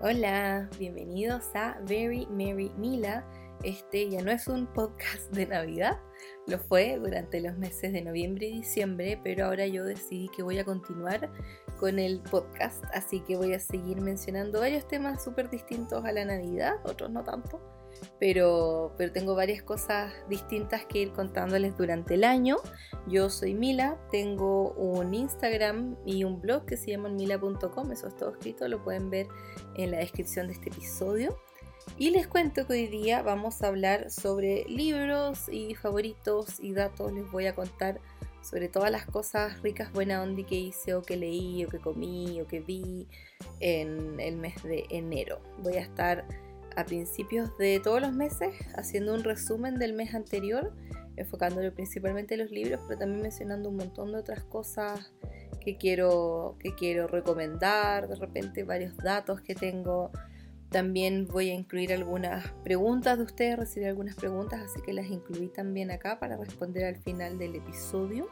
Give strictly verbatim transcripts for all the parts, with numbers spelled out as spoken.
Hola, bienvenidos a Very Merry Mila. Este ya no es un podcast de Navidad, lo fue durante los meses de noviembre y diciembre, pero ahora yo decidí que voy a continuar con el podcast, así que voy a seguir mencionando varios temas súper distintos a la Navidad, otros no tanto, pero, pero tengo varias cosas distintas que ir contándoles durante el año. Yo soy Mila, tengo un Instagram y un blog que se llama mila punto com, eso es todo escrito, lo pueden ver en la descripción de este episodio. Y les cuento que hoy día vamos a hablar sobre libros y favoritos y datos. Les voy a contar sobre todas las cosas ricas, buena onda que hice o que leí o que comí o que vi en el mes de enero. Voy a estar a principios de todos los meses haciendo un resumen del mes anterior, enfocándolo principalmente en los libros, pero también mencionando un montón de otras cosas que quiero, que quiero recomendar, de repente varios datos que tengo. También voy a incluir algunas preguntas de ustedes, recibí algunas preguntas, así que las incluí también acá para responder al final del episodio.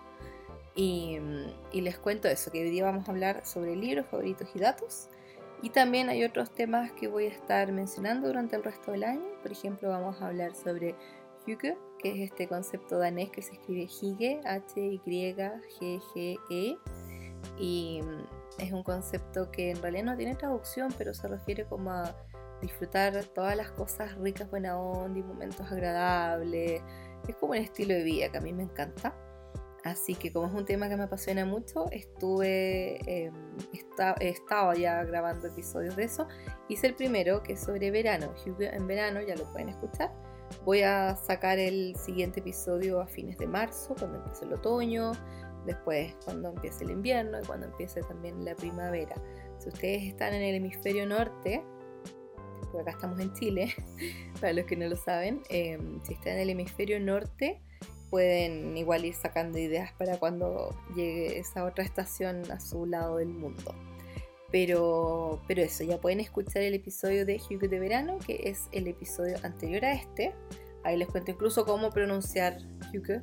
Y, y les cuento eso, que hoy día vamos a hablar sobre libros, favoritos y datos. Y también hay otros temas que voy a estar mencionando durante el resto del año. Por ejemplo, vamos a hablar sobre hygge, que es este concepto danés que se escribe hygge, H Y G G E. Y es un concepto que en realidad no tiene traducción, pero se refiere como a disfrutar todas las cosas ricas, buena onda y momentos agradables. Es como un estilo de vida que a mí me encanta. Así que como es un tema que me apasiona mucho, estuve eh, está, he estado ya grabando episodios de eso. Hice el primero, que es sobre verano, hygge en verano, ya lo pueden escuchar. Voy a sacar el siguiente episodio a fines de marzo, cuando empiece el otoño, después cuando empiece el invierno y cuando empiece también la primavera. Si ustedes están en el hemisferio norte, porque acá estamos en Chile, para los que no lo saben, eh, si están en el hemisferio norte, pueden igual ir sacando ideas para cuando llegue esa otra estación a su lado del mundo. Pero, pero eso, ya pueden escuchar el episodio de hygge de verano, que es el episodio anterior a este. Ahí les cuento incluso cómo pronunciar hygge.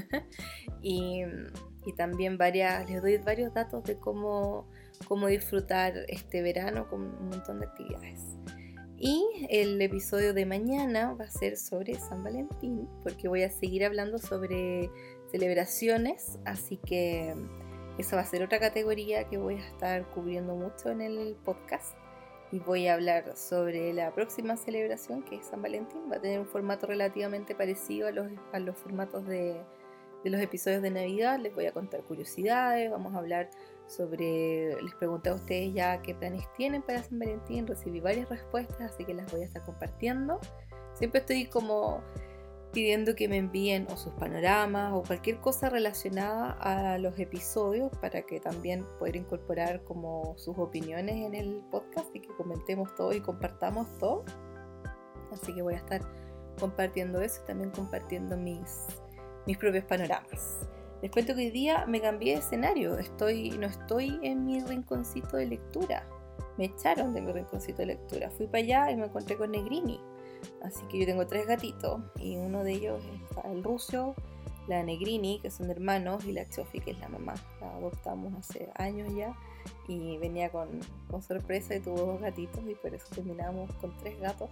y, y también varias, les doy varios datos de cómo, cómo disfrutar este verano con un montón de actividades. Y el episodio de mañana va a ser sobre San Valentín, porque voy a seguir hablando sobre celebraciones, así que esa va a ser otra categoría que voy a estar cubriendo mucho en el podcast. Y voy a hablar sobre la próxima celebración, que es San Valentín. Va a tener un formato relativamente parecido a los, a los formatos de, de los episodios de Navidad. Les voy a contar curiosidades, vamos a hablar sobre, les pregunté a ustedes ya qué planes tienen para San Valentín, recibí varias respuestas, así que las voy a estar compartiendo. Siempre estoy como pidiendo que me envíen o sus panoramas o cualquier cosa relacionada a los episodios para que también pueda incorporar como sus opiniones en el podcast y que comentemos todo y compartamos todo. Así que voy a estar compartiendo eso y también compartiendo mis, mis propios panoramas. Les cuento que hoy día me cambié de escenario, estoy, no estoy en mi rinconcito de lectura, me echaron de mi rinconcito de lectura, fui para allá y me encontré con Negrini, así que yo tengo tres gatitos y uno de ellos es el Rusio, la Negrini, que son hermanos, y la Chofi, que es la mamá, la adoptamos hace años ya y venía con, con sorpresa y tuvo dos gatitos y por eso terminamos con tres gatos.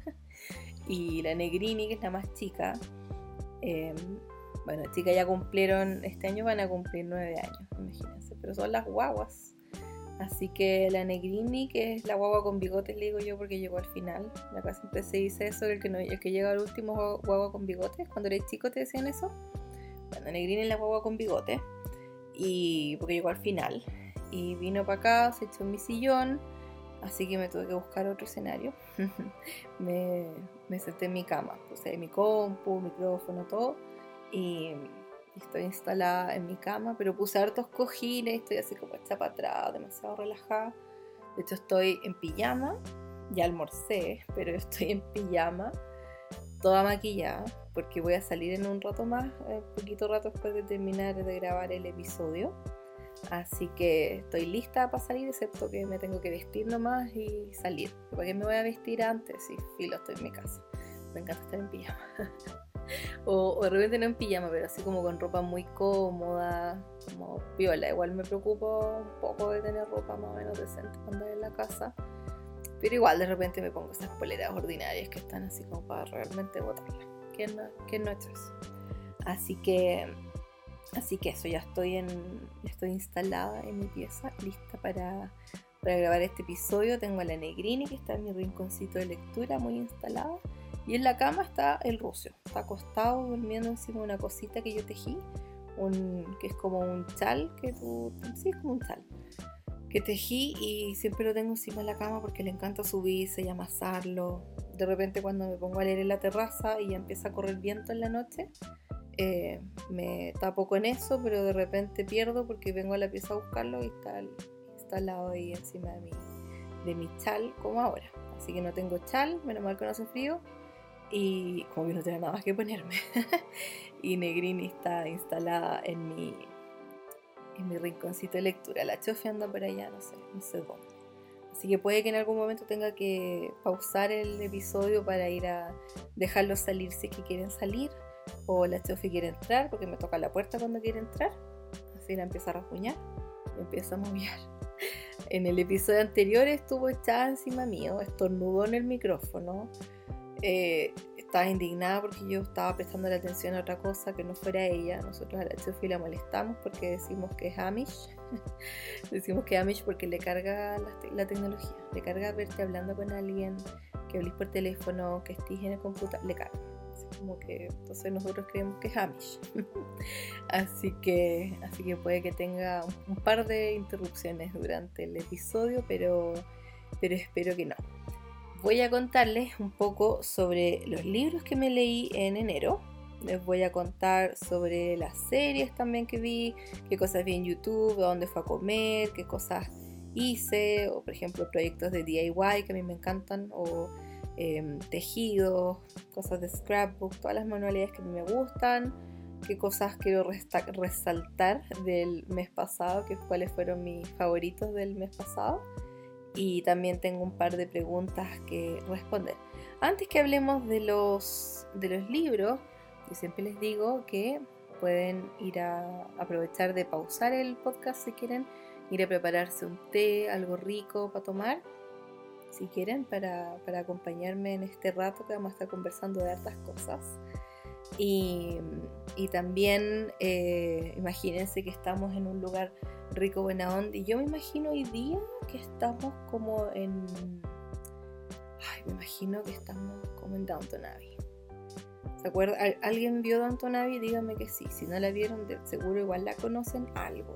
Y la Negrini, que es la más chica, eh, bueno, chicas ya cumplieron, este año van a cumplir nueve años, imagínense, pero son las guaguas. Así que la Negrini, que es la guagua con bigotes, le digo yo porque llegó al final. Acá siempre se dice eso, el que, no, el que llega al último guagua con bigotes. Cuando eres chico te decían eso. Bueno, Negrini es la guagua con bigotes, y porque llegó al final. Y vino para acá, se echó en mi sillón, así que me tuve que buscar otro escenario. me, me senté en mi cama, puse mi compu, micrófono, todo. Y estoy instalada en mi cama, pero puse hartos cojines, estoy así como hecha para atrás, demasiado relajada. De hecho estoy en pijama, ya almorcé, pero estoy en pijama, toda maquillada, porque voy a salir en un rato más, un poquito rato después de terminar de grabar el episodio. Así que estoy lista para salir, excepto que me tengo que vestir nomás y salir. ¿Para qué me voy a vestir antes? Si filo, estoy en mi casa. Me encanta estar en pijama. O, o de repente no en pijama, pero así como con ropa muy cómoda, como piola. Igual me preocupo un poco de tener ropa más o menos decente cuando estoy en la casa, Pero igual de repente me pongo esas poleras ordinarias que están así como para realmente botarlas. Que no, que no es eso. Así que, así que eso, ya estoy en, estoy instalada en mi pieza, lista para, para grabar este episodio. Tengo a la Negrini que está en mi rinconcito de lectura, muy instalada. Y en la cama está el Rucio, está acostado durmiendo encima de una cosita que yo tejí, un, que es como un chal, que tú, sí, es como un chal, que tejí y siempre lo tengo encima de la cama porque le encanta subirse y amasarlo. De repente cuando me pongo a leer en la terraza y ya empieza a correr viento en la noche, eh, me tapo con eso, pero de repente pierdo porque vengo a la pieza a buscarlo y está instalado ahí encima de mi, de mi chal como ahora. Así que no tengo chal, menos mal que no hace frío y como que no tengo nada más que ponerme. Y Negrini está instalada en mi, en mi rinconcito de lectura. La Chofi anda por allá, no sé, no sé dónde. Así que puede que en algún momento tenga que pausar el episodio para ir a dejarlos salir si es que quieren salir. O la Chofi quiere entrar porque me toca la puerta cuando quiere entrar. Así la empieza a rasguñar y empieza a moviar. En el episodio anterior estuvo echada encima mío, estornudó en el micrófono. Eh, estaba indignada porque yo estaba prestando la atención a otra cosa que no fuera ella. Nosotros a la Chofi la molestamos porque decimos que es Amish. Decimos que Amish porque le carga la, te- la tecnología, le carga verte hablando con alguien, que hables por teléfono, que estés en el computador, le carga. Así como que entonces nosotros creemos que es Amish. así que así que puede que tenga un, un par de interrupciones durante el episodio, pero pero espero que no. Voy a contarles un poco sobre los libros que me leí en enero. Les voy a contar sobre las series también que vi, qué cosas vi en YouTube, a dónde fue a comer, qué cosas hice, o por ejemplo proyectos de D I Y que a mí me encantan, o eh, tejidos, cosas de scrapbook, todas las manualidades que a mí me gustan, qué cosas quiero resta- resaltar del mes pasado, que cuáles fueron mis favoritos del mes pasado. Y también tengo un par de preguntas que responder. Antes que hablemos de los, de los libros, yo siempre les digo que pueden ir a aprovechar de pausar el podcast si quieren, ir a prepararse un té, algo rico para tomar, si quieren, para, para acompañarme en este rato que vamos a estar conversando de hartas cosas. Y, y también eh, imagínense que estamos en un lugar rico, buena onda, y yo me imagino hoy día que estamos como en... Ay, me imagino que estamos como en Downton Abbey. ¿Se acuerda? ¿Al- ¿Alguien vio Downton Abbey? Dígame que sí. Si no la vieron, de seguro igual la conocen algo.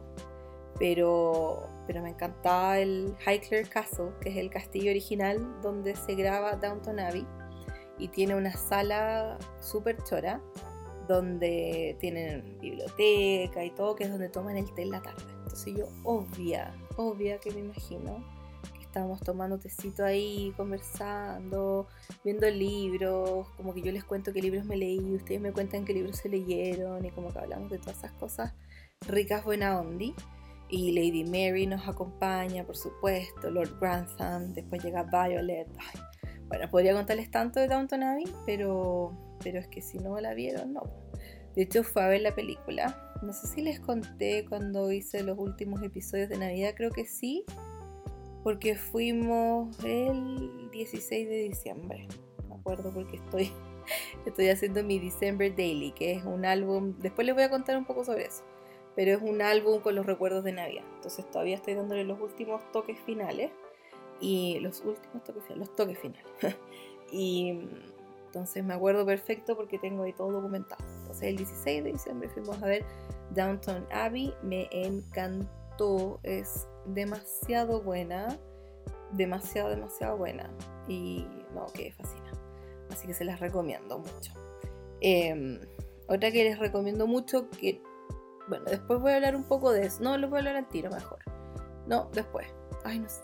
Pero, pero me encantaba el Highclere Castle, que es el castillo original donde se graba Downton Abbey. Y tiene una sala súper chora, donde tienen biblioteca y todo, que es donde toman el té en la tarde. Entonces yo, obvia, obvia que me imagino que estábamos tomando tecito ahí, conversando, viendo libros, como que yo les cuento qué libros me leí, ustedes me cuentan qué libros se leyeron, y como que hablamos de todas esas cosas ricas, buena ondi. Y Lady Mary nos acompaña, por supuesto, Lord Grantham, después llega Violet. Ay, bueno, podría contarles tanto de Downton Abbey, pero, pero es que si no la vieron, no. De hecho, fue a ver la película. No sé si les conté cuando hice los últimos episodios de Navidad, creo que sí, porque fuimos el dieciséis de diciembre. Me acuerdo porque estoy, estoy haciendo mi December Daily, que es un álbum, después les voy a contar un poco sobre eso, pero es un álbum con los recuerdos de Navidad. Entonces todavía estoy dándole los últimos toques finales. Y los últimos toques finales, los toques finales. Y entonces me acuerdo perfecto porque tengo ahí todo documentado. Entonces el dieciséis de diciembre fuimos a ver Downton Abbey. Me encantó, es demasiado buena, demasiado, demasiado buena. Y no, que fascina. Así que se las recomiendo mucho. Eh, otra que les recomiendo mucho, que bueno, después voy a hablar un poco de eso. No, les voy a hablar al tiro mejor. No, después. Ay, no sé.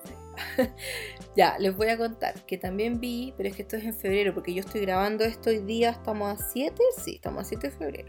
Ya, les voy a contar que también vi, pero es que esto es en febrero, porque yo estoy grabando esto hoy día, estamos a siete, sí, estamos a siete de febrero.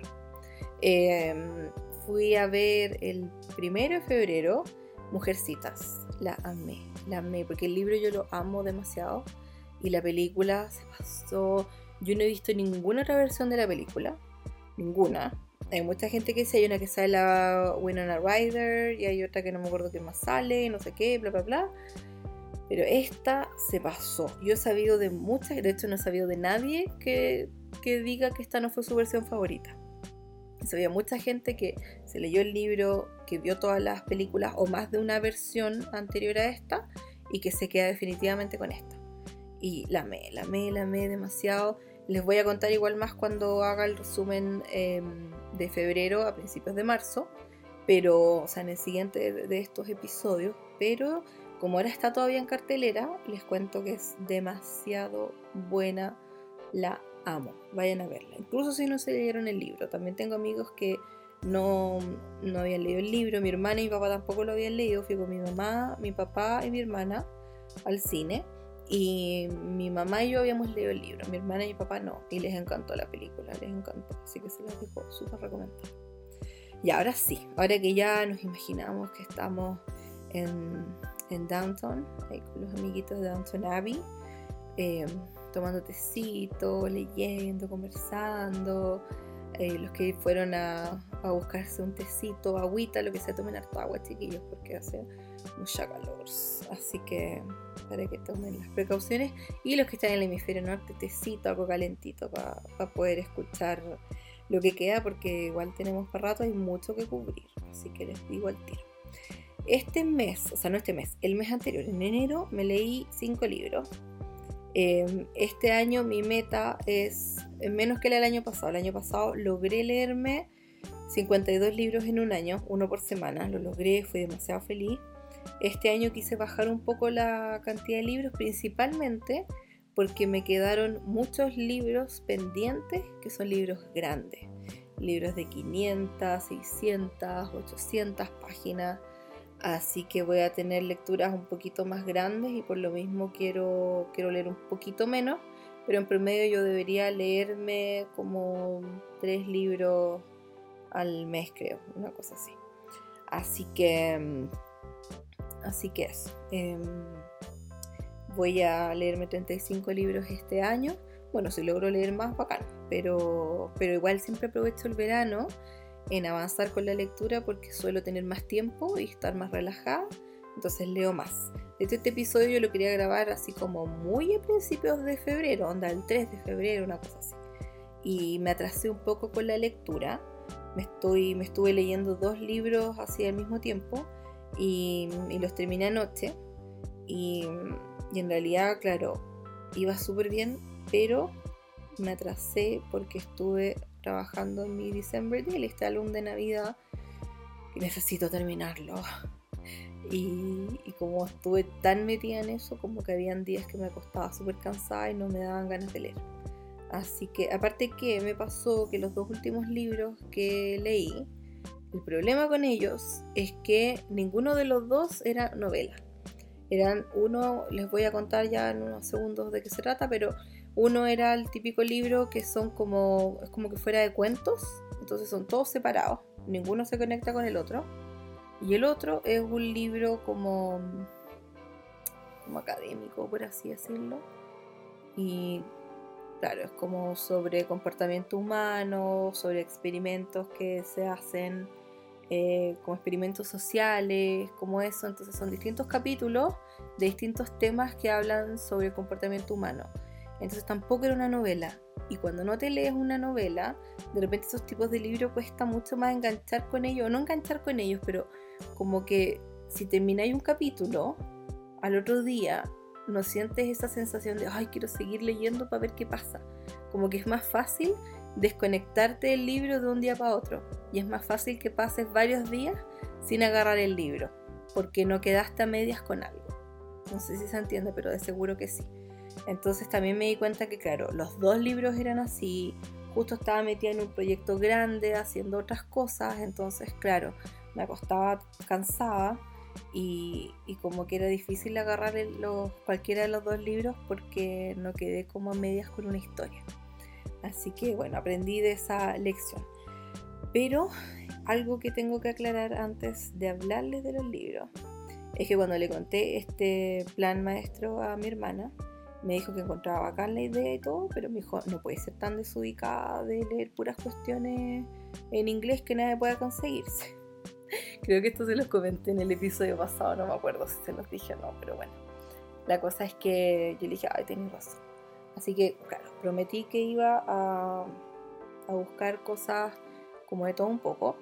Eh, fui a ver el primero de febrero, Mujercitas, la amé, la amé, porque el libro yo lo amo demasiado y la película se pasó, yo no he visto ninguna otra versión de la película, ninguna. Hay mucha gente que dice, hay una que sale la Winona Ryder y hay otra que no me acuerdo qué más sale, no sé qué, bla bla bla. Pero esta se pasó. Yo he sabido de muchas, de hecho no he sabido de nadie que, que diga que esta no fue su versión favorita. Había mucha gente que se leyó el libro, que vio todas las películas o más de una versión anterior a esta y que se queda definitivamente con esta. Y la amé, la amé, la amé demasiado. Les voy a contar igual más cuando haga el resumen eh, de febrero a principios de marzo, pero, o sea, en el siguiente de, de estos episodios, pero como ahora está todavía en cartelera, les cuento que es demasiado buena, la amo, vayan a verla, incluso si no se leyeron el libro. También tengo amigos que no, no habían leído el libro, mi hermana y mi papá tampoco lo habían leído. Fui con mi mamá, mi papá y mi hermana al cine y mi mamá y yo habíamos leído el libro, mi hermana y mi papá no, y les encantó la película, les encantó, así que se las dejo súper recomendada. Y ahora sí, ahora que ya nos imaginamos que estamos en, en Downton, ahí con los amiguitos de Downton Abbey, eh, tomando tecito, leyendo, conversando, eh, los que fueron a, a buscarse un tecito, agüita, lo que sea, tomen harta agua, chiquillos, porque hace mucha calor, así que para que tomen las precauciones, y los que están en el hemisferio norte, tecito, algo calentito para pa poder escuchar lo que queda, porque igual tenemos para rato, hay mucho que cubrir, así que les digo al tiro. Este mes, o sea no este mes, el mes anterior, en enero me leí cinco libros. Eh, este año mi meta es menos que el año pasado. El año pasado logré leerme cincuenta y dos libros en un año, uno por semana, lo logré, fui demasiado feliz. Este año quise bajar un poco la cantidad de libros, principalmente porque me quedaron muchos libros pendientes, que son libros grandes, libros de quinientas, seiscientas, ochocientas páginas, así que voy a tener lecturas un poquito más grandes y por lo mismo quiero, quiero leer un poquito menos, pero en promedio yo debería leerme como tres libros al mes, creo, una cosa así. Así que, así que eso. Eh, voy a leerme treinta y cinco libros este año. Bueno, si logro leer más, bacán, pero, pero igual siempre aprovecho el verano en avanzar con la lectura porque suelo tener más tiempo y estar más relajada, entonces leo más. De hecho, este episodio yo lo quería grabar así como muy a principios de febrero, onda el tres de febrero, una cosa así, y me atrasé un poco con la lectura. Me, estoy, me estuve leyendo dos libros así al mismo tiempo y, y los terminé anoche y, y en realidad, claro, iba súper bien, pero me atrasé porque estuve trabajando en mi December Daily, este álbum de Navidad, y necesito terminarlo. Y, y como estuve tan metida en eso, como que habían días que me acostaba súper cansada y no me daban ganas de leer. Así que, aparte que me pasó que los dos últimos libros que leí, el problema con ellos es que ninguno de los dos era novela. Eran uno, les voy a contar ya en unos segundos de qué se trata, pero uno era el típico libro que son como, es como que fuera de cuentos, entonces son todos separados, ninguno se conecta con el otro. Y el otro es un libro como, como académico, por así decirlo. Y claro, es como sobre comportamiento humano, sobre experimentos que se hacen, eh, como experimentos sociales, como eso. Entonces son distintos capítulos de distintos temas que hablan sobre el comportamiento humano. Entonces tampoco era una novela. Y cuando no te lees una novela, de repente esos tipos de libros cuesta mucho más enganchar con ellos, o no enganchar con ellos, pero como que si termináis un capítulo, al otro día no sientes esa sensación de ay, quiero seguir leyendo para ver qué pasa. Como que es más fácil desconectarte del libro de un día para otro, y es más fácil que pases varios días sin agarrar el libro, porque no quedaste a medias con algo. No sé si se entiende, pero de seguro que sí. Entonces también me di cuenta que claro, los dos libros eran así, justo estaba metida en un proyecto grande, haciendo otras cosas, entonces claro, me acostaba cansada y, y como que era difícil agarrar el, los, cualquiera de los dos libros porque no quedé como a medias con una historia. Así que bueno, aprendí de esa lección. Pero algo que tengo que aclarar antes de hablarles de los libros es que cuando le conté este plan maestro a mi hermana, me dijo que encontraba bacán la idea y todo, pero me dijo, no puede ser tan desubicada de leer puras cuestiones en inglés que nadie pueda conseguirse. Creo que esto se los comenté en el episodio pasado, no me acuerdo si se los dije o no, pero bueno. La cosa es que yo le dije, ay, tenés razón. Así que, claro, prometí que iba a, a buscar cosas como de todo un poco.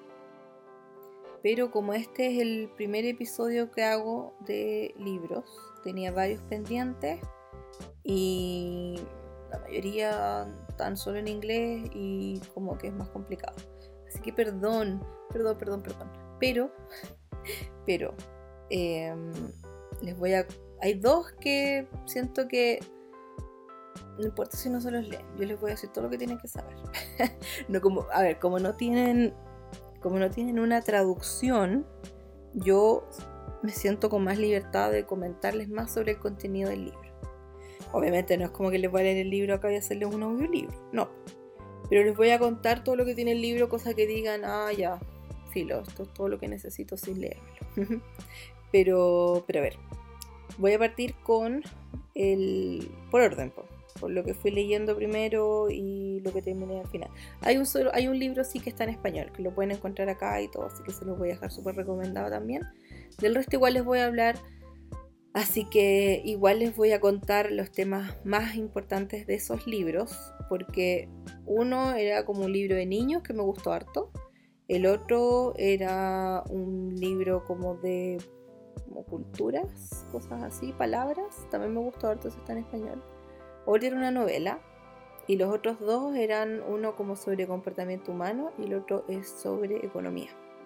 Pero como este es el primer episodio que hago de libros, tenía varios pendientes y la mayoría están solo en inglés y como que es más complicado. Así que perdón, perdón, perdón, perdón. Pero, pero, eh, les voy a... Hay dos que siento que no importa si no se los leen, yo les voy a decir todo lo que tienen que saber. No como, a ver, como no tienen, como no tienen una traducción, yo me siento con más libertad de comentarles más sobre el contenido del libro. Obviamente no es como que les voy a leer el libro acá y hacerles un audiolibro, no. Pero les voy a contar todo lo que tiene el libro, cosas que digan, ah, ya, filo, esto es todo lo que necesito sin leerlo. pero, pero a ver, voy a partir con el... por orden, por, por lo que fui leyendo primero y lo que terminé al final. Hay un, solo, hay un libro sí que está en español, que lo pueden encontrar acá y todo, así que se los voy a dejar súper recomendado también. Del resto igual les voy a hablar, así que igual les voy a contar los temas más importantes de esos libros, porque uno era como un libro de niños que me gustó harto, el otro era un libro como de como culturas, cosas así, palabras, también me gustó harto, eso está en español. Otro era una novela y los otros dos eran uno como sobre comportamiento humano y el otro es sobre economía.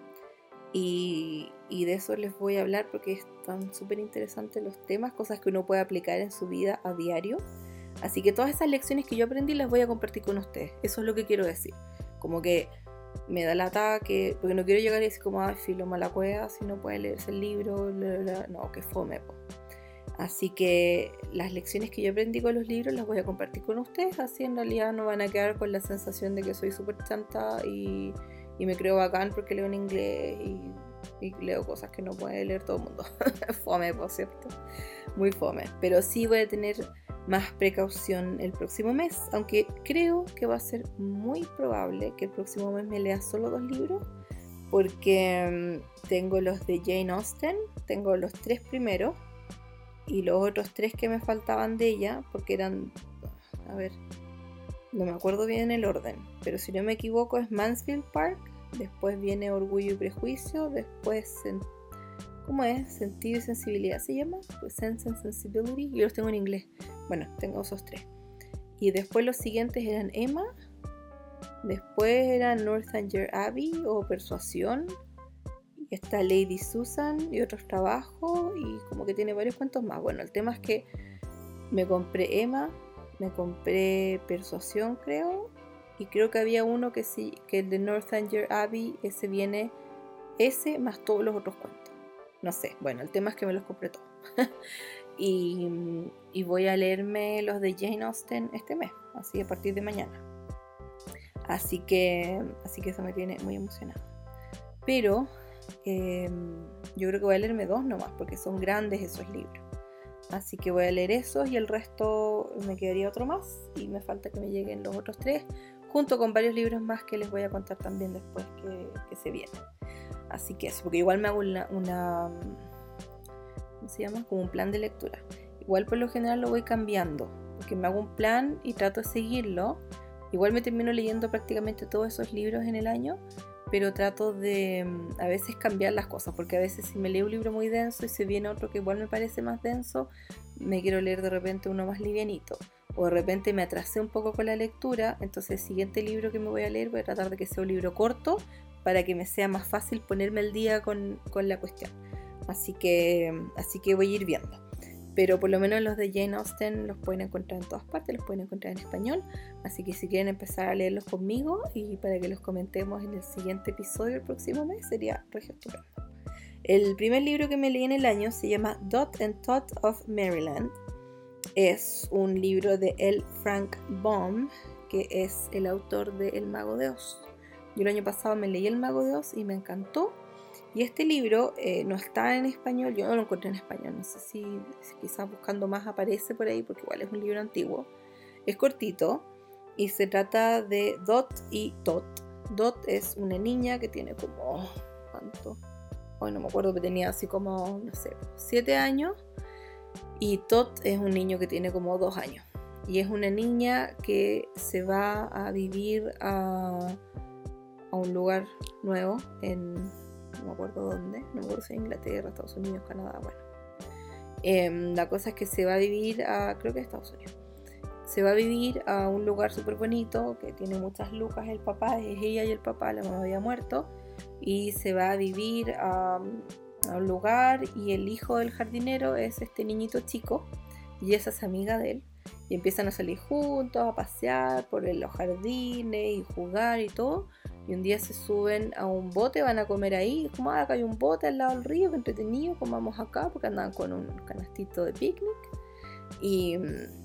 Y, y de eso les voy a hablar porque están súper interesantes los temas, cosas que uno puede aplicar en su vida a diario. Así que todas esas lecciones que yo aprendí las voy a compartir con ustedes. Eso es lo que quiero decir. Como que me da lata que, porque no quiero llegar y decir como, ay, filo, mala cueva, si no puede leerse el libro, bla, bla, bla. No, que fome, po. Así que las lecciones que yo aprendí con los libros las voy a compartir con ustedes, así en realidad no van a quedar con la sensación de que soy súper chanta y, y me creo bacán porque leo en inglés y, y leo cosas que no puede leer todo el mundo. Fome, por cierto, muy fome. Pero sí voy a tener más precaución el próximo mes, aunque creo que va a ser muy probable que el próximo mes me lea solo dos libros, porque um, tengo los de Jane Austen, tengo los tres primeros y los otros tres que me faltaban de ella, porque eran, a ver, no me acuerdo bien el orden, pero si no me equivoco es Mansfield Park, después viene Orgullo y Prejuicio, después, ¿cómo es? Sentido y Sensibilidad se llama, pues Sense and Sensibility, yo los tengo en inglés, bueno, tengo esos tres. Y después los siguientes eran Emma, después eran Northanger Abbey o Persuasión, está Lady Susan y otros trabajos y como que tiene varios cuentos más. Bueno, el tema es que me compré Emma, me compré Persuasión creo, y creo que había uno que sí, que el de Northanger Abbey, ese viene, ese más todos los otros cuentos. No sé, bueno, el tema es que me los compré todos. y, y voy a leerme los de Jane Austen este mes, así a partir de mañana. Así que, así que eso me tiene muy emocionada. Pero Eh, yo creo que voy a leerme dos nomás porque son grandes esos libros, así que voy a leer esos y el resto me quedaría otro más y me falta que me lleguen los otros tres junto con varios libros más que les voy a contar también después que, que se vienen. Así que eso, porque igual me hago una, una ¿cómo se llama? Como un plan de lectura. Igual por lo general lo voy cambiando porque me hago un plan y trato de seguirlo. Igual me termino leyendo prácticamente todos esos libros en el año, pero trato de a veces cambiar las cosas, porque a veces si me leo un libro muy denso y se viene otro que igual me parece más denso, me quiero leer de repente uno más livianito, o de repente me atrasé un poco con la lectura, entonces el siguiente libro que me voy a leer voy a tratar de que sea un libro corto para que me sea más fácil ponerme al día con, con la cuestión, así que, así que voy a ir viendo. Pero por lo menos los de Jane Austen los pueden encontrar en todas partes, los pueden encontrar en español. Así que si quieren empezar a leerlos conmigo y para que los comentemos en el siguiente episodio el próximo mes, sería regio estupendo. El primer libro que me leí en el año se llama Dot and Tot of Maryland. Es un libro de L. Frank Baum, que es el autor de El Mago de Oz. Yo el año pasado me leí El Mago de Oz y me encantó. Y este libro eh, no está en español, yo no lo encontré en español, no sé si, si quizás buscando más aparece por ahí, porque igual es un libro antiguo. Es cortito y se trata de Dot y Tot. Dot es una niña que tiene como, ¿cuánto? Hoy no me acuerdo, que tenía así como, no sé, siete años. Y Todd es un niño que tiene como dos años. Y es una niña que se va a vivir a, a un lugar nuevo en, no me acuerdo dónde, no me acuerdo si en Inglaterra, Estados Unidos, Canadá, bueno. Eh, la cosa es que se va a vivir a, creo que Estados Unidos. Se va a vivir a un lugar súper bonito, que tiene muchas lucas el papá, es ella y el papá, la mamá había muerto. Y se va a vivir a, a un lugar y el hijo del jardinero es este niñito chico y esa es amiga de él. Y empiezan a salir juntos, a pasear por los jardines y jugar y todo. Y un día se suben a un bote, van a comer ahí. Es como, ah, acá hay un bote al lado del río, que entretenido, comamos acá, porque andaban con un canastito de picnic. Y,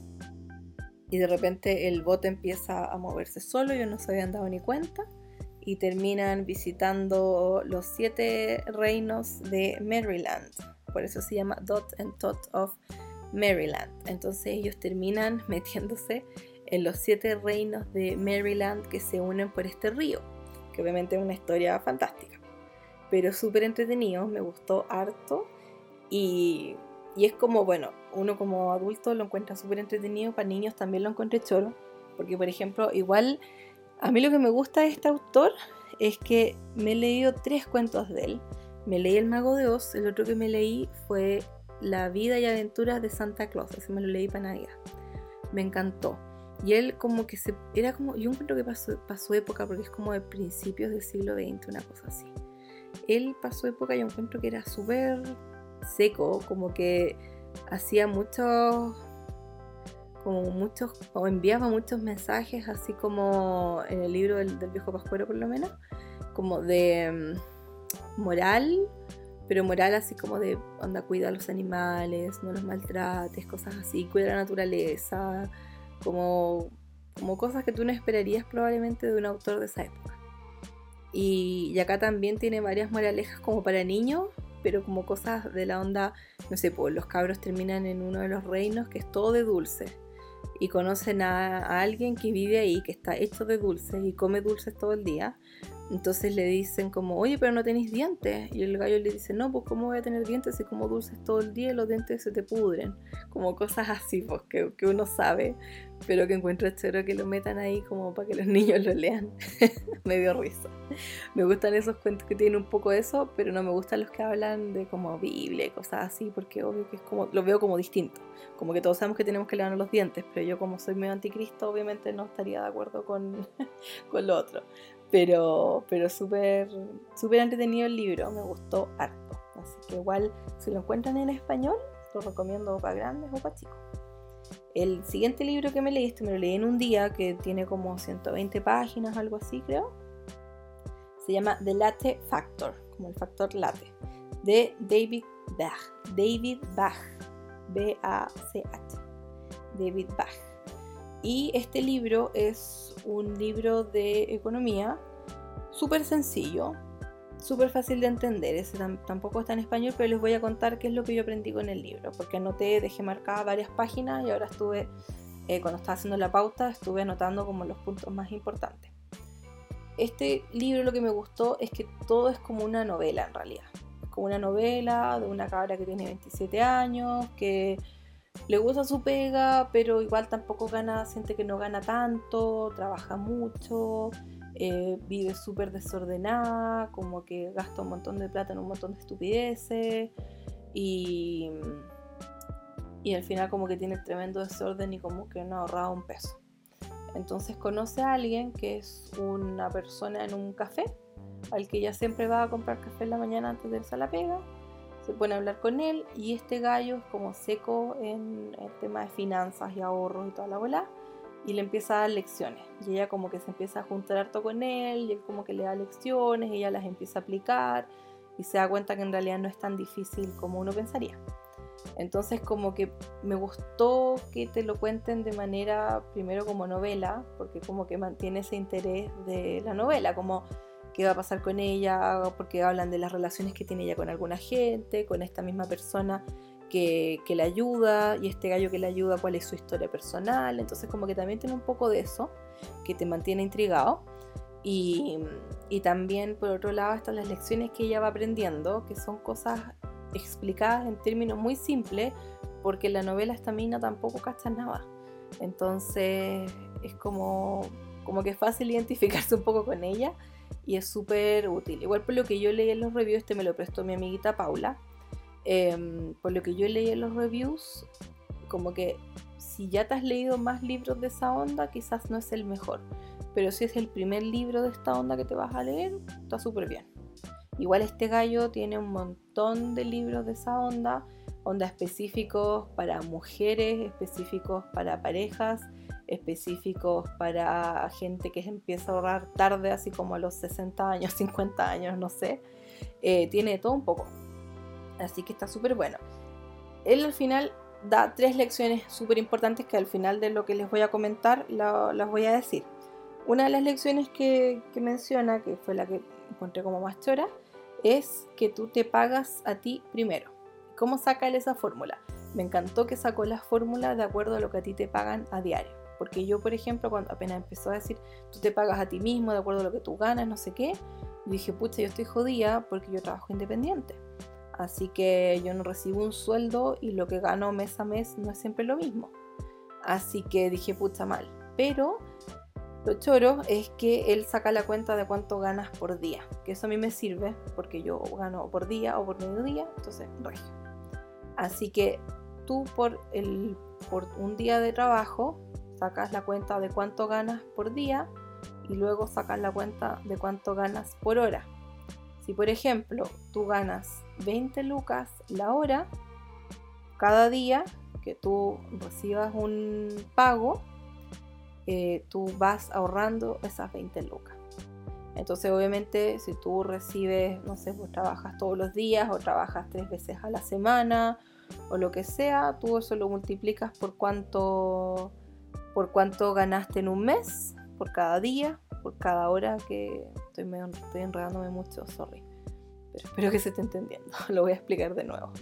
y de repente el bote empieza a moverse solo, ellos no se habían dado ni cuenta. Y terminan visitando los siete reinos de Maryland. Por eso se llama Dot and Tot of Maryland. Entonces ellos terminan metiéndose en los siete reinos de Maryland que se unen por este río, que obviamente es una historia fantástica, pero súper entretenido, me gustó harto y, y es como, bueno, uno como adulto lo encuentra súper entretenido, para niños también lo encontré choro, porque por ejemplo, igual a mí lo que me gusta de este autor es que me he leído tres cuentos de él. Me leí El Mago de Oz, el otro que me leí fue La vida y aventuras de Santa Claus, ese me lo leí para Navidad. Me encantó. Y él como que se... Era como... Yo encuentro que pasó, pasó época porque es como de principios del siglo veinte, una cosa así. Él pasó época, yo encuentro que era súper seco, como que hacía muchos... como muchos... o enviaba muchos mensajes, así como en el libro del, del viejo Pascuero por lo menos, como de um, moral... pero moral así como de, onda, cuida a los animales, no los maltrates, cosas así, cuida la naturaleza, como, como cosas que tú no esperarías probablemente de un autor de esa época. Y, y acá también tiene varias moralejas como para niños, pero como cosas de la onda, no sé, pues los cabros terminan en uno de los reinos que es todo de dulce. Y conocen a, a alguien que vive ahí, que está hecho de dulces y come dulces todo el día. Entonces le dicen como, oye, pero no tenéis dientes. Y el gallo le dice, no, pues ¿cómo voy a tener dientes si como dulces todo el día y los dientes se te pudren? Como cosas así, pues, que, que uno sabe, pero que encuentro chévere que lo metan ahí como para que los niños lo lean. Me dio risa. Me gustan esos cuentos que tienen un poco eso, pero no me gustan los que hablan de como Biblia y cosas así, porque obvio que es como, lo veo como distinto. Como que todos sabemos que tenemos que lavarnos los dientes, pero yo como soy medio anticristo, obviamente no estaría de acuerdo con, con lo otro. Pero, pero súper súper entretenido el libro, me gustó harto. Así que igual, si lo encuentran en español, lo recomiendo para grandes o para chicos. El siguiente libro que me leí, este me lo leí en un día, que tiene como ciento veinte páginas, algo así creo. Se llama The Latte Factor, como el factor latte, de David Bach. David Bach, B A C H. David Bach. Y este libro es un libro de economía súper sencillo, súper fácil de entender. Ese tampoco está en español, pero les voy a contar qué es lo que yo aprendí con el libro, porque anoté, dejé marcadas varias páginas y ahora estuve, eh, cuando estaba haciendo la pauta, estuve anotando como los puntos más importantes. Este libro lo que me gustó es que todo es como una novela en realidad. Es como una novela de una cabra que tiene veintisiete años, que le gusta su pega, pero igual tampoco gana, siente que no gana tanto, trabaja mucho, eh, vive súper desordenada, como que gasta un montón de plata en un montón de estupideces y, y al final como que tiene tremendo desorden y como que no ha ahorrado un peso. Entonces conoce a alguien que es una persona en un café, al que ella siempre va a comprar café en la mañana antes de irse a la pega. Se pone a hablar con él y este gallo es como seco en el tema de finanzas y ahorros y toda la bola, y le empieza a dar lecciones y ella como que se empieza a juntar harto con él y él como que le da lecciones y ella las empieza a aplicar y se da cuenta que en realidad no es tan difícil como uno pensaría. Entonces como que me gustó que te lo cuenten de manera primero como novela, porque como que mantiene ese interés de la novela, como qué va a pasar con ella, porque hablan de las relaciones que tiene ella con alguna gente, con esta misma persona que, que la ayuda, y este gallo que la ayuda, cuál es su historia personal. Entonces como que también tiene un poco de eso, que te mantiene intrigado. Y, y también por otro lado están las lecciones que ella va aprendiendo, que son cosas explicadas en términos muy simples, porque en la novela esta mina tampoco cacha nada. Entonces es como, como que es fácil identificarse un poco con ella y es súper útil. Igual por lo que yo leí en los reviews, este me lo prestó mi amiguita Paula, eh, por lo que yo leí en los reviews, como que si ya te has leído más libros de esa onda, quizás no es el mejor, pero si es el primer libro de esta onda que te vas a leer, está súper bien. Igual este gallo tiene un montón de libros de esa onda, onda específicos para mujeres, específicos para parejas, específicos para gente que empieza a ahorrar tarde, así como a los sesenta años, cincuenta años, no sé. Eh, tiene todo un poco, así que está súper bueno. Él al final da tres lecciones súper importantes que al final de lo que les voy a comentar la, las voy a decir. Una de las lecciones que, que menciona, que fue la que encontré como más chora, es que tú te pagas a ti primero. ¿Cómo saca él esa fórmula? Me encantó que sacó la fórmula de acuerdo a lo que a ti te pagan a diario. Porque yo, por ejemplo, cuando apenas empezó a decir, tú te pagas a ti mismo de acuerdo a lo que tú ganas, no sé qué, yo dije, pucha, yo estoy jodida porque yo trabajo independiente. Así que yo no recibo un sueldo y lo que gano mes a mes no es siempre lo mismo. Así que dije, pucha, mal. Pero lo choro es que él saca la cuenta de cuánto ganas por día. Que eso a mí me sirve porque yo gano por día o por mediodía, entonces regio. Así que tú por, el, por un día de trabajo sacas la cuenta de cuánto ganas por día y luego sacas la cuenta de cuánto ganas por hora. Si por ejemplo tú ganas veinte lucas la hora, cada día que tú recibas un pago, eh, tú vas ahorrando esas veinte lucas. Entonces obviamente si tú recibes, no sé, pues trabajas todos los días o trabajas tres veces a la semana o lo que sea, tú eso lo multiplicas por cuánto, por cuánto ganaste en un mes, por cada día, por cada hora, que estoy, medio, estoy enredándome mucho, sorry, pero espero que se esté entendiendo. Lo voy a explicar de nuevo.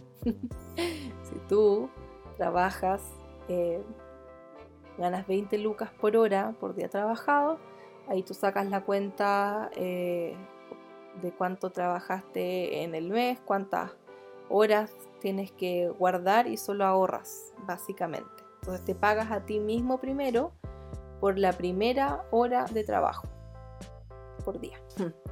Si tú trabajas, eh, ganas veinte lucas por hora por día trabajado, ahí tú sacas la cuenta eh, de cuánto trabajaste en el mes, cuántas horas tienes que guardar y solo ahorras, básicamente. Entonces te pagas a ti mismo primero por la primera hora de trabajo por día.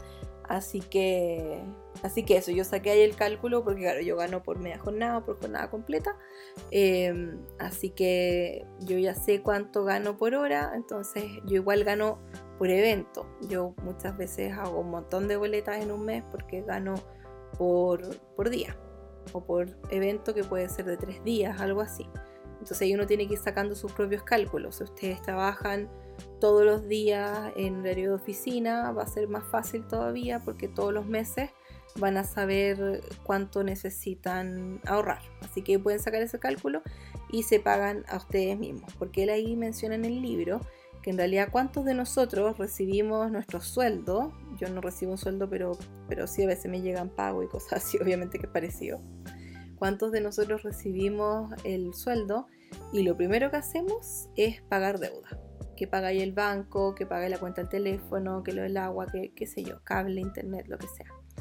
Así que, así que eso, yo saqué ahí el cálculo porque claro, yo gano por media jornada, por jornada completa. Eh, así que yo ya sé cuánto gano por hora, entonces yo igual gano por evento. Yo muchas veces hago un montón de boletas en un mes porque gano por, por día o por evento que puede ser de tres días, algo así. Entonces ahí uno tiene que ir sacando sus propios cálculos. Si ustedes trabajan todos los días en horario de oficina, va a ser más fácil todavía porque todos los meses van a saber cuánto necesitan ahorrar. Así que pueden sacar ese cálculo y se pagan a ustedes mismos. Porque él ahí menciona en el libro que en realidad cuántos de nosotros recibimos nuestro sueldo. Yo no recibo un sueldo, pero, pero sí a veces me llegan pago y cosas así, obviamente que es parecido. ¿Cuántos de nosotros recibimos el sueldo y lo primero que hacemos es pagar deuda? Que pagáis el banco, que pagáis la cuenta del teléfono, que lo del agua, que qué sé yo, cable, internet, lo que sea.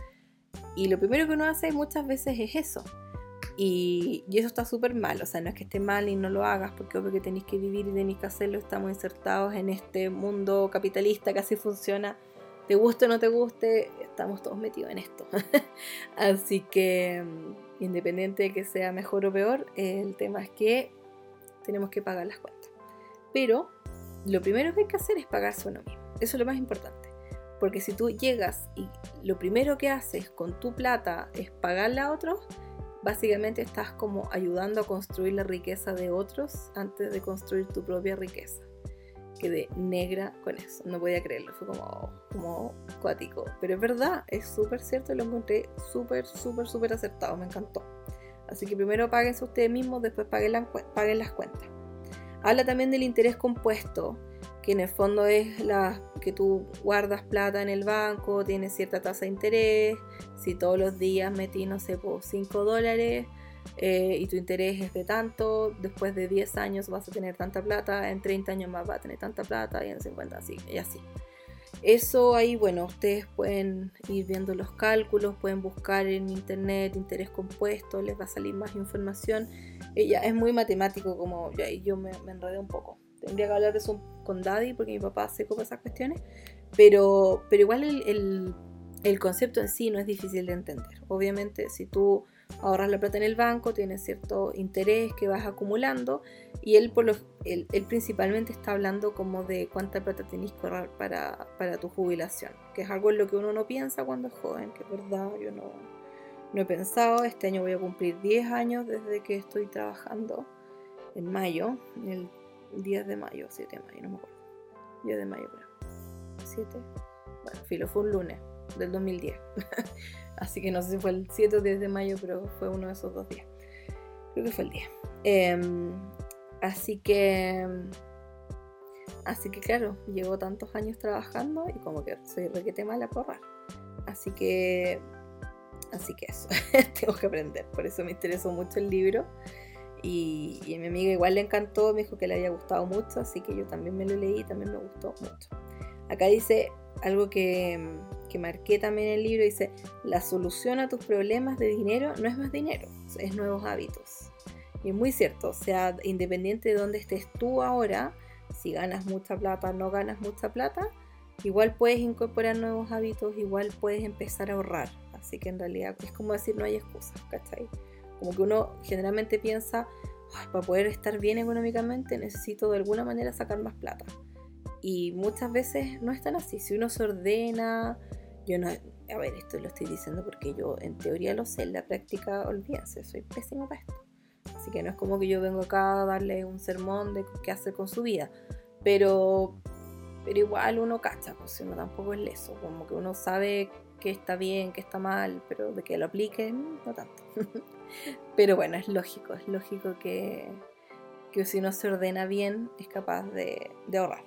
Y lo primero que uno hace muchas veces es eso. Y, y eso está súper mal, o sea, no es que esté mal y no lo hagas, porque obvio que tenéis que vivir y tenéis que hacerlo. Estamos insertados en este mundo capitalista que así funciona. Te guste o no te guste, estamos todos metidos en esto. Así que, independiente de que sea mejor o peor, el tema es que tenemos que pagar las cuentas. Pero lo primero que hay que hacer es pagarse uno mismo. Eso es lo más importante. Porque si tú llegas y lo primero que haces con tu plata es pagarle a otros, básicamente estás como ayudando a construir la riqueza de otros antes de construir tu propia riqueza. Quedé negra con eso, no podía creerlo, fue como, como cuático. Pero es verdad, es súper cierto, lo encontré súper, súper, súper acertado, me encantó. Así que primero páguense ustedes mismos, después paguen, la, paguen las cuentas. Habla también del interés compuesto, que en el fondo es la que tú guardas plata en el banco, tienes cierta tasa de interés. Si todos los días metí, no sé, por cinco dólares eh, y tu interés es de tanto, después de diez años vas a tener tanta plata, en treinta años más vas a tener tanta plata y en cincuenta así, y así. Eso ahí, bueno, ustedes pueden ir viendo los cálculos, pueden buscar en internet interés compuesto, les va a salir más información. Ella es muy matemático, como yo, yo me, me enredé un poco. Tendría que hablar de eso con Daddy porque mi papá se copa esas cuestiones, pero, pero igual el, el, el concepto en sí no es difícil de entender. Obviamente, si tú ahorras la plata en el banco, tienes cierto interés que vas acumulando, y él, por lo, él, él principalmente está hablando como de cuánta plata tenés que ahorrar para, para tu jubilación, que es algo en lo que uno no piensa cuando es joven, que es verdad, yo no, no he pensado. Este año voy a cumplir diez años desde que estoy trabajando, en mayo, el diez de mayo, siete de mayo, no me acuerdo, diez de mayo creo, siete, bueno, filo, fue un lunes del dos mil diez. Así que no sé si fue el siete o diez de mayo, pero fue uno de esos dos días. Creo que fue el diez. Eh, así que... Así que claro, llevo tantos años trabajando y como que soy requete mala para ahorrar. Así que... Así que eso, tengo que aprender. Por eso me interesó mucho el libro. Y, y a mi amiga igual le encantó, me dijo que le había gustado mucho, así que yo también me lo leí y también me gustó mucho. Acá dice algo que, que marqué también en el libro, dice: la solución a tus problemas de dinero no es más dinero, es nuevos hábitos. Y es muy cierto, o sea, independiente de dónde estés tú ahora, si ganas mucha plata o no ganas mucha plata, igual puedes incorporar nuevos hábitos, igual puedes empezar a ahorrar. Así que en realidad es como decir, no hay excusas, ¿cachai? Como que uno generalmente piensa, para poder estar bien económicamente necesito de alguna manera sacar más plata. Y muchas veces no es tan así. Si uno se ordena, yo no, a ver, esto lo estoy diciendo porque yo en teoría lo sé, en la práctica olvídense, soy pésima para esto. Así que no es como que yo vengo acá a darle un sermón de qué hacer con su vida. Pero, pero igual uno cacha, pues uno tampoco es leso, como que uno sabe que está bien, que está mal, pero de que lo apliquen, no tanto. Pero bueno, es lógico, es lógico que, que si uno se ordena bien es capaz de, de ahorrar.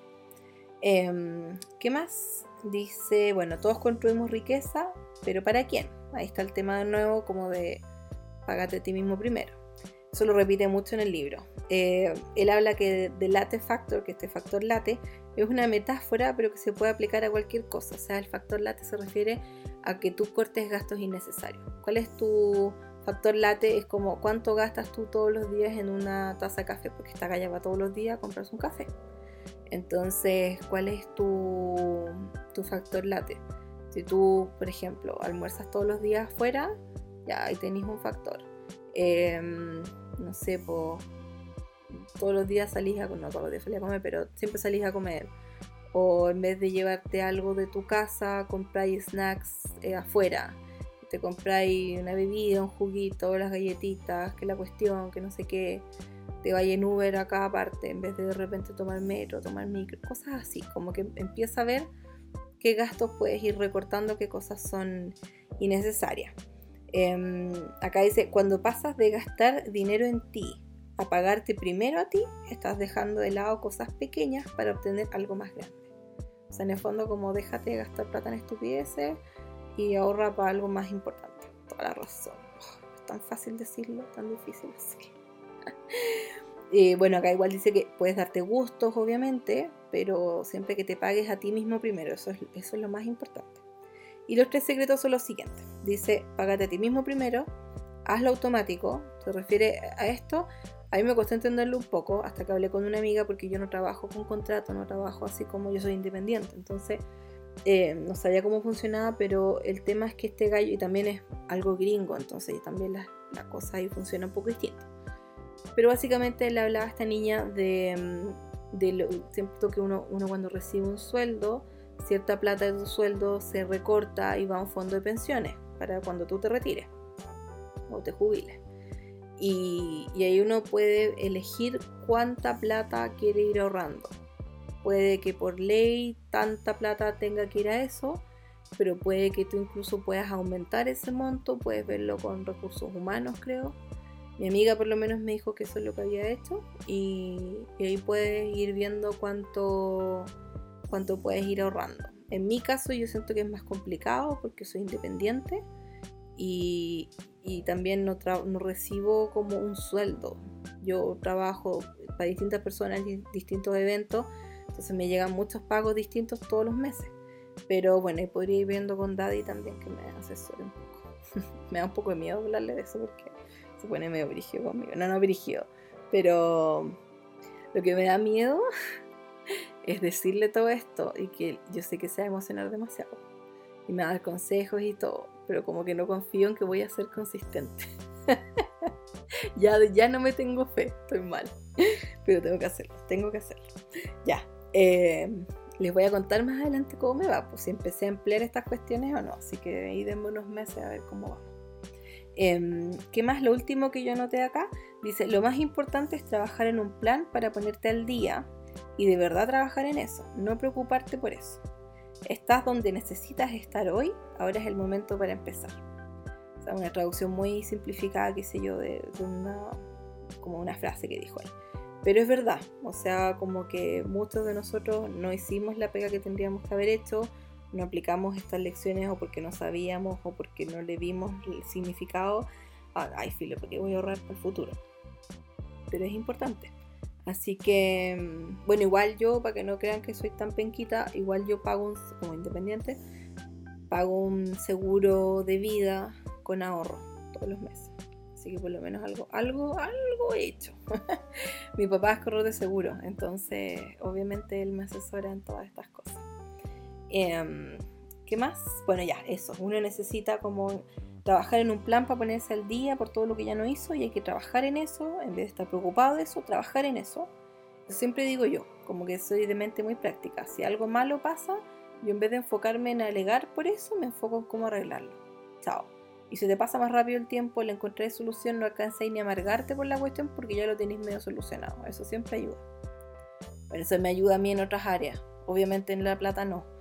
Eh, ¿Qué más? Dice, bueno, todos construimos riqueza, pero ¿para quién? Ahí está el tema de nuevo, como de págate a ti mismo primero. Eso lo repite mucho en el libro. Eh, él habla que de late factor, que este factor late es una metáfora, pero que se puede aplicar a cualquier cosa. O sea, el factor late se refiere a que tú cortes gastos innecesarios. ¿Cuál es tu factor late? Es como cuánto gastas tú todos los días en una taza de café, porque esta galla va todos los días a comprarse un café. Entonces, ¿cuál es tu, tu factor late? Si tú, por ejemplo, almuerzas todos los días afuera, ya ahí tenés un factor. Eh, no sé, pues todos los días salís a comer, no todos los días salís a comer, pero siempre salís a comer. O en vez de llevarte algo de tu casa, compráis snacks eh, afuera. Te compráis una bebida, un juguito, las galletitas, que la cuestión, que no sé qué. Te vayas en Uber a cada parte en vez de de repente tomar metro, tomar micro, cosas así. Como que empieza a ver qué gastos puedes ir recortando, qué cosas son innecesarias. Eh, acá dice, cuando pasas de gastar dinero en ti a pagarte primero a ti, estás dejando de lado cosas pequeñas para obtener algo más grande. O sea, en el fondo, como déjate de gastar plata en estupideces y ahorra para algo más importante. Toda la razón. Oh, es tan fácil decirlo, tan difícil hacerlo. eh, bueno, acá igual dice que puedes darte gustos, obviamente, pero siempre que te pagues a ti mismo primero. Eso es, eso es lo más importante. Y los tres secretos son los siguientes. Dice, págate a ti mismo primero, hazlo automático. Se refiere a esto. A mí me costó entenderlo un poco hasta que hablé con una amiga, porque yo no trabajo con contrato, no trabajo así como yo soy independiente. Entonces, eh, no sabía cómo funcionaba, pero el tema es que este gallo, y también es algo gringo, entonces también la, la cosa ahí funciona un poco distinto. Pero básicamente le hablaba a esta niña de, de lo cierto que uno, uno cuando recibe un sueldo, cierta plata de tu sueldo se recorta y va a un fondo de pensiones para cuando tú te retires o te jubiles. Y, y ahí uno puede elegir cuánta plata quiere ir ahorrando. Puede que por ley tanta plata tenga que ir a eso, pero puede que tú incluso puedas aumentar ese monto, puedes verlo con recursos humanos, creo. Mi amiga por lo menos me dijo que eso es lo que había hecho, y, y ahí puedes ir viendo cuánto, cuánto puedes ir ahorrando. En mi caso yo siento que es más complicado porque soy independiente y, y también no, tra- no recibo como un sueldo. Yo trabajo para distintas personas en distintos eventos, entonces me llegan muchos pagos distintos todos los meses. Pero bueno, y podría ir viendo con Daddy también que me asesore un poco. Me da un poco de miedo hablarle de eso porque se pone medio brígido conmigo. No, no brígido, pero lo que me da miedo es decirle todo esto y que yo sé que se va a emocionar demasiado y me va a dar consejos y todo, pero como que no confío en que voy a ser consistente. ya, ya no me tengo fe, estoy mal, pero tengo que hacerlo, tengo que hacerlo. Ya, eh, les voy a contar más adelante cómo me va, pues si empecé a emplear estas cuestiones o no, así que ahí denme unos meses a ver cómo vamos. Eh, ¿Qué más? Lo último que yo anoté acá dice: lo más importante es trabajar en un plan para ponerte al día y de verdad trabajar en eso, no preocuparte por eso. Estás donde necesitas estar hoy, ahora es el momento para empezar. O sea, una traducción muy simplificada, qué sé yo, de, de una, como una frase que dijo él. Pero es verdad, o sea, como que muchos de nosotros no hicimos la pega que tendríamos que haber hecho, no aplicamos estas lecciones o porque no sabíamos o porque no le vimos el significado. Ay, filo, porque voy a ahorrar para el futuro. Pero es importante. Así que, bueno, igual yo, para que no crean que soy tan penquita, igual yo pago, un, como independiente, pago un seguro de vida con ahorro todos los meses. Así que por lo menos algo, algo, algo he hecho. Mi papá es corredor de seguro, entonces obviamente él me asesora en todas estas cosas. Eh, ¿Qué más? Bueno, ya, eso. Uno necesita como trabajar en un plan para ponerse al día por todo lo que ya no hizo y hay que trabajar en eso, en vez de estar preocupado de eso, trabajar en eso. Eso siempre digo yo, como que soy de mente muy práctica. Si algo malo pasa, yo en vez de enfocarme en alegar por eso, me enfoco en cómo arreglarlo. Chao. Y si te pasa más rápido el tiempo, le encontré solución, no alcanzáis ni a amargarte por la cuestión porque ya lo tenéis medio solucionado. Eso siempre ayuda. Bueno, eso me ayuda a mí en otras áreas. Obviamente en la plata no.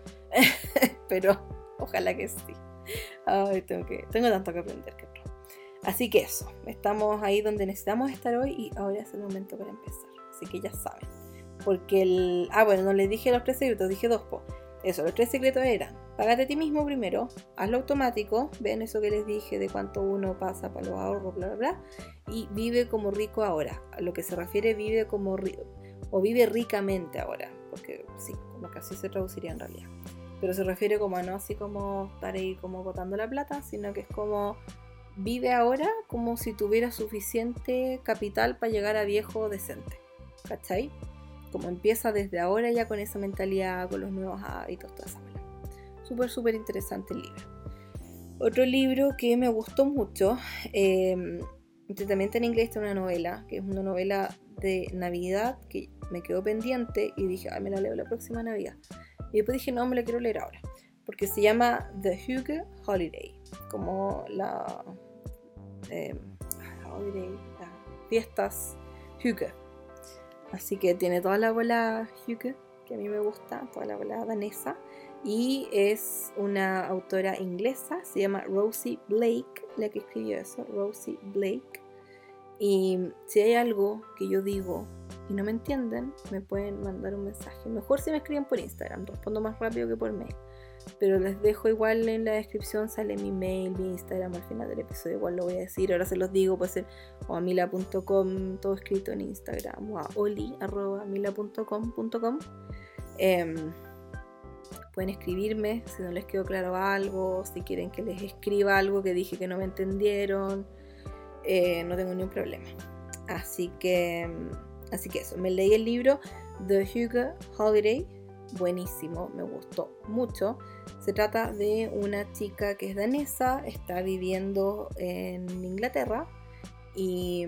Pero ojalá que sí. Ay, tengo, que, tengo tanto que aprender que no. Así que eso, estamos ahí donde necesitamos estar hoy y ahora es el momento para empezar. Así que ya saben. Porque el... Ah, bueno, no les dije los tres secretos, dije dos, po. Eso, los tres secretos eran: págate a ti mismo primero, hazlo automático, ven eso que les dije de cuánto uno pasa para los ahorros, bla, bla, bla, y vive como rico ahora. A lo que se refiere vive como rico, o vive ricamente ahora, porque sí, como que así se traduciría en realidad. Pero se refiere como a no así como estar ahí como botando la plata, sino que es como vive ahora como si tuviera suficiente capital para llegar a viejo decente, ¿cachai? Como empieza desde ahora ya con esa mentalidad, con los nuevos hábitos, toda esa cosa. Súper, súper interesante el libro. Otro libro que me gustó mucho, eh, también en inglés, está una novela, que es una novela de Navidad que me quedó pendiente y dije, ah, me la leo la próxima Navidad. Y después dije, no, me la quiero leer ahora, porque se llama The Hygge Holiday, como la, eh, holiday, las fiestas Hygge. Así que tiene toda la bola Hygge, que a mí me gusta, toda la bola danesa. Y es una autora inglesa, se llama Rosie Blake, la que escribió eso, Rosie Blake. Y si hay algo que yo digo y no me entienden, me pueden mandar un mensaje. Mejor si me escriben por Instagram, respondo más rápido que por mail. Pero les dejo igual en la descripción, sale mi mail, mi Instagram al final del episodio, igual lo voy a decir, ahora se los digo, puede ser o a mila punto com, todo escrito en Instagram, o a oli arroba mila punto com punto com. Eh, pueden escribirme si no les quedó claro algo, si quieren que les escriba algo que dije que no me entendieron, eh, no tengo ningún problema. Así que, así que eso, me leí el libro The Hygge Holiday. Buenísimo, me gustó mucho. Se trata de una chica que es danesa, está viviendo en Inglaterra y,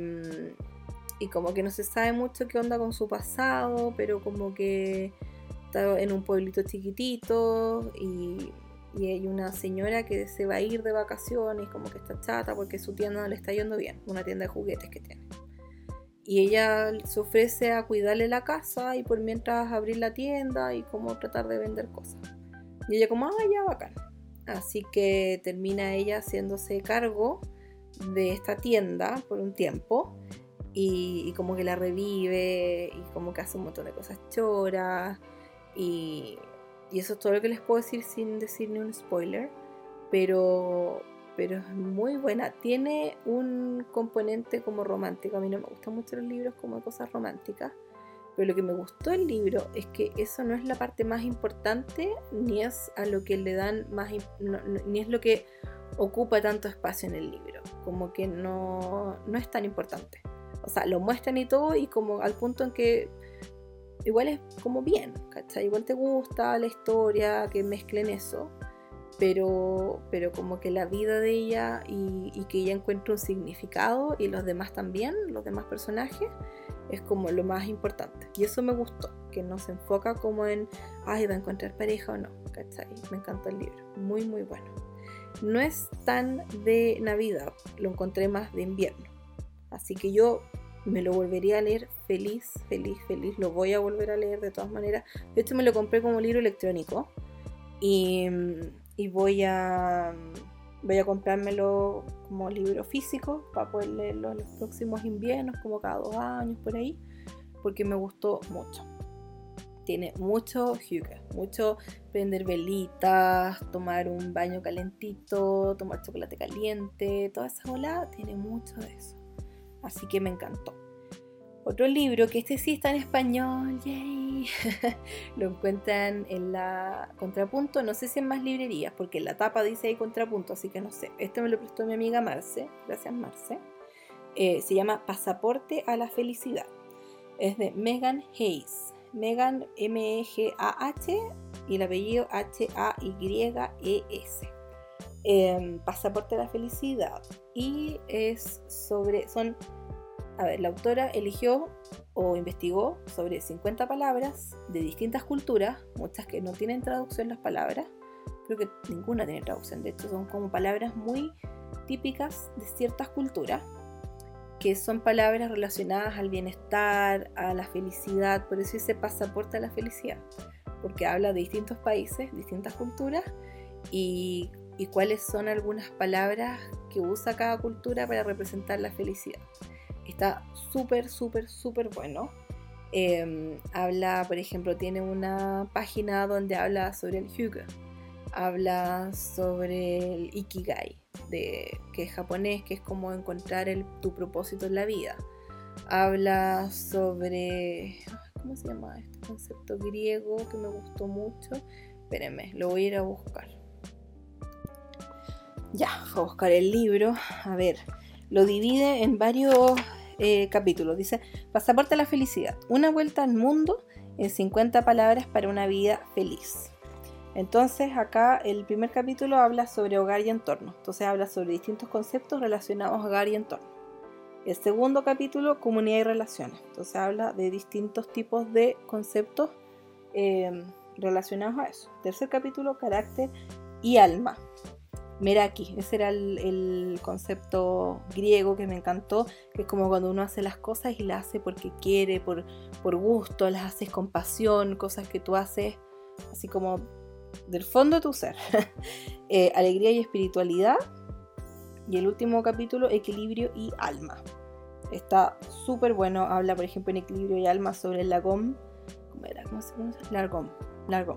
y como que no se sabe mucho qué onda con su pasado, pero como que está en un pueblito chiquitito y, y hay una señora que se va a ir de vacaciones, como que está chata porque su tienda no le está yendo bien, una tienda de juguetes que tiene. Y ella se ofrece a cuidarle la casa y por mientras abrir la tienda y como tratar de vender cosas. Y ella como, ah, ya, bacán. Así que termina ella haciéndose cargo de esta tienda por un tiempo y, y como que la revive y como que hace un montón de cosas choras y, y eso es todo lo que les puedo decir sin decir ni un spoiler, pero... pero es muy buena, tiene un componente como romántico, a mí no me gustan mucho los libros como de cosas románticas, Pero lo que me gustó del libro es que eso no es la parte más importante, ni es a lo que le dan más, no, no, ni es lo que ocupa tanto espacio en el libro. Como que no, no es tan importante. O sea, lo muestran y todo, y como al punto en que igual es como bien, ¿cachai? Igual te gusta la historia, que mezclen eso, pero, pero como que la vida de ella y, y que ella encuentre un significado, y los demás también, los demás personajes, es como lo más importante. Y eso me gustó, que no se enfoca como en, ay, va a encontrar pareja o no, ¿cachai? Me encantó el libro, muy muy bueno. No es tan de Navidad, lo encontré más de invierno, así que yo me lo volvería a leer feliz, feliz, feliz. Lo voy a volver a leer de todas maneras. De hecho me lo compré como libro electrónico, y, y voy a voy a comprármelo como libro físico para poder leerlo en los próximos inviernos, como cada dos años por ahí, porque me gustó mucho. Tiene mucho hygge, mucho prender velitas, tomar un baño calentito, tomar chocolate caliente, toda esa ola, tiene mucho de eso. Así que me encantó. Otro libro, que este sí está en español, yay, lo encuentran en la Contrapunto, no sé si en más librerías, porque en la tapa dice ahí Contrapunto, así que no sé. Este me lo prestó mi amiga Marce, gracias Marce. Eh, se llama Pasaporte a la Felicidad. Es de Megan Hayes. Megan, M E G A H, y el apellido H A Y E S. Eh, Pasaporte a la Felicidad. Y es sobre, son, a ver, la autora eligió o investigó sobre cincuenta palabras de distintas culturas, muchas que no tienen traducción las palabras, creo que ninguna tiene traducción, de hecho son como palabras muy típicas de ciertas culturas, que son palabras relacionadas al bienestar, a la felicidad, por eso dice pasaporte a la felicidad, porque habla de distintos países, distintas culturas, y, y cuáles son algunas palabras que usa cada cultura para representar la felicidad. Está súper, súper, súper bueno. Eh, habla, por ejemplo, tiene una página donde habla sobre el hygge, habla sobre el ikigai, de, que es japonés, que es como encontrar el, tu propósito en la vida. Habla sobre, ¿cómo se llama este concepto griego que me gustó mucho? Espérenme, lo voy a ir a buscar. Ya, voy a buscar el libro. A ver, lo divide en varios eh, capítulos. Dice, Pasaporte a la Felicidad, una vuelta al mundo en cincuenta palabras para una vida feliz. Entonces acá el primer capítulo habla sobre hogar y entorno, entonces habla sobre distintos conceptos relacionados a hogar y entorno. El segundo capítulo, comunidad y relaciones, entonces habla de distintos tipos de conceptos eh, relacionados a eso. Tercer capítulo, carácter y alma. Meraki, ese era el, el concepto griego que me encantó, que es como cuando uno hace las cosas y las hace porque quiere, por, por gusto, las haces con pasión, cosas que tú haces así como del fondo de tu ser. eh, alegría y espiritualidad. Y el último capítulo, equilibrio y alma. Está súper bueno. Habla, por ejemplo, en equilibrio y alma sobre el lagom. ¿Cómo era? ¿Cómo se pronuncia? Largom. Largom.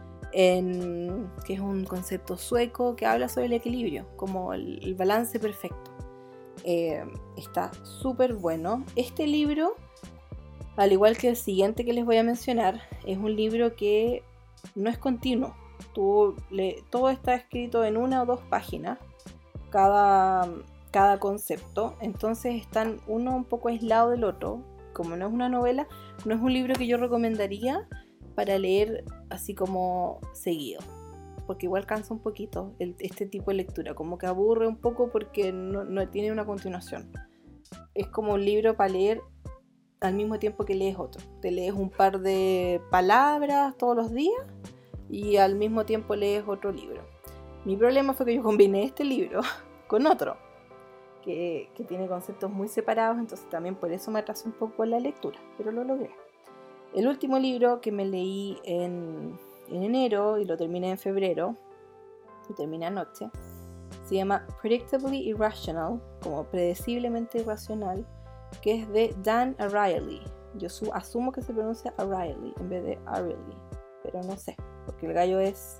En, que es un concepto sueco que habla sobre el equilibrio, como el, el balance perfecto. Eh, está súper bueno. Este libro, al igual que el siguiente que les voy a mencionar, es un libro que no es continuo. Tú le, todo está escrito en una o dos páginas, cada, cada concepto, entonces están uno un poco aislado del otro. Como no es una novela, no es un libro que yo recomendaría para leer así como seguido, porque igual cansa un poquito el, este tipo de lectura, como que aburre un poco porque no, no tiene una continuación. Es como un libro para leer al mismo tiempo que lees otro. Te lees un par de palabras todos los días y al mismo tiempo lees otro libro. Mi problema fue que yo combiné este libro con otro que, que tiene conceptos muy separados, entonces también por eso me atrasé un poco en la lectura, pero lo logré. El último libro que me leí en, en enero y lo terminé en febrero, y terminé anoche, se llama Predictably Irrational, como predeciblemente irracional, que es de Dan Ariely. Yo su- asumo que se pronuncia Ariely en vez de Ariely, pero no sé, porque el gallo es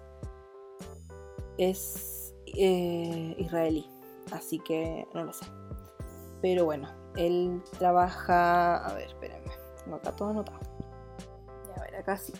es eh, israelí, así que no lo sé. Pero bueno, él trabaja, a ver, espérenme, tengo acá todo anotado. acá sí.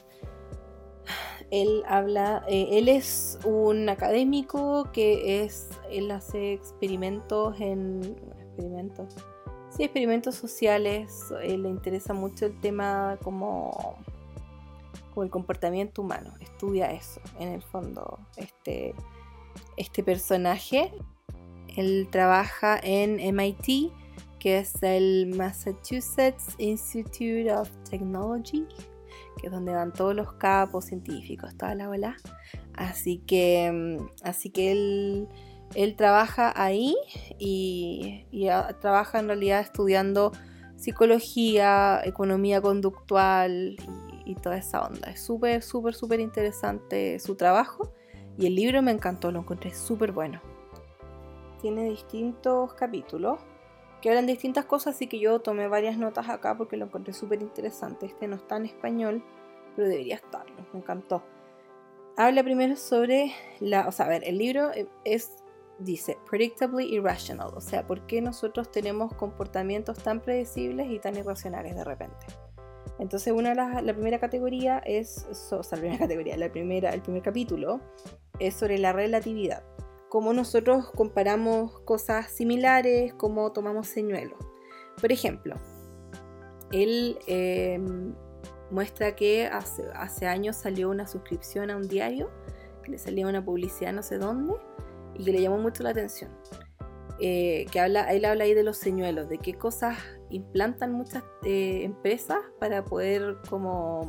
Él habla, eh, él es un académico que es, él hace experimentos en, experimentos, sí, experimentos sociales. Él le interesa mucho el tema como, como el comportamiento humano, estudia eso, en el fondo, este, este personaje. Él trabaja en M I T, que es el Massachusetts Institute of Technology, que es donde van todos los capos científicos, toda la bola. Así que, así que él, él trabaja ahí y, y a, trabaja en realidad estudiando psicología, economía conductual y, y toda esa onda. Es súper, súper, súper interesante su trabajo y el libro me encantó, lo encontré súper bueno. Tiene distintos capítulos que hablan de distintas cosas, así que yo tomé varias notas acá porque lo encontré súper interesante. Este no está en español, pero debería estarlo, me encantó. Habla primero sobre la, o sea, a ver, el libro es, dice, predictably irrational, o sea, ¿por qué nosotros tenemos comportamientos tan predecibles y tan irracionales de repente? Entonces, una de las, la primera categoría es, o sea, la primera categoría, la primera, el primer capítulo es sobre la relatividad. Cómo nosotros comparamos cosas similares, cómo tomamos señuelos. Por ejemplo, él eh, muestra que hace, hace años salió una suscripción a un diario, que le salía una publicidad no sé dónde, y que le llamó mucho la atención. Eh, que habla, él habla ahí de los señuelos, de qué cosas implantan muchas eh, empresas para poder como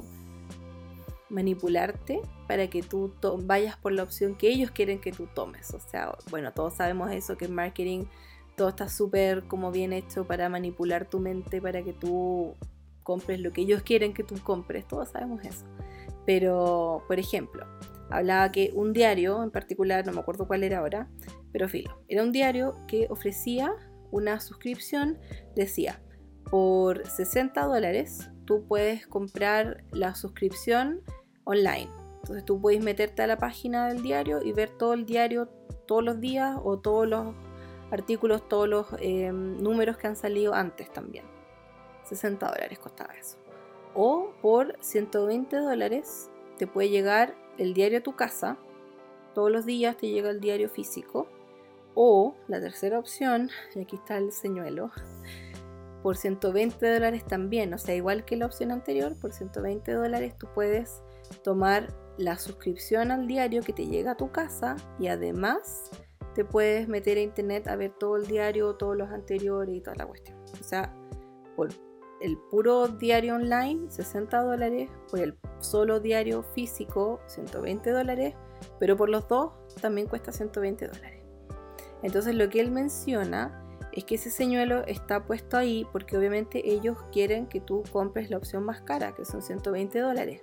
manipularte para que tú to- vayas por la opción que ellos quieren que tú tomes. O sea, bueno, todos sabemos eso, que en marketing todo está súper como bien hecho para manipular tu mente, para que tú compres lo que ellos quieren que tú compres, todos sabemos eso. Pero, por ejemplo, hablaba que un diario en particular, no me acuerdo cuál era ahora, pero filo, era un diario que ofrecía una suscripción, decía, por sesenta dólares tú puedes comprar la suscripción online. Entonces tú puedes meterte a la página del diario y ver todo el diario todos los días o todos los artículos, todos los eh, números que han salido antes también. sesenta dólares costaba eso. O por ciento veinte dólares te puede llegar el diario a tu casa. Todos los días te llega el diario físico. O la tercera opción, y aquí está el señuelo, por ciento veinte dólares también, o sea, igual que la opción anterior, por ciento veinte dólares tú puedes tomar la suscripción al diario que te llega a tu casa y además te puedes meter a internet a ver todo el diario, todos los anteriores y toda la cuestión. O sea, por el puro diario online, sesenta dólares, por el solo diario físico, ciento veinte dólares, pero por los dos también cuesta ciento veinte dólares. Entonces lo que él menciona es que ese señuelo está puesto ahí porque obviamente ellos quieren que tú compres la opción más cara, que son ciento veinte dólares.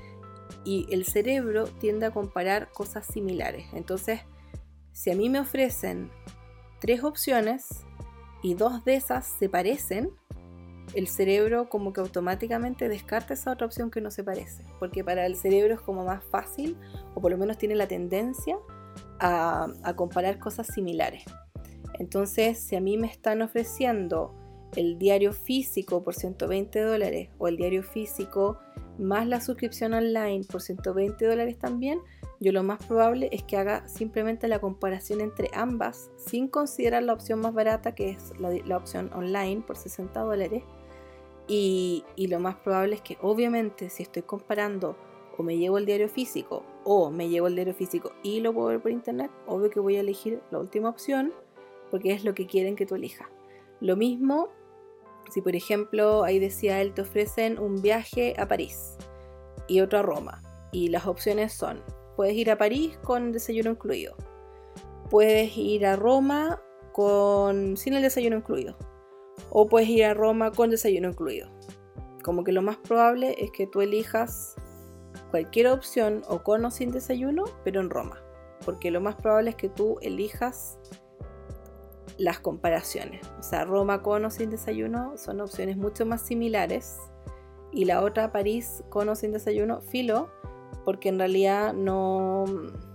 Y el cerebro tiende a comparar cosas similares. Entonces, si a mí me ofrecen tres opciones y dos de esas se parecen, el cerebro como que automáticamente descarta esa otra opción que no se parece. Porque para el cerebro es como más fácil, o por lo menos tiene la tendencia a, a comparar cosas similares. Entonces, si a mí me están ofreciendo el diario físico por ciento veinte dólares o el diario físico más la suscripción online por ciento veinte dólares también, yo lo más probable es que haga simplemente la comparación entre ambas sin considerar la opción más barata, que es la, la opción online por sesenta dólares. Y, y lo más probable es que obviamente si estoy comparando o me llevo el diario físico o me llevo el diario físico y lo puedo ver por internet, obvio que voy a elegir la última opción porque es lo que quieren que tú elijas. Lo mismo si por ejemplo ahí decía él, te ofrecen un viaje a París y otro a Roma y las opciones son: puedes ir a París con desayuno incluido, puedes ir a Roma con sin el desayuno incluido, o puedes ir a Roma con desayuno incluido. Como que lo más probable es que tú elijas cualquier opción o con o sin desayuno, pero en Roma, porque lo más probable es que tú elijas las comparaciones. O sea, Roma con o sin desayuno son opciones mucho más similares, y la otra, París con o sin desayuno, filo, porque en realidad no,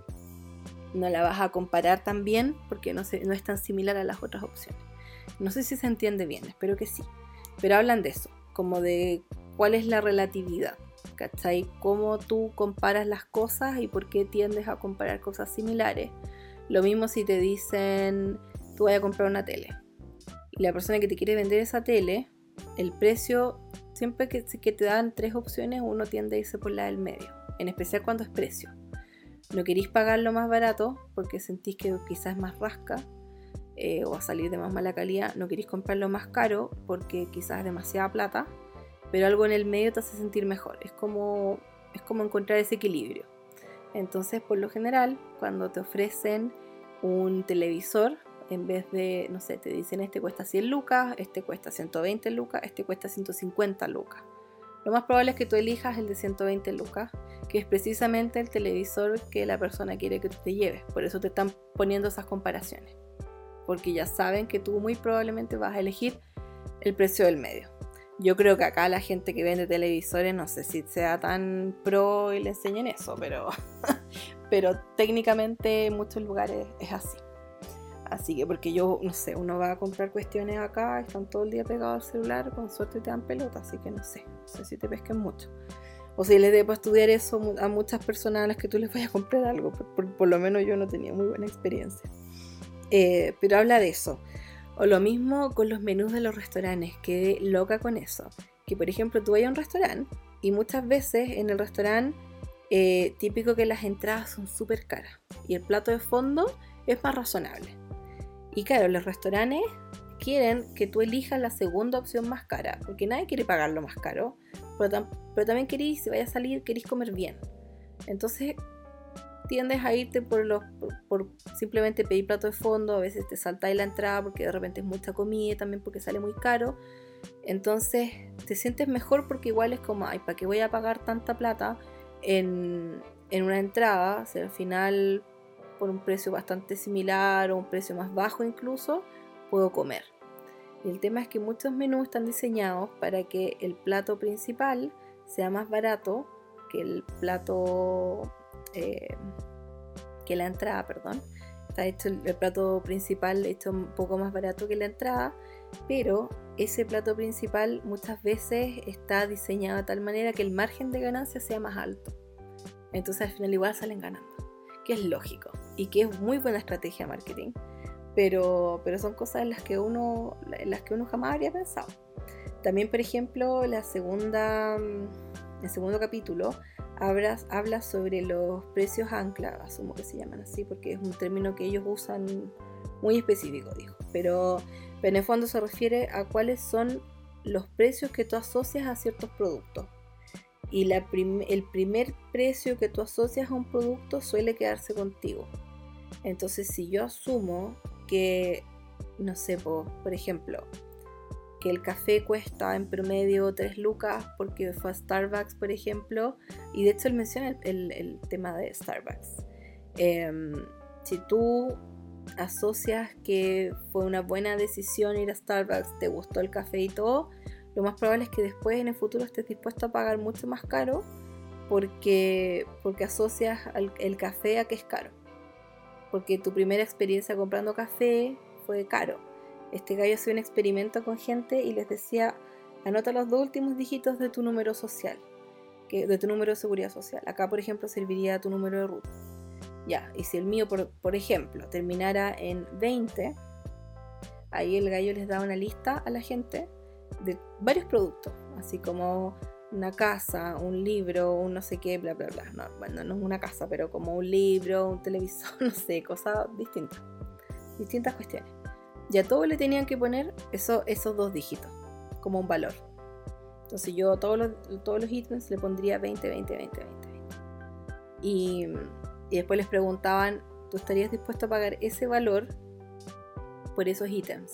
no la vas a comparar tan bien porque no, se, no es tan similar a las otras opciones. No sé si se entiende bien, espero que sí. Pero hablan de eso, como de cuál es la relatividad, ¿cachai? Cómo tú comparas las cosas y por qué tiendes a comparar cosas similares. Lo mismo si te dicen, tú vas a comprar una tele. Y la persona que te quiere vender esa tele, el precio, siempre que, que te dan tres opciones, uno tiende a irse por la del medio. En especial cuando es precio. No queréis pagar lo más barato porque sentís que quizás es más rasca. Eh, o a salir de más mala calidad, no queréis comprarlo más caro porque quizás es demasiada plata, pero algo en el medio te hace sentir mejor. Es como, es como encontrar ese equilibrio. Entonces, por lo general, cuando te ofrecen un televisor, en vez de, no sé, te dicen este cuesta cien lucas, este cuesta ciento veinte lucas, este cuesta ciento cincuenta lucas. Lo más probable es que tú elijas el de ciento veinte lucas, que es precisamente el televisor que la persona quiere que tú te lleves. Por eso te están poniendo esas comparaciones. Porque ya saben que tú muy probablemente vas a elegir el precio del medio. Yo creo que acá la gente que vende televisores, no sé si sea tan pro y le enseñen eso, pero, pero técnicamente en muchos lugares es así. Así que porque yo, no sé, uno va a comprar cuestiones acá, están todo el día pegados al celular, con suerte te dan pelota, así que no sé, no sé si te pesquen mucho. O si les debo estudiar eso a muchas personas a las que tú les vayas a comprar algo, por, por, por lo menos yo no tenía muy buena experiencia. Eh, pero habla de eso. O lo mismo con los menús de los restaurantes, quedé loca con eso. Que por ejemplo tú vas a un restaurante y muchas veces en el restaurante eh, típico que las entradas son súper caras y el plato de fondo es más razonable. Y claro, los restaurantes quieren que tú elijas la segunda opción más cara, porque nadie quiere pagar lo más caro, pero, tam- pero también querís, si vayas a salir, querís comer bien. Entonces tiendes a irte por, los, por, por simplemente pedir plato de fondo, a veces te saltáis la entrada porque de repente es mucha comida, también porque sale muy caro. Entonces te sientes mejor porque igual es como, ay, ¿para qué voy a pagar tanta plata en, en una entrada? Si al final por un precio bastante similar o un precio más bajo incluso, puedo comer. Y el tema es que muchos menús están diseñados para que el plato principal sea más barato que el plato, eh, que la entrada, perdón. Está hecho el, el plato principal hecho un poco más barato que la entrada, pero ese plato principal muchas veces está diseñado de tal manera que el margen de ganancia sea más alto. Entonces al final igual salen ganando, que es lógico y que es muy buena estrategia de marketing, pero, pero son cosas en las que uno en las que uno jamás habría pensado. También, por ejemplo, la segunda, el segundo capítulo habla, habla sobre los precios ancla, asumo que se llaman así porque es un término que ellos usan muy específico, dijo, pero, pero en el fondo se refiere a cuáles son los precios que tú asocias a ciertos productos. Y la prim- el primer precio que tú asocias a un producto suele quedarse contigo. Entonces, si yo asumo que, no sé, por, por ejemplo, que el café cuesta en promedio tres lucas porque fue a Starbucks, por ejemplo, y de hecho él menciona el, el, el tema de Starbucks. Eh, si tú asocias que fue una buena decisión ir a Starbucks, te gustó el café y todo, lo más probable es que después en el futuro estés dispuesto a pagar mucho más caro porque, porque asocias al, el café a que es caro. Porque tu primera experiencia comprando café fue caro. Este gallo hacía un experimento con gente y les decía, anota los dos últimos dígitos de tu número social, que, de tu número de seguridad social. Acá, por ejemplo, serviría tu número de ruta. Ya, y si el mío, por, por ejemplo, terminara en veinte, ahí el gallo les da una lista a la gente de varios productos, así como una casa, un libro, un no sé qué, bla, bla, bla. No, bueno, no es una casa, pero como un libro, un televisor, no sé, cosas distintas. Distintas cuestiones. Y a todos le tenían que poner eso, esos dos dígitos, como un valor. Entonces yo a todos los, todos los ítems le pondría veinte, veinte, veinte, veinte, veinte. Y, y después les preguntaban, ¿tú estarías dispuesto a pagar ese valor por esos ítems?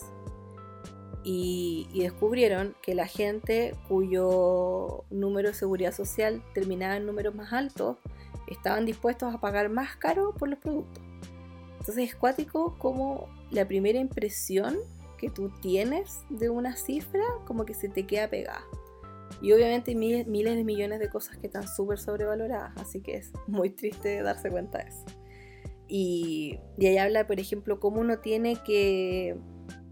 Y, y descubrieron que la gente cuyo número de seguridad social terminaba en números más altos estaban dispuestos a pagar más caro por los productos. Entonces es cuático como la primera impresión que tú tienes de una cifra como que se te queda pegada. Y obviamente hay miles, miles de millones de cosas que están súper sobrevaloradas, así que es muy triste darse cuenta de eso. Y, y ahí habla, por ejemplo, cómo uno tiene que...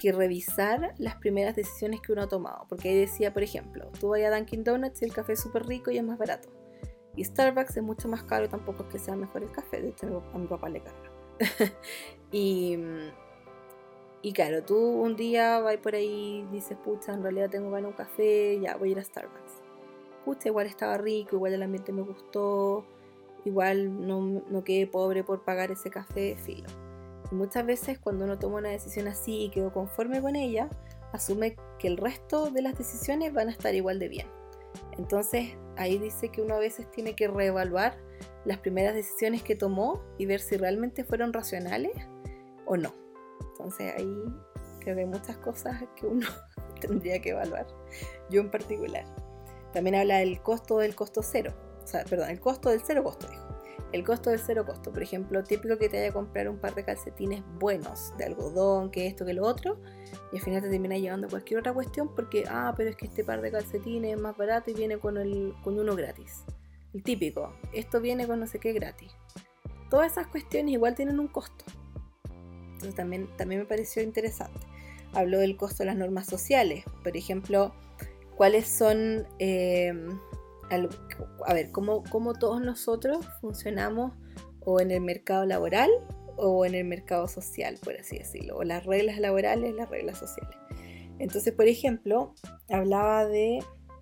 que revisar las primeras decisiones que uno ha tomado. Porque ahí decía, por ejemplo, tú vas a Dunkin' Donuts y el café es súper rico y es más barato. Y Starbucks es mucho más caro y tampoco es que sea mejor el café. De hecho, a mi papá le carga. y, y claro, tú un día vas por ahí y dices, pucha, en realidad tengo ganas de un café, ya voy a ir a Starbucks. Pucha, igual estaba rico, igual el ambiente me gustó, igual no, no quedé pobre por pagar ese café, filo. Y muchas veces cuando uno toma una decisión así y quedó conforme con ella, asume que el resto de las decisiones van a estar igual de bien. Entonces ahí dice que uno a veces tiene que reevaluar las primeras decisiones que tomó y ver si realmente fueron racionales o no. Entonces ahí creo que hay muchas cosas que uno tendría que evaluar, yo en particular. También habla del costo del costo cero, o sea, perdón, el costo del cero costo, dijo. El costo del cero costo, por ejemplo, típico que te vaya a comprar un par de calcetines buenos, de algodón, que esto, que lo otro, y al final te termina llevando cualquier otra cuestión porque, ah, pero es que este par de calcetines es más barato y viene con, el, con uno gratis. El típico, esto viene con no sé qué gratis. Todas esas cuestiones igual tienen un costo. Entonces también, también me pareció interesante. Habló del costo de las normas sociales, por ejemplo, cuáles son... Eh, a ver, cómo, cómo todos nosotros funcionamos o en el mercado laboral o en el mercado social, por así decirlo, o las reglas laborales, las reglas sociales. Entonces, por ejemplo, hablaba de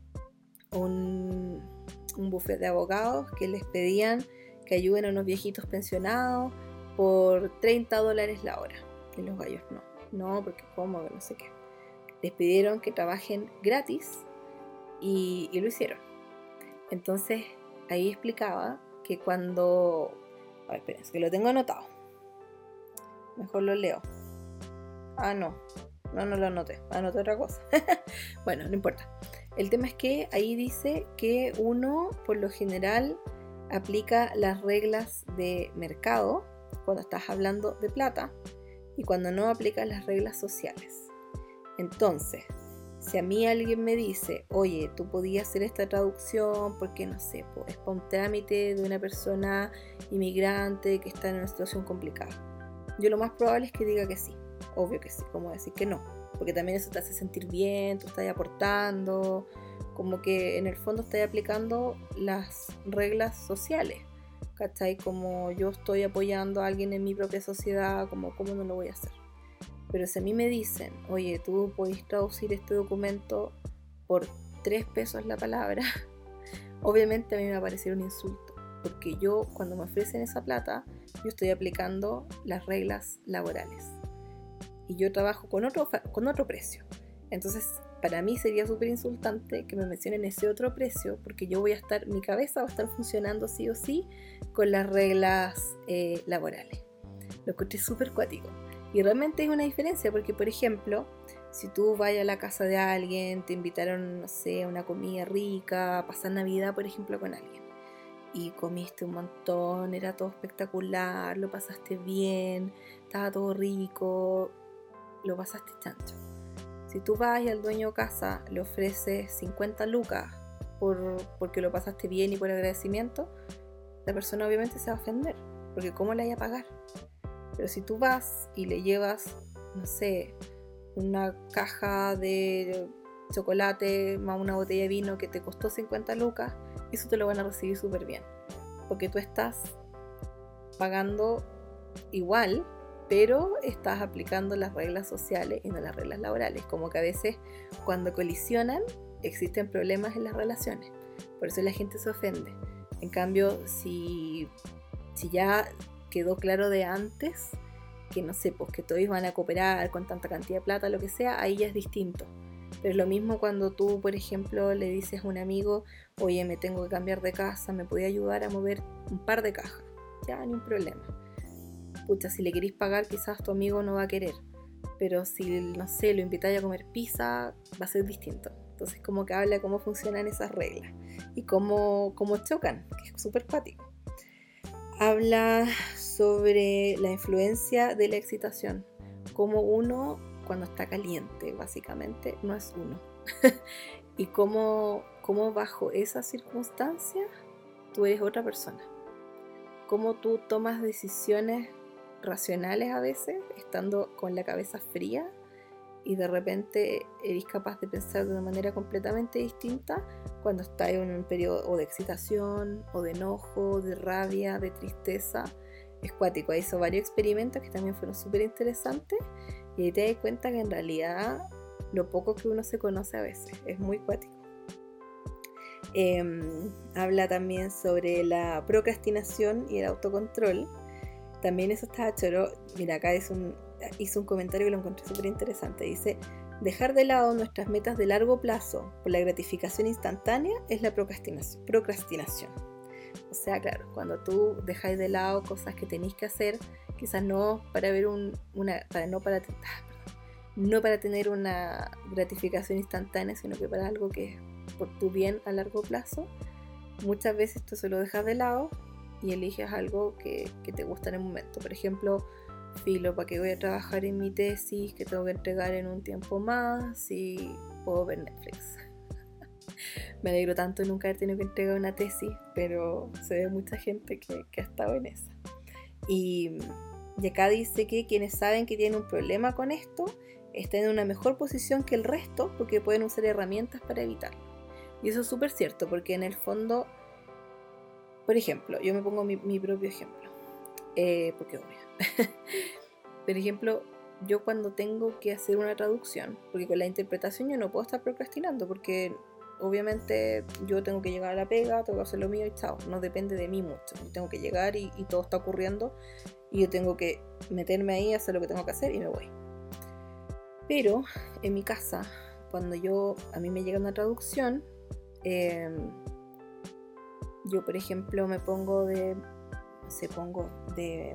un, un bufete de abogados que les pedían que ayuden a unos viejitos pensionados por treinta dólares la hora, y los gallos no, no, porque cómo, no sé qué. Les pidieron que trabajen gratis y, y lo hicieron. Entonces ahí explicaba que cuando... A ver, esperen, es que lo tengo anotado. Mejor lo leo. Ah, no. No, no lo anoté. Anoté otra cosa. Bueno, no importa. El tema es que ahí dice que uno, por lo general, aplica las reglas de mercado cuando estás hablando de plata y cuando no aplicas las reglas sociales. Entonces... si a mí alguien me dice, oye, tú podías hacer esta traducción porque, no sé, es para un trámite de una persona inmigrante que está en una situación complicada, yo lo más probable es que diga que sí, obvio que sí, como decir que no, porque también eso te hace sentir bien, tú estás aportando, como que en el fondo estás aplicando las reglas sociales, ¿cachai? Como yo estoy apoyando a alguien en mi propia sociedad, como cómo no lo voy a hacer. Pero si a mí me dicen, oye, tú podés traducir este documento por tres pesos la palabra, obviamente a mí me va a parecer un insulto, porque yo cuando me ofrecen esa plata, yo estoy aplicando las reglas laborales y yo trabajo con otro, con otro precio. Entonces, para mí sería súper insultante que me mencionen ese otro precio, porque yo voy a estar, mi cabeza va a estar funcionando sí o sí con las reglas eh, laborales. Lo encontré súper cuático. Y realmente hay una diferencia porque, por ejemplo, si tú vas a la casa de alguien, te invitaron, no sé, a una comida rica, a pasar Navidad, por ejemplo, con alguien, y comiste un montón, era todo espectacular, lo pasaste bien, estaba todo rico, lo pasaste chancho. Si tú vas y al dueño de casa le ofreces cincuenta lucas por, porque lo pasaste bien y por agradecimiento, la persona obviamente se va a ofender, porque ¿cómo le vaya a pagar? Pero si tú vas y le llevas, no sé, una caja de chocolate más una botella de vino que te costó cincuenta lucas, eso te lo van a recibir súper bien. Porque tú estás pagando igual, pero estás aplicando las reglas sociales y no las reglas laborales. Como que a veces cuando colisionan existen problemas en las relaciones. Por eso la gente se ofende. En cambio, si, si ya... quedó claro de antes que no sé, pues que todos van a cooperar con tanta cantidad de plata, lo que sea, ahí ya es distinto. Pero es lo mismo cuando tú, por ejemplo, le dices a un amigo, oye, me tengo que cambiar de casa, ¿me puede ayudar a mover un par de cajas? Ya, ni un problema. Pucha, si le queréis pagar, quizás tu amigo no va a querer, pero si, no sé, lo invitáis a comer pizza, va a ser distinto. Entonces como que habla de cómo funcionan esas reglas y cómo, cómo chocan, que es súper cuático. Habla sobre la influencia de la excitación, como uno cuando está caliente, básicamente, no es uno. Y cómo, cómo bajo esas circunstancias tú eres otra persona. Cómo tú tomas decisiones racionales a veces, estando con la cabeza fría, y de repente eres capaz de pensar de una manera completamente distinta cuando estás en un periodo o de excitación, o de enojo, de rabia, de tristeza. Es cuático. Hizo varios experimentos que también fueron súper interesantes y ahí te das cuenta que en realidad lo poco que uno se conoce a veces es muy cuático. Eh, habla también sobre la procrastinación y el autocontrol. También eso está choro. Mira, acá es un, hizo un comentario que lo encontré súper interesante. Dice: dejar de lado nuestras metas de largo plazo por la gratificación instantánea es la procrastinación. procrastinación. O sea, claro, cuando tú dejáis de lado cosas que tenéis que hacer, quizás no para ver un, una, para no para, no para tener una gratificación instantánea, sino que para algo que es por tu bien a largo plazo, muchas veces tú se lo dejas de lado y eliges algo que, que te gusta en el momento. Por ejemplo, filo, ¿para qué voy a trabajar en mi tesis que tengo que entregar en un tiempo más si puedo ver Netflix? Me alegro tanto de nunca haber tenido que entregar una tesis, pero se ve mucha gente que, que ha estado en esa. Y, y acá dice que quienes saben que tienen un problema con esto están en una mejor posición que el resto porque pueden usar herramientas para evitarlo. Y eso es súper cierto, porque en el fondo, por ejemplo, yo me pongo mi, mi propio ejemplo, eh, porque obvio. Por ejemplo, yo cuando tengo que hacer una traducción, porque con la interpretación yo no puedo estar procrastinando, porque obviamente yo tengo que llegar a la pega, tengo que hacer lo mío y chao, no depende de mí mucho. Yo tengo que llegar y, y todo está ocurriendo y yo tengo que meterme ahí, hacer lo que tengo que hacer y me voy. Pero en mi casa, cuando yo a mí me llega una traducción, eh, yo por ejemplo me pongo de, no sé, pongo de,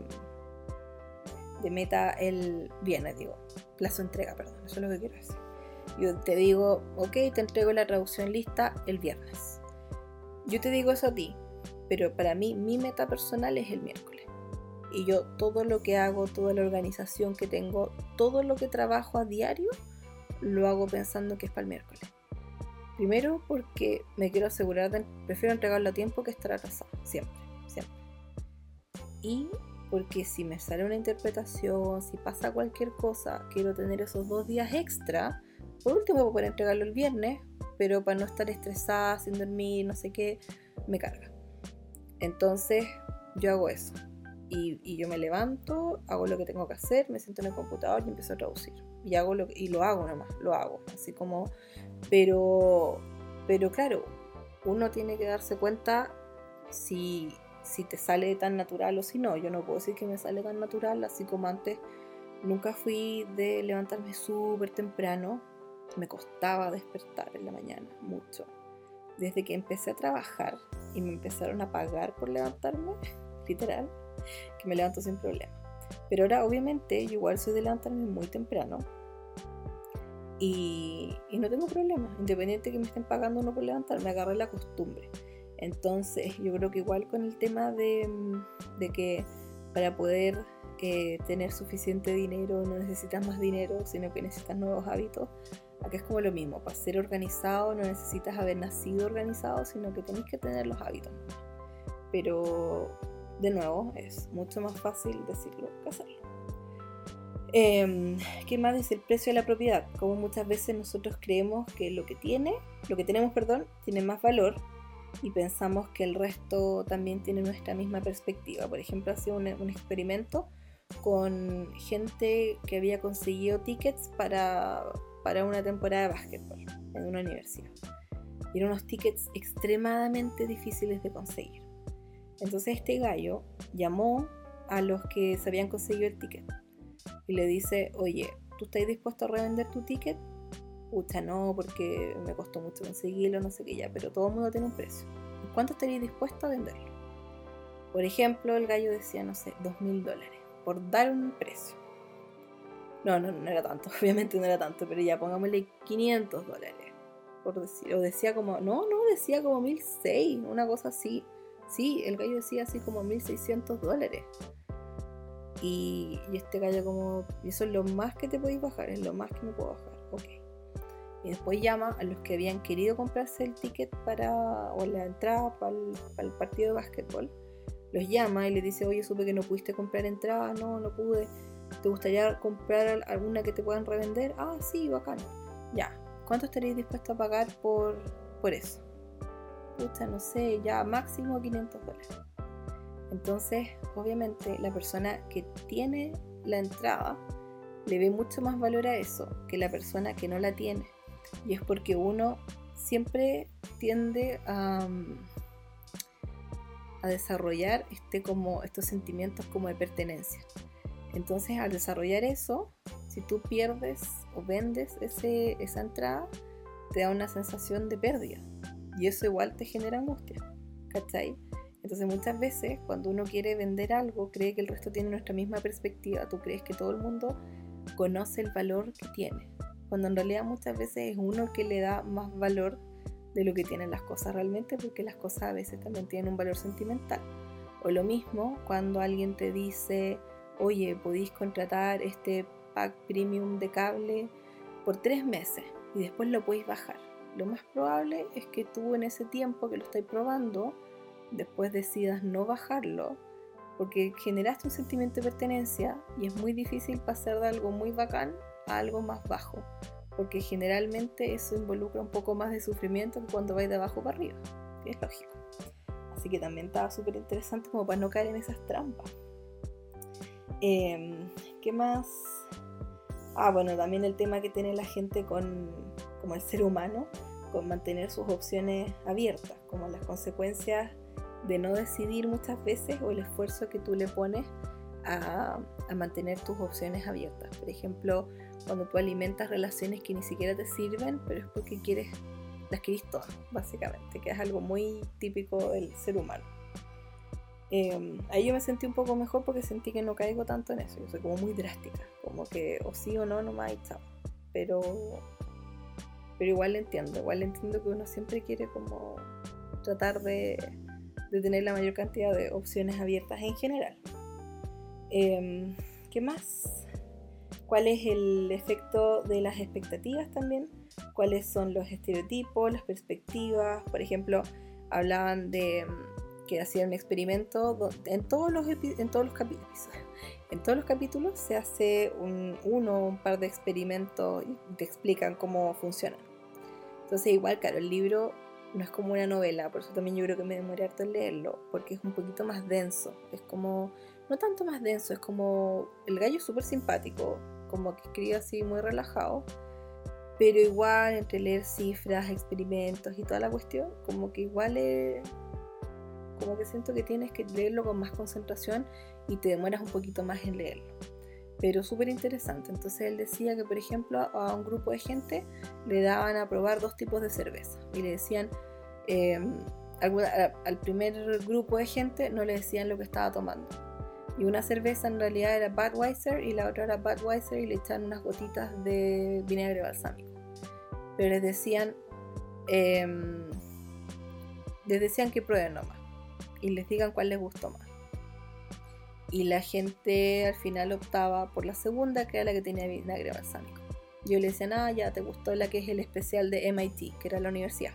de meta el viernes, digo, plazo de entrega, perdón, eso es lo que quiero decir. Yo te digo, ok, te entrego la traducción lista el viernes. Yo te digo eso a ti, pero para mí mi meta personal es el miércoles. Y yo todo lo que hago, toda la organización que tengo, todo lo que trabajo a diario, lo hago pensando que es para el miércoles. Primero porque me quiero asegurar de, prefiero entregarlo a tiempo que estar atrasado, siempre, siempre. Y porque si me sale una interpretación, si pasa cualquier cosa, quiero tener esos dos días extra. Por último, para poder entregarlo el viernes, pero para no estar estresada, sin dormir, no sé qué, me carga. Entonces, yo hago eso. Y, y yo me levanto, hago lo que tengo que hacer, me siento en el computador y empiezo a traducir. Y, hago lo, y lo hago nomás, lo hago. Así como, pero, pero claro, uno tiene que darse cuenta si, si te sale tan natural o si no. Yo no puedo decir que me sale tan natural, así como antes. Nunca fui de levantarme súper temprano. Me costaba despertar en la mañana, mucho. Desde que empecé a trabajar y me empezaron a pagar por levantarme, literal, que me levanto sin problema. Pero ahora, obviamente, yo igual soy de levantarme muy temprano y, y no tengo problema. Independiente de que me estén pagando o no por levantarme, agarré la costumbre. Entonces, yo creo que igual con el tema de, de que para poder eh, tener suficiente dinero no necesitas más dinero, sino que necesitas nuevos hábitos. Acá es como lo mismo, para ser organizado no necesitas haber nacido organizado, sino que tenés que tener los hábitos. Pero, de nuevo, es mucho más fácil decirlo que hacerlo. Eh, ¿Qué más dice? El precio de la propiedad. Como muchas veces nosotros creemos que lo que tiene, lo que tenemos, perdón, tiene más valor y pensamos que el resto también tiene nuestra misma perspectiva. Por ejemplo, hacía un, un experimento con gente que había conseguido tickets para... para una temporada de básquetbol en una universidad. Y eran unos tickets extremadamente difíciles de conseguir. Entonces este gallo llamó a los que se habían conseguido el ticket y le dice, oye, ¿tú estás dispuesto a revender tu ticket? Pucha, no, porque me costó mucho conseguirlo, no sé qué ya, pero todo el mundo tiene un precio. ¿Cuánto estarías dispuesto a venderlo? Por ejemplo, el gallo decía, no sé, dos mil dólares, por dar un precio. No, no, no era tanto, obviamente no era tanto, pero ya pongámosle quinientos dólares, por decir, o decía como, no, no, decía como mil seiscientos, una cosa así. Sí, el gallo decía así como mil seiscientos dólares. Y, y este gallo como, eso es lo más que te podéis bajar, es lo más que me puedo bajar, ok. Y después llama a los que habían querido comprarse el ticket para, o la entrada para el, para el partido de básquetbol. Los llama y les dice, oye, supe que no pudiste comprar entrada, no, no pude. ¿Te gustaría comprar alguna que te puedan revender? Ah, sí, bacán. Ya, ¿cuánto estarías dispuesto a pagar por, por eso? Pucha, no sé, ya máximo quinientos dólares. Entonces, obviamente, la persona que tiene la entrada le ve mucho más valor a eso que la persona que no la tiene. Y es porque uno siempre tiende a, a desarrollar este como, estos sentimientos como de pertenencia. Entonces, al desarrollar eso, si tú pierdes o vendes ese, esa entrada, te da una sensación de pérdida. Y eso igual te genera angustia, ¿cachai? Entonces muchas veces cuando uno quiere vender algo, cree que el resto tiene nuestra misma perspectiva. Tú crees que todo el mundo conoce el valor que tiene, cuando en realidad muchas veces es uno que le da más valor de lo que tienen las cosas realmente, porque las cosas a veces también tienen un valor sentimental. O lo mismo cuando alguien te dice, oye, podéis contratar este pack premium de cable por tres meses y después lo podéis bajar. Lo más probable es que tú en ese tiempo que lo estás probando, después decidas no bajarlo, porque generaste un sentimiento de pertenencia y es muy difícil pasar de algo muy bacán a algo más bajo, porque generalmente eso involucra un poco más de sufrimiento que cuando vais de abajo para arriba, que es lógico. Así que también estaba súper interesante como para no caer en esas trampas. Eh, ¿Qué más? Ah, bueno, también el tema que tiene la gente con, como el ser humano, con mantener sus opciones abiertas, como las consecuencias de no decidir muchas veces o el esfuerzo que tú le pones a, a mantener tus opciones abiertas. Por ejemplo, cuando tú alimentas relaciones que ni siquiera te sirven, pero es porque quieres, las querís todas, básicamente, que es algo muy típico del ser humano. Eh, ahí yo me sentí un poco mejor porque sentí que no caigo tanto en eso. Yo soy como muy drástica, como que o sí o no, nomás y chao. Pero, pero igual entiendo, igual entiendo que uno siempre quiere como tratar de, de tener la mayor cantidad de opciones abiertas en general. Eh, ¿Qué más? ¿Cuál es el efecto de las expectativas también? ¿Cuáles son los estereotipos, las perspectivas? Por ejemplo, hablaban de que hacían un experimento donde en todos los epi- en todos los capítulos en todos los capítulos se hace un, uno o un par de experimentos y te explican cómo funcionan. Entonces igual, claro, el libro no es como una novela, por eso también yo creo que me demoré harto en leerlo, porque es un poquito más denso, es como, no tanto más denso, es como, el gallo es súper simpático, como que escribe así muy relajado, pero igual entre leer cifras, experimentos y toda la cuestión, como que igual es, como que siento que tienes que leerlo con más concentración y te demoras un poquito más en leerlo, pero súper interesante. Entonces él decía que, por ejemplo, a un grupo de gente le daban a probar dos tipos de cerveza y le decían, eh, al, al primer grupo de gente no le decían lo que estaba tomando, y una cerveza en realidad era Budweiser y la otra era Budweiser y le echaban unas gotitas de vinagre balsámico, pero les decían eh, les decían que prueben nomás y les digan cuál les gustó más. Y la gente al final optaba por la segunda, que era la que tenía vinagre balsámico. Yo le decía, ah, ya te gustó la que es el especial de M I T, que era la universidad.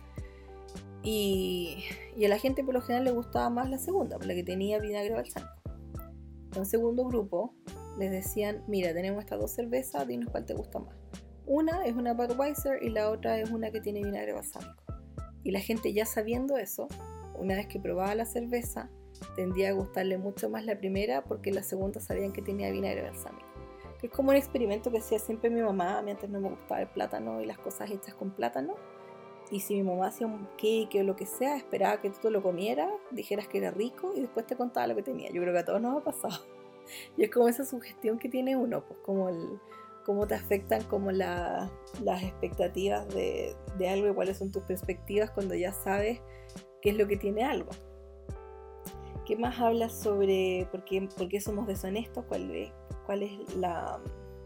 Y, y a la gente por lo general le gustaba más la segunda, la que tenía vinagre balsámico. En segundo grupo les decían, mira, tenemos estas dos cervezas, dinos cuál te gusta más. Una es una Budweiser y la otra es una que tiene vinagre balsámico. Y la gente, ya sabiendo eso, una vez que probaba la cerveza, tendía a gustarle mucho más la primera porque la segunda sabían que tenía vinagre balsámico. Que es como un experimento que hacía siempre mi mamá. A mí antes no me gustaba el plátano y las cosas hechas con plátano. Y si mi mamá hacía un cake o lo que sea, esperaba que tú te lo comieras, dijeras que era rico y después te contaba lo que tenía. Yo creo que a todos nos ha pasado. Y es como esa sugestión que tiene uno, pues como el, cómo te afectan como la, las expectativas de, de algo y cuáles son tus perspectivas cuando ya sabes qué es lo que tiene algo. ¿Qué más habla sobre por qué, por qué somos deshonestos? ¿Cuál es, cuál es la...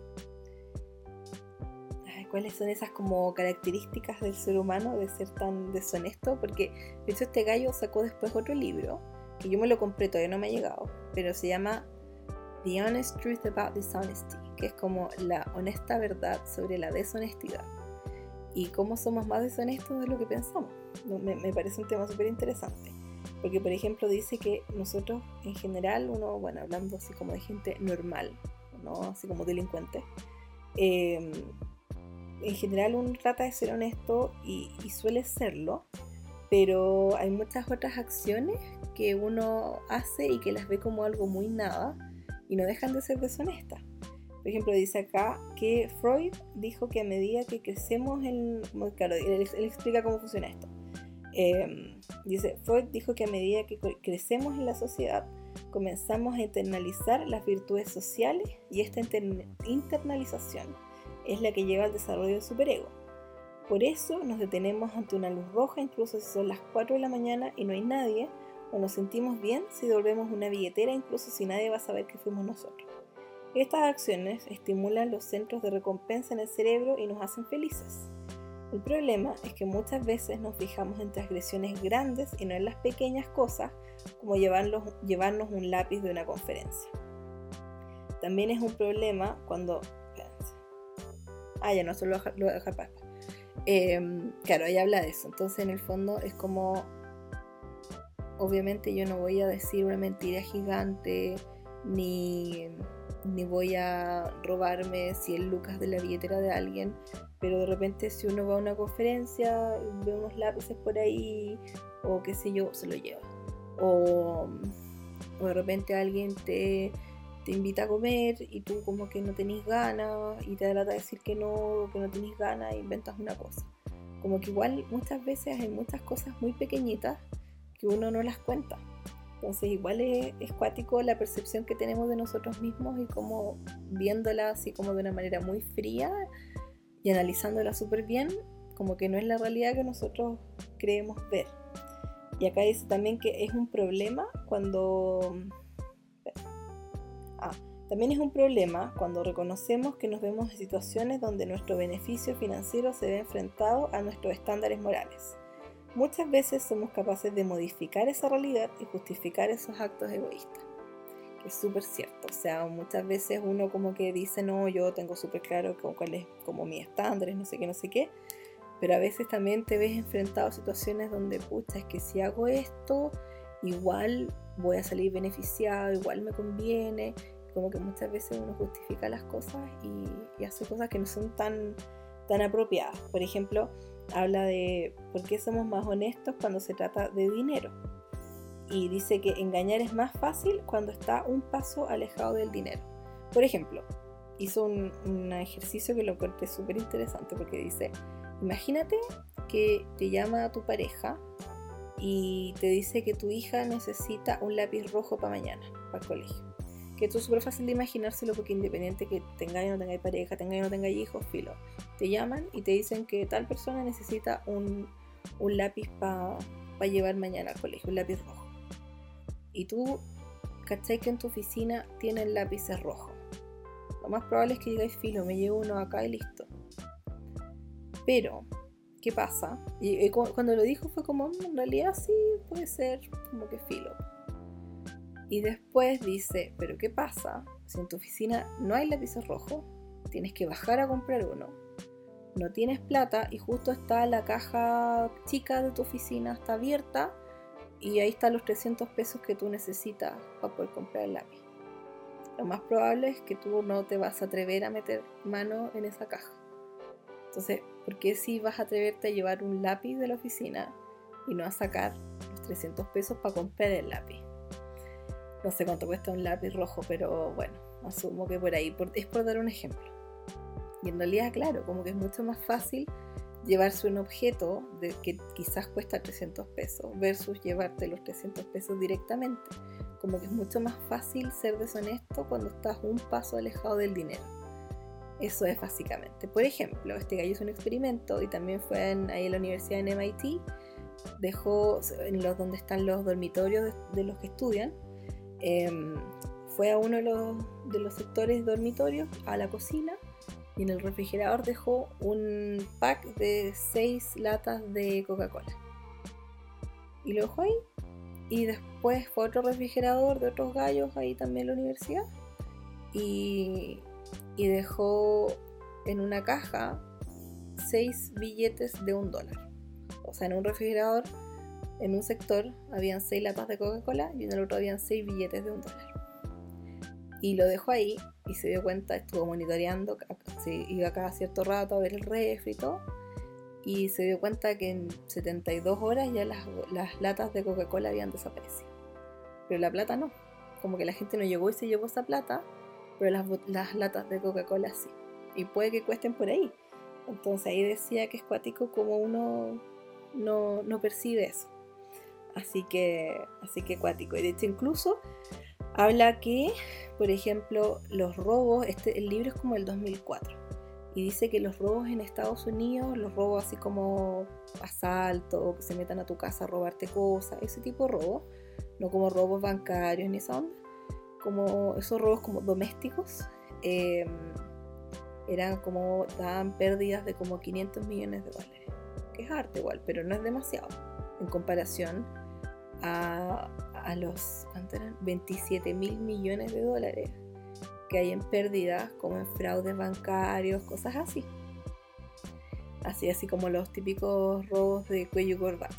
cuáles son esas como características del ser humano de ser tan deshonesto? Porque de hecho este gallo sacó después otro libro, que yo me lo compré, todavía no me ha llegado, pero se llama The Honest Truth About Dishonesty, que es como la honesta verdad sobre la deshonestidad y cómo somos más deshonestos de lo que pensamos. Me, me parece un tema súper interesante, porque por ejemplo dice que nosotros en general, uno, bueno, hablando así como de gente normal, ¿no? Así como delincuentes. Eh, en general uno trata de ser honesto y, y suele serlo, pero hay muchas otras acciones que uno hace y que las ve como algo muy nada y no dejan de ser deshonestas. Por ejemplo, dice acá que Freud dijo que a medida que crecemos en... Claro, él, él explica cómo funciona esto. Eh, dice, Freud dijo que a medida que crecemos en la sociedad, comenzamos a internalizar las virtudes sociales y esta inter- internalización es la que lleva al desarrollo del superego. Por eso nos detenemos ante una luz roja, incluso si son las cuatro de la mañana y no hay nadie, o nos sentimos bien si devolvemos una billetera, incluso si nadie va a saber que fuimos nosotros. Estas acciones estimulan los centros de recompensa en el cerebro y nos hacen felices. El problema es que muchas veces nos fijamos en transgresiones grandes y no en las pequeñas cosas, como llevarlos, llevarnos un lápiz de una conferencia. También es un problema cuando... Ah, ya no, solo lo voy a dejar para después. Eh, claro, ella habla de eso. Entonces, en el fondo, es como... Obviamente yo no voy a decir una mentira gigante, ni... ni voy a robarme cien lucas de la billetera de alguien, pero de repente si uno va a una conferencia, ve unos lápices por ahí, o qué sé yo, se lo lleva. O, o de repente alguien te, te invita a comer y tú como que no tenés ganas y te trata de decir que no, que no tenés ganas e inventas una cosa. Como que igual muchas veces hay muchas cosas muy pequeñitas que uno no las cuenta. Entonces igual es, es cuático la percepción que tenemos de nosotros mismos y como viéndola así como de una manera muy fría y analizándola súper bien, como que no es la realidad que nosotros creemos ver. Y acá dice también que es un problema cuando... Ah, también es un problema cuando reconocemos que nos vemos en situaciones donde nuestro beneficio financiero se ve enfrentado a nuestros estándares morales. Muchas veces somos capaces de modificar esa realidad y justificar esos actos egoístas. Que es súper cierto. O sea, muchas veces uno como que dice, no, yo tengo súper claro cuál es como mis estándares, no sé qué, no sé qué. Pero a veces también te ves enfrentado a situaciones donde, pucha, es que si hago esto, igual voy a salir beneficiado, igual me conviene. Como que muchas veces uno justifica las cosas y, y hace cosas que no son tan, tan apropiadas. Por ejemplo, habla de por qué somos más honestos cuando se trata de dinero. Y dice que engañar es más fácil cuando está un paso alejado del dinero. Por ejemplo, hizo un, un ejercicio que lo encontré súper interesante porque dice, imagínate que te llama tu pareja y te dice que tu hija necesita un lápiz rojo para mañana, para el colegio. Que esto es súper fácil de imaginárselo porque independiente que tengáis o no tengáis pareja, tengáis o no tengáis hijos, filo, te llaman y te dicen que tal persona necesita un, un lápiz para pa llevar mañana al colegio, un lápiz rojo. Y tú, ¿cachai que en tu oficina tienen lápices rojos? Lo más probable es que digáis, filo, me llevo uno acá y listo. Pero, ¿qué pasa? Y, y cuando lo dijo fue como, en realidad sí, puede ser como que filo. Y después dice, pero ¿qué pasa? Si en tu oficina no hay lápices rojos, tienes que bajar a comprar uno, no tienes plata y justo está la caja chica de tu oficina, está abierta y ahí están los trescientos pesos que tú necesitas para poder comprar el lápiz. Lo más probable es que tú no te vas a atrever a meter mano en esa caja. Entonces, ¿por qué si vas a atreverte a llevar un lápiz de la oficina y no a sacar los trescientos pesos para comprar el lápiz? No sé cuánto cuesta un lápiz rojo, pero bueno, asumo que por ahí, por, es por dar un ejemplo. Y en realidad, claro, como que es mucho más fácil llevarse un objeto de que quizás cuesta trescientos pesos versus llevarte los trescientos pesos directamente. Como que es mucho más fácil ser deshonesto cuando estás un paso alejado del dinero. Eso es básicamente. Por ejemplo, este gallo hizo un experimento y también fue en, ahí en la universidad en M I T. Dejó en los donde están los dormitorios de, de los que estudian. Eh, fue a uno de los, de los sectores dormitorios, a la cocina, y en el refrigerador dejó un pack de seis latas de Coca-Cola. Y lo dejó ahí. Y después fue a otro refrigerador de otros gallos ahí también en la universidad. Y, y dejó en una caja seis billetes de un dólar. O sea, en un refrigerador, en un sector habían seis latas de Coca-Cola y en el otro habían seis billetes de un dólar. Y lo dejó ahí y se dio cuenta, estuvo monitoreando, se iba cada cierto rato a ver el refri y todo, y se dio cuenta que en setenta y dos horas ya las, las latas de Coca-Cola habían desaparecido. Pero la plata no, como que la gente no llegó y se llevó esa plata, pero las, las latas de Coca-Cola sí. Y puede que cuesten por ahí. Entonces ahí decía que es cuático como uno no, no percibe eso. Así que, así que cuático. Y de hecho incluso habla que, por ejemplo, los robos, este, el libro es como el dos mil cuatro, y dice que los robos en Estados Unidos, los robos así como asalto, que se metan a tu casa a robarte cosas, ese tipo de robos, no como robos bancarios ni esa onda, como esos robos como domésticos, eh, eran como, daban pérdidas de como quinientos millones de dólares, que es harto igual, pero no es demasiado en comparación a, a los, ¿cuánto eran? veintisiete mil millones de dólares que hay en pérdidas, como en fraudes bancarios, cosas así. Así, así como los típicos robos de cuello y corbata.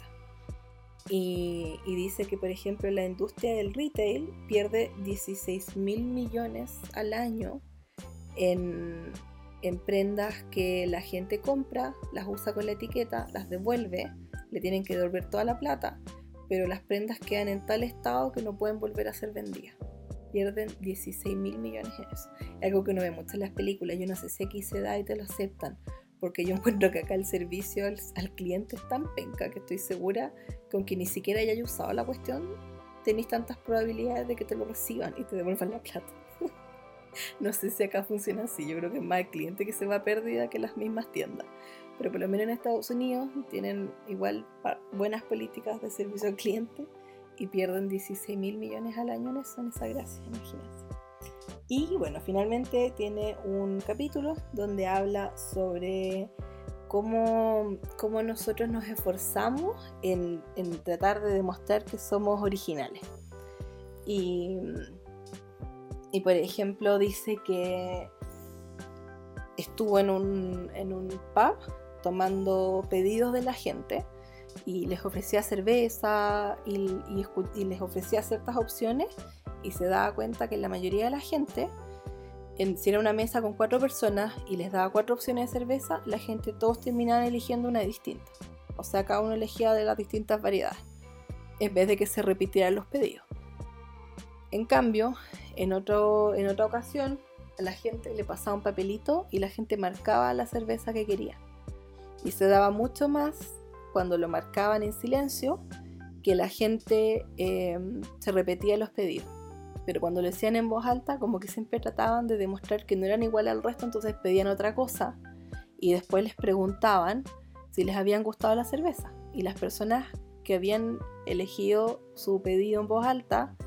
Y, y dice que, por ejemplo, la industria del retail pierde dieciséis mil millones al año en, en prendas que la gente compra, las usa con la etiqueta, las devuelve, le tienen que devolver toda la plata, pero las prendas quedan en tal estado que no pueden volver a ser vendidas. Pierden dieciséis mil millones en eso. Es algo que uno ve mucho en las películas. Yo no sé si aquí se da y te lo aceptan, porque yo encuentro que acá el servicio al, al cliente es tan penca que estoy segura que aunque ni siquiera haya usado la cuestión, tenéis tantas probabilidades de que te lo reciban y te devuelvan la plata. No sé si acá funciona así. Yo creo que es más el cliente que se va a pérdida que las mismas tiendas. Pero por lo menos en Estados Unidos tienen igual buenas políticas de servicio al cliente y pierden dieciséis mil millones al año en eso, en esa gracia, imagínense. Y bueno, finalmente tiene un capítulo donde habla sobre cómo, cómo nosotros nos esforzamos en, en tratar de demostrar que somos originales. Y, y por ejemplo dice que estuvo en un, en un pub tomando pedidos de la gente y les ofrecía cerveza y, y, y les ofrecía ciertas opciones, y se daba cuenta que la mayoría de la gente, en, si era una mesa con cuatro personas y les daba cuatro opciones de cerveza, la gente todos terminaban eligiendo una distinta. O sea, cada uno elegía de las distintas variedades en vez de que se repitieran los pedidos. En cambio, en, otro, en otra ocasión a la gente le pasaba un papelito y la gente marcaba la cerveza que quería, y se daba mucho más cuando lo marcaban en silencio que la gente eh, se repetía los pedidos. Pero cuando lo decían en voz alta, como que siempre trataban de demostrar que no eran igual al resto, entonces pedían otra cosa y después les preguntaban si les habían gustado la cerveza, y las personas que habían elegido su pedido en voz alta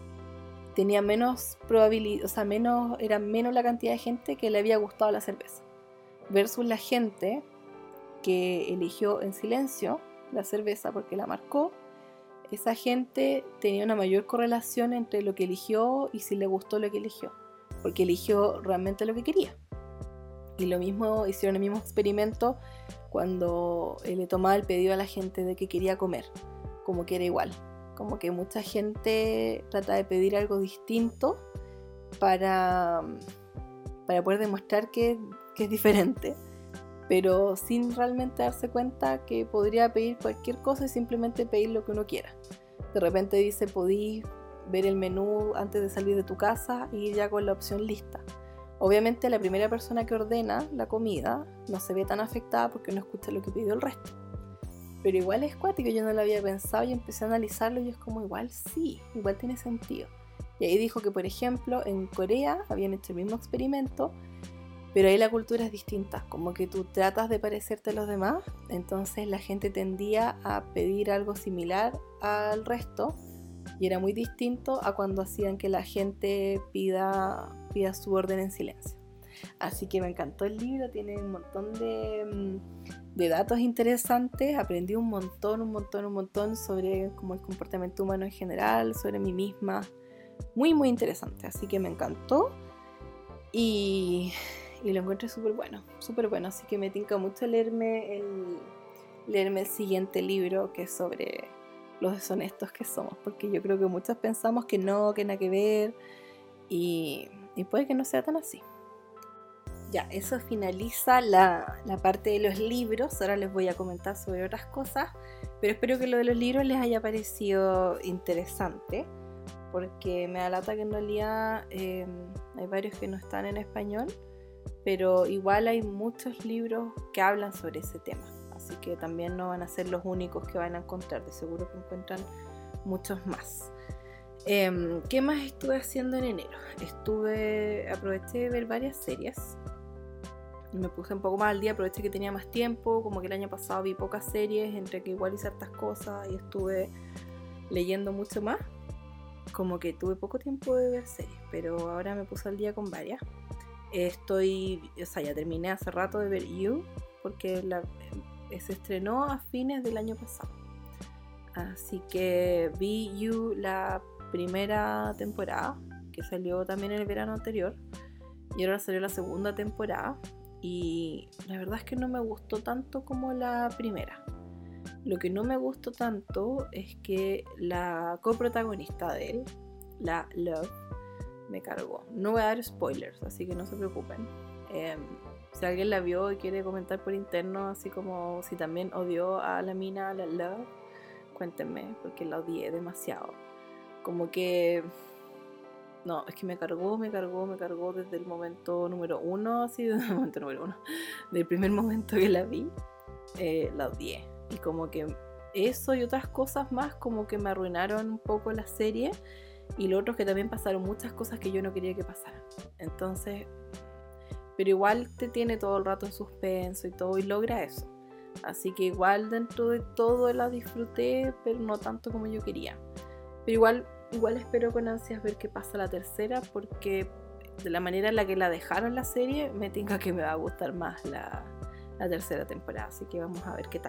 tenía menos probabilidad, o sea, menos, era menos la cantidad de gente que le había gustado la cerveza, versus la gente que eligió en silencio la cerveza porque la marcó. Esa gente tenía una mayor correlación entre lo que eligió y si le gustó lo que eligió, porque eligió realmente lo que quería. Y lo mismo, hicieron el mismo experimento cuando le tomaba el pedido a la gente de que quería comer, como que era igual. Como que mucha gente trata de pedir algo distinto para, para poder demostrar que, que es diferente, pero sin realmente darse cuenta que podría pedir cualquier cosa y simplemente pedir lo que uno quiera. De repente dice, podís ver el menú antes de salir de tu casa y ir ya con la opción lista. Obviamente la primera persona que ordena la comida no se ve tan afectada porque no escucha lo que pidió el resto. Pero igual es cuático, yo no lo había pensado y empecé a analizarlo y es como igual sí, igual tiene sentido. Y ahí dijo que, por ejemplo, en Corea habían hecho el mismo experimento, pero ahí la cultura es distinta, como que tú tratas de parecerte a los demás, entonces la gente tendía a pedir algo similar al resto y era muy distinto a cuando hacían que la gente pida, pida su orden en silencio. Así que me encantó el libro, tiene un montón de, de datos interesantes, aprendí un montón, un montón, un montón sobre como el comportamiento humano en general, sobre mí misma, muy muy interesante, así que me encantó y, y lo encontré súper bueno, súper bueno, así que me tinca mucho leerme el, leerme el siguiente libro, que es sobre los deshonestos que somos, porque yo creo que muchos pensamos que no, que nada que ver, y, y puede que no sea tan así. Ya, eso finaliza la, la parte de los libros. Ahora les voy a comentar sobre otras cosas, pero espero que lo de los libros les haya parecido interesante, porque me da lata que en realidad eh, hay varios que no están en español, pero igual hay muchos libros que hablan sobre ese tema, así que también no van a ser los únicos que van a encontrar, de seguro que encuentran muchos más. Eh, ¿Qué más estuve haciendo en enero? Estuve, aproveché de ver varias series. Me puse un poco más al día, aproveché que tenía más tiempo, como que el año pasado vi pocas series, entre que igual hice hartas cosas y estuve leyendo mucho más, como que tuve poco tiempo de ver series, pero ahora me puse al día con varias. Estoy, o sea, ya terminé hace rato de ver You, porque la, se estrenó a fines del año pasado, así que vi You la primera temporada, que salió también en el verano anterior, y ahora salió la segunda temporada. Y la verdad es que no me gustó tanto como la primera. Lo que no me gustó tanto es que la coprotagonista de él, la Love, me cargó. No voy a dar spoilers, así que no se preocupen. Eh, si alguien la vio y quiere comentar por interno, así como si también odió a la mina, a la Love, cuéntenme, porque la odié demasiado. Como que... No, es que me cargó, me cargó, me cargó desde el momento número uno, así, desde el momento número uno, del primer momento que la vi, eh, la odié. Y como que eso y otras cosas más como que me arruinaron un poco la serie, y lo otro es que también pasaron muchas cosas que yo no quería que pasaran. Entonces, pero igual te tiene todo el rato en suspenso y todo, y logra eso. Así que igual dentro de todo la disfruté, pero no tanto como yo quería. Pero igual... Igual espero con ansias ver qué pasa la tercera, porque de la manera en la que la dejaron la serie, me tinca que me va a gustar más la, la tercera temporada, así que vamos a ver qué tal.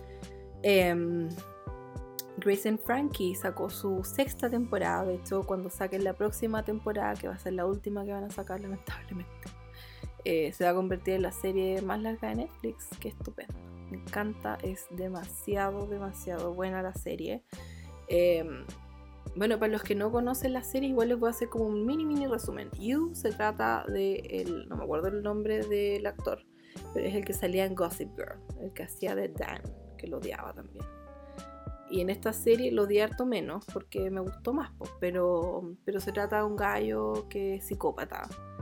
Eh, Grace and Frankie sacó su sexta temporada. De hecho, cuando saquen la próxima temporada, que va a ser la última que van a sacar lamentablemente, eh, se va a convertir en la serie más larga de Netflix. Qué estupendo, me encanta, es demasiado, demasiado buena la serie. eh, Bueno, para los que no conocen la serie, igual les voy a hacer como un mini mini resumen. You se trata de el, no me acuerdo el nombre del actor, pero es el que salía en Gossip Girl, el que hacía de Dan, que lo odiaba también. Y en esta serie lo odié harto menos porque me gustó más, pero, pero se trata de un gallo que es psicópata.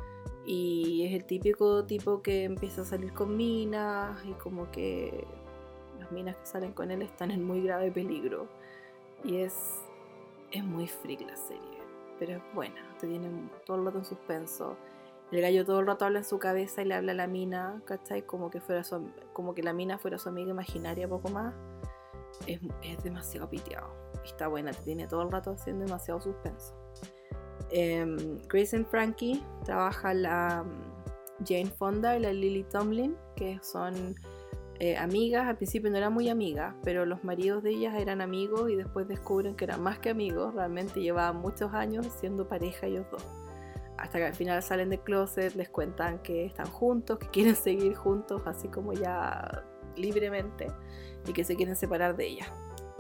Y es el típico tipo que empieza a salir con minas, y como que las minas que salen con él están en muy grave peligro. Y es... Es muy freak la serie, pero es buena, te tiene todo el rato en suspenso. El gallo todo el rato habla en su cabeza y le habla a la mina, ¿cachai? Como que, fuera su, como que la mina fuera su amiga imaginaria, poco más. Es, es demasiado piteado. Está buena, te tiene todo el rato haciendo demasiado suspenso. Eh, Grace and Frankie trabaja la um, Jane Fonda y la Lily Tomlin, que son... Eh, amigas. Al principio no eran muy amigas, pero los maridos de ellas eran amigos y después descubren que eran más que amigos, realmente llevaban muchos años siendo pareja ellos dos, hasta que al final salen del closet, les cuentan que están juntos, que quieren seguir juntos así como ya libremente, y que se quieren separar de ella.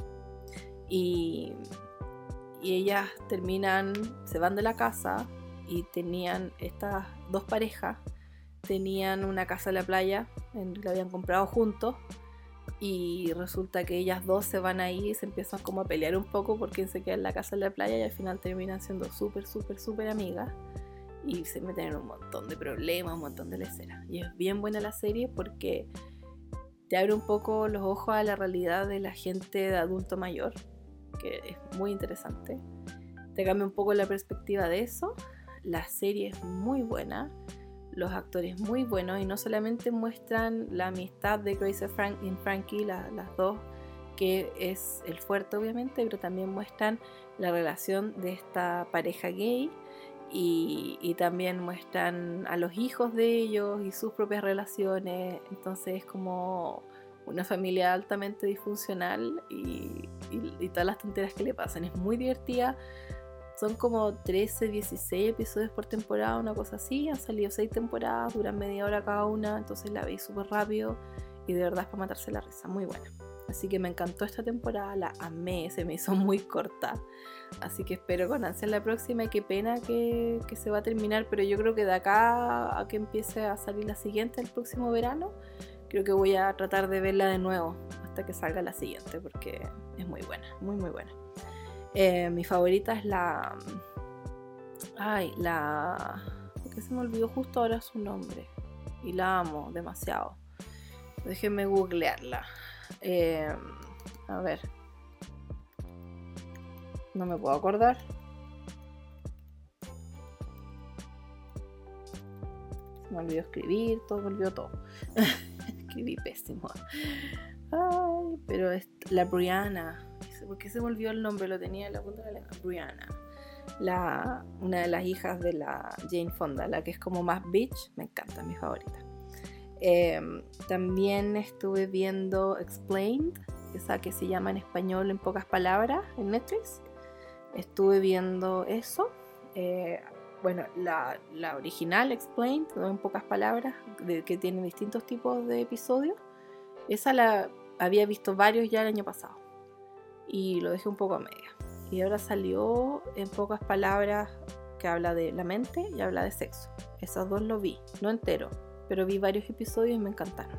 Y, y ellas terminan, se van de la casa, y tenían estas dos parejas, tenían una casa en la playa, la habían comprado juntos, y resulta que ellas dos se van ahí y se empiezan como a pelear un poco por quién se queda en la casa en la playa, y al final terminan siendo súper, súper, súper amigas y se meten en un montón de problemas, un montón de leceras. Y es bien buena la serie porque te abre un poco los ojos a la realidad de la gente de adulto mayor, que es muy interesante. Te cambia un poco la perspectiva de eso. La serie es muy buena, los actores muy buenos, y no solamente muestran la amistad de Grace y Frankie, la, las dos, que es el fuerte obviamente, pero también muestran la relación de esta pareja gay, y, y también muestran a los hijos de ellos y sus propias relaciones. Entonces es como una familia altamente disfuncional, y, y, y todas las tonteras que le pasan. Es muy divertida. Son como trece, dieciséis episodios por temporada, una cosa así. Han salido seis temporadas, duran media hora cada una, entonces la veis súper rápido y de verdad es para matarse la risa, muy buena. Así que me encantó esta temporada, la amé, se me hizo muy corta. Así que espero con ansia la próxima y qué pena que, que se va a terminar, pero yo creo que de acá a que empiece a salir la siguiente el próximo verano, creo que voy a tratar de verla de nuevo hasta que salga la siguiente porque es muy buena, muy muy buena. Eh, mi favorita es la... Ay, la... ¿Por qué se me olvidó justo ahora su nombre? Y la amo demasiado. Déjenme googlearla. Eh, a ver. No me puedo acordar. Se me olvidó escribir, todo me olvidó todo. Escribí pésimo. Ay, pero es la Brianna. ¿Por qué se me olvidó el nombre? Lo tenía en la punta de la lengua. Brianna. La, una de las hijas de la Jane Fonda, la que es como más bitch. Me encanta, mi favorita. Eh, también estuve viendo Explained, esa que se llama en español En pocas palabras, en Netflix. Estuve viendo eso. Eh, bueno, la, la original Explained, En pocas palabras, de, que tiene distintos tipos de episodios. Esa la había visto varios ya el año pasado y lo dejé un poco a media. Y ahora salió En pocas palabras, que habla de la mente y habla de sexo. Esos dos lo vi, no entero, pero vi varios episodios y me encantaron.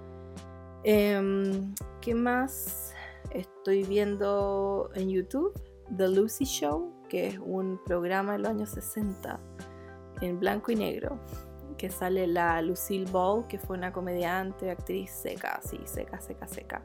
Eh, ¿Qué más? Estoy viendo en YouTube The Lucy Show, que es un programa de los años sesenta en blanco y negro, que sale la Lucille Ball, que fue una comediante, actriz seca, así, seca, seca, seca.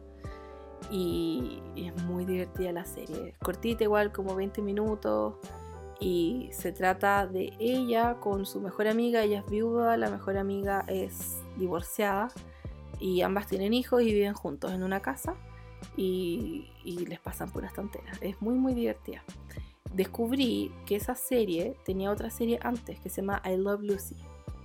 Y, y es muy divertida la serie. Es cortita igual, como veinte minutos. Y se trata de ella con su mejor amiga. Ella es viuda, la mejor amiga es divorciada. Y ambas tienen hijos y viven juntos en una casa. Y, y les pasan puras tonteras. Es muy muy divertida. Descubrí que esa serie tenía otra serie antes que se llama I Love Lucy.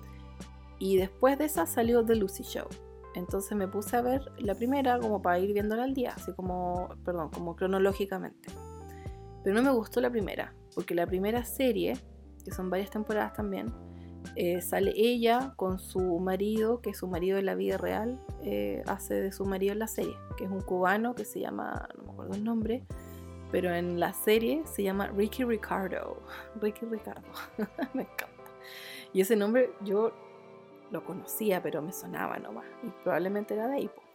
Y después de esa salió The Lucy Show. Entonces me puse a ver la primera como para ir viéndola al día, así como, perdón, como cronológicamente. Pero no me gustó la primera, porque la primera serie, que son varias temporadas también, eh, sale ella con su marido, que su marido en la vida real eh, hace de su marido en la serie, que es un cubano que se llama, no me acuerdo el nombre, pero en la serie se llama Ricky Ricardo. Ricky Ricardo, me encanta. Y ese nombre yo lo conocía, pero me sonaba nomás. Y probablemente era de ahí. Po.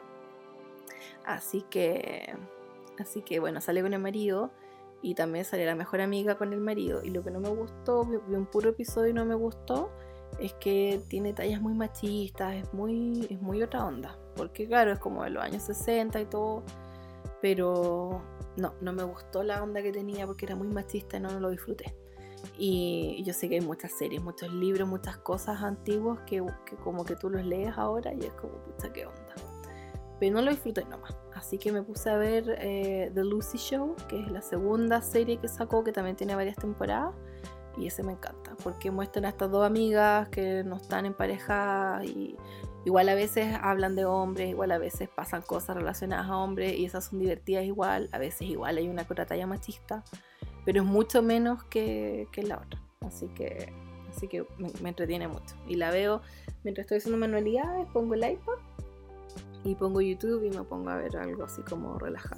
Así que, así que bueno, sale con el marido. Y también sale la mejor amiga con el marido. Y lo que no me gustó, vi un puro episodio y no me gustó, es que tiene tallas muy machistas. Es muy, es muy otra onda. Porque claro, es como de los años sesenta y todo. Pero no, no me gustó la onda que tenía porque era muy machista y no, no lo disfruté. Y yo sé que hay muchas series, muchos libros, muchas cosas antiguos que, que como que tú los lees ahora y es como, pucha, qué onda. Pero no lo disfruté nomás. Así que me puse a ver eh, The Lucy Show, que es la segunda serie que sacó, que también tiene varias temporadas. Y ese me encanta, porque muestran a estas dos amigas que no están en pareja y igual a veces hablan de hombres, igual a veces pasan cosas relacionadas a hombres y esas son divertidas igual. A veces igual hay una talla machista, pero es mucho menos que, que la otra, así que, así que me, me entretiene mucho. Y la veo mientras estoy haciendo manualidades, pongo el iPad y pongo YouTube y me pongo a ver algo así como relajado.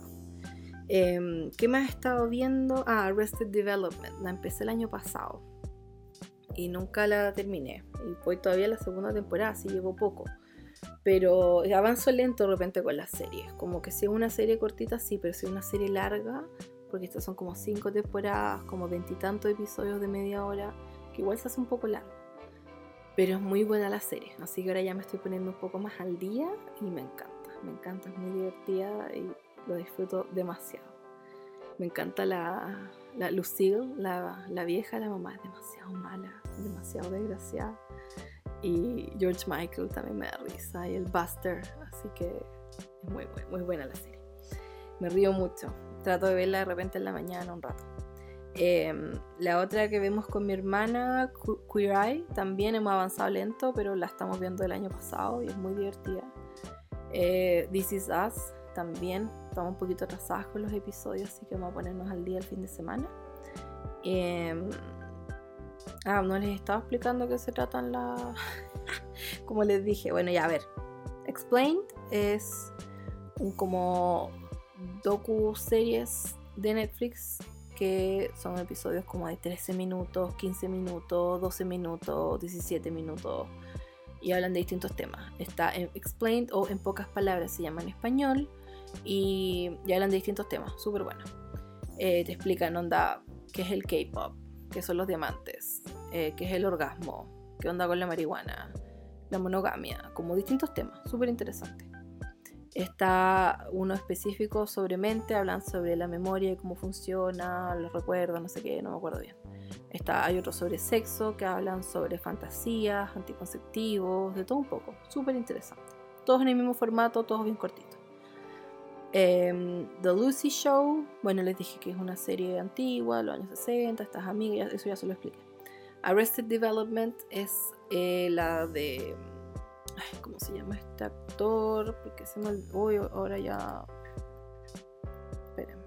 Eh, ¿Qué más he estado viendo? Ah, Arrested Development, la empecé el año pasado y nunca la terminé. Y voy todavía a la segunda temporada, así llevo poco. Pero avanzo lento de repente con las series, como que si es una serie cortita sí, pero si es una serie larga, porque estas son como cinco temporadas, como veintitantos episodios de media hora, que igual se hace un poco largo. Pero es muy buena la serie, así que ahora ya me estoy poniendo un poco más al día y me encanta, me encanta, es muy divertida y lo disfruto demasiado. Me encanta la, la Lucille, la, la vieja, la mamá es demasiado mala, demasiado desgraciada. Y George Michael también me da risa, y el Buster, así que es muy, muy, muy buena la serie. Me río mucho. Trato de verla de repente en la mañana un rato. Eh, la otra que vemos con mi hermana, Queer Eye, también hemos avanzado lento, pero la estamos viendo el año pasado y es muy divertida. Eh, This Is Us, también estamos un poquito atrasadas con los episodios, así que vamos a ponernos al día el fin de semana. Eh, ah, no les estaba explicando qué se tratan las... Como les dije, bueno, ya a ver. Explained es un como docu-series de Netflix que son episodios como de trece minutos, quince minutos, doce minutos, diecisiete minutos y hablan de distintos temas. Está en Explained o En pocas palabras se llama en español y, y hablan de distintos temas, súper bueno. Eh, te explican onda qué es el K-pop, qué son los diamantes, eh, qué es el orgasmo, qué onda con la marihuana, la monogamia, como distintos temas, súper interesante. Está uno específico sobre mente, hablan sobre la memoria y cómo funciona, los recuerdos, no sé qué, no me acuerdo bien. Está, hay otro sobre sexo, que hablan sobre fantasías, anticonceptivos, de todo un poco, súper interesante. Todos en el mismo formato, todos bien cortitos. Eh, The Lucy Show, bueno, les dije que es una serie antigua, los años sesenta, estas amigas, eso ya se lo expliqué. Arrested Development es eh, la de... Ay, ¿cómo se llama este actor? Porque se me olvidó, ahora ya... Espérenme.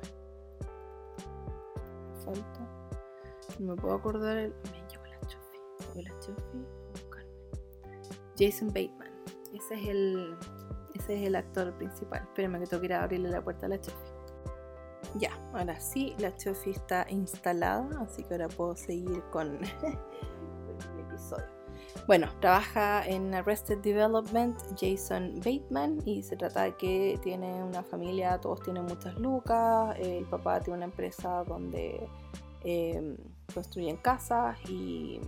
Me falta... No me puedo acordar el... Me llegó la Chofi. Llegó la Chofi. Jason Bateman. Ese es el... Ese es el actor principal. Espérenme que tengo que ir a abrirle la puerta a la Chofi. Ya, ahora sí, la Chofi está instalada, así que ahora puedo seguir con, con el episodio. Bueno, trabaja en Arrested Development Jason Bateman y se trata de que tiene una familia, todos tienen muchas lucas, el papá tiene una empresa donde eh, construyen casas y,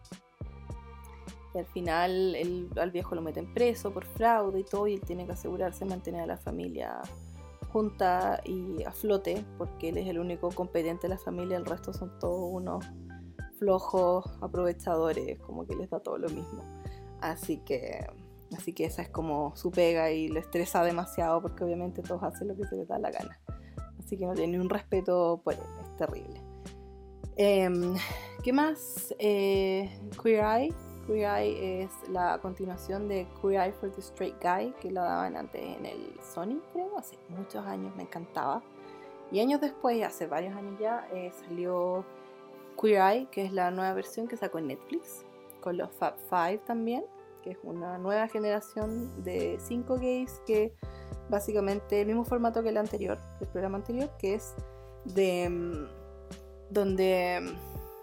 y al final el, al viejo lo meten preso por fraude y todo y él tiene que asegurarse de mantener a la familia junta y a flote porque él es el único competente de la familia, el resto son todos unos flojos aprovechadores, como que les da todo lo mismo, así que así que esa es como su pega y lo estresa demasiado porque obviamente todos hacen lo que se les da la gana, así que no tiene ni un respeto por él, es terrible. Eh, ¿qué más? Eh, Queer Eye Queer Eye es la continuación de Queer Eye for the Straight Guy, que la daban antes en el Sony, creo, hace muchos años, me encantaba. Y años después, hace varios años ya, eh, salió Queer Eye, que es la nueva versión que sacó en Netflix, con los Fab Five también, que es una nueva generación de cinco gays que básicamente el mismo formato que el anterior, el programa anterior, que es de donde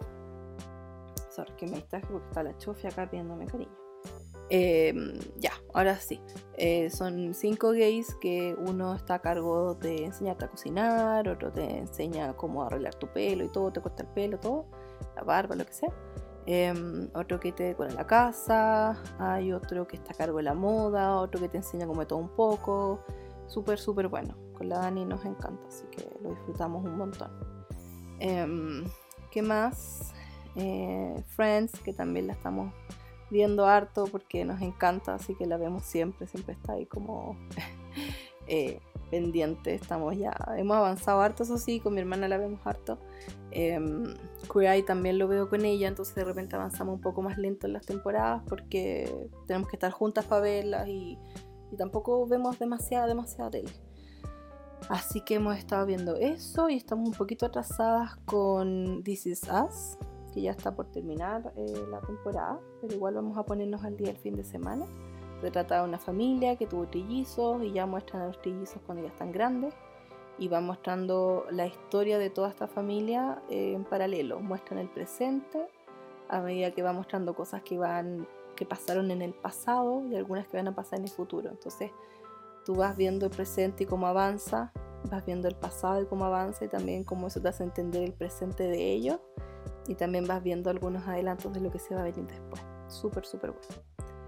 sorry que me distraje porque está la Chofi acá pidiéndome cariño. Eh, ya, ahora sí, eh, son cinco gays que uno está a cargo de enseñarte a cocinar, otro te enseña cómo arreglar tu pelo y todo, te corta el pelo, todo, la barba, lo que sea. Eh, otro que te decora la casa, hay otro que está a cargo de la moda, otro que te enseña como de todo un poco, súper súper bueno, con la Dani nos encanta, así que lo disfrutamos un montón. Eh, ¿qué más? Eh, Friends, que también la estamos viendo harto porque nos encanta, así que la vemos siempre, siempre está ahí como eh, pendiente, estamos ya, hemos avanzado harto, eso sí, con mi hermana la vemos harto. eh, Queer Eye también lo veo con ella, entonces de repente avanzamos un poco más lento en las temporadas porque tenemos que estar juntas para verlas y, y tampoco vemos demasiada, demasiada tele. Así que hemos estado viendo eso y estamos un poquito atrasadas con This Is Us, que ya está por terminar eh, la temporada, pero igual vamos a ponernos al día el fin de semana. Se trata de una familia que tuvo trillizos y ya muestran a los trillizos cuando ya están grandes y va mostrando la historia de toda esta familia eh, en paralelo. Muestran el presente a medida que va mostrando cosas que van que pasaron en el pasado y algunas que van a pasar en el futuro. Entonces tú vas viendo el presente y cómo avanza, vas viendo el pasado y cómo avanza y también cómo eso te hace entender el presente de ellos. Y también vas viendo algunos adelantos de lo que se va a venir después. Súper, súper bueno.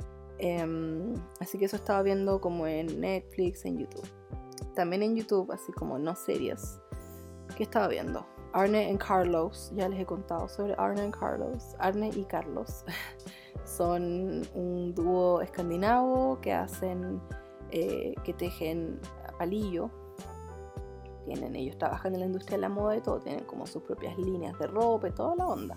Eh, así que eso estaba viendo como en Netflix, en YouTube. También en YouTube, así como no series. ¿Qué estaba viendo? Arne and Carlos. Ya les he contado sobre Arne and Carlos. Arne y Carlos. Son un dúo escandinavo que hacen, eh, que tejen a palillo. Tienen, ellos trabajan en la industria de la moda y todo, tienen como sus propias líneas de ropa y toda la onda,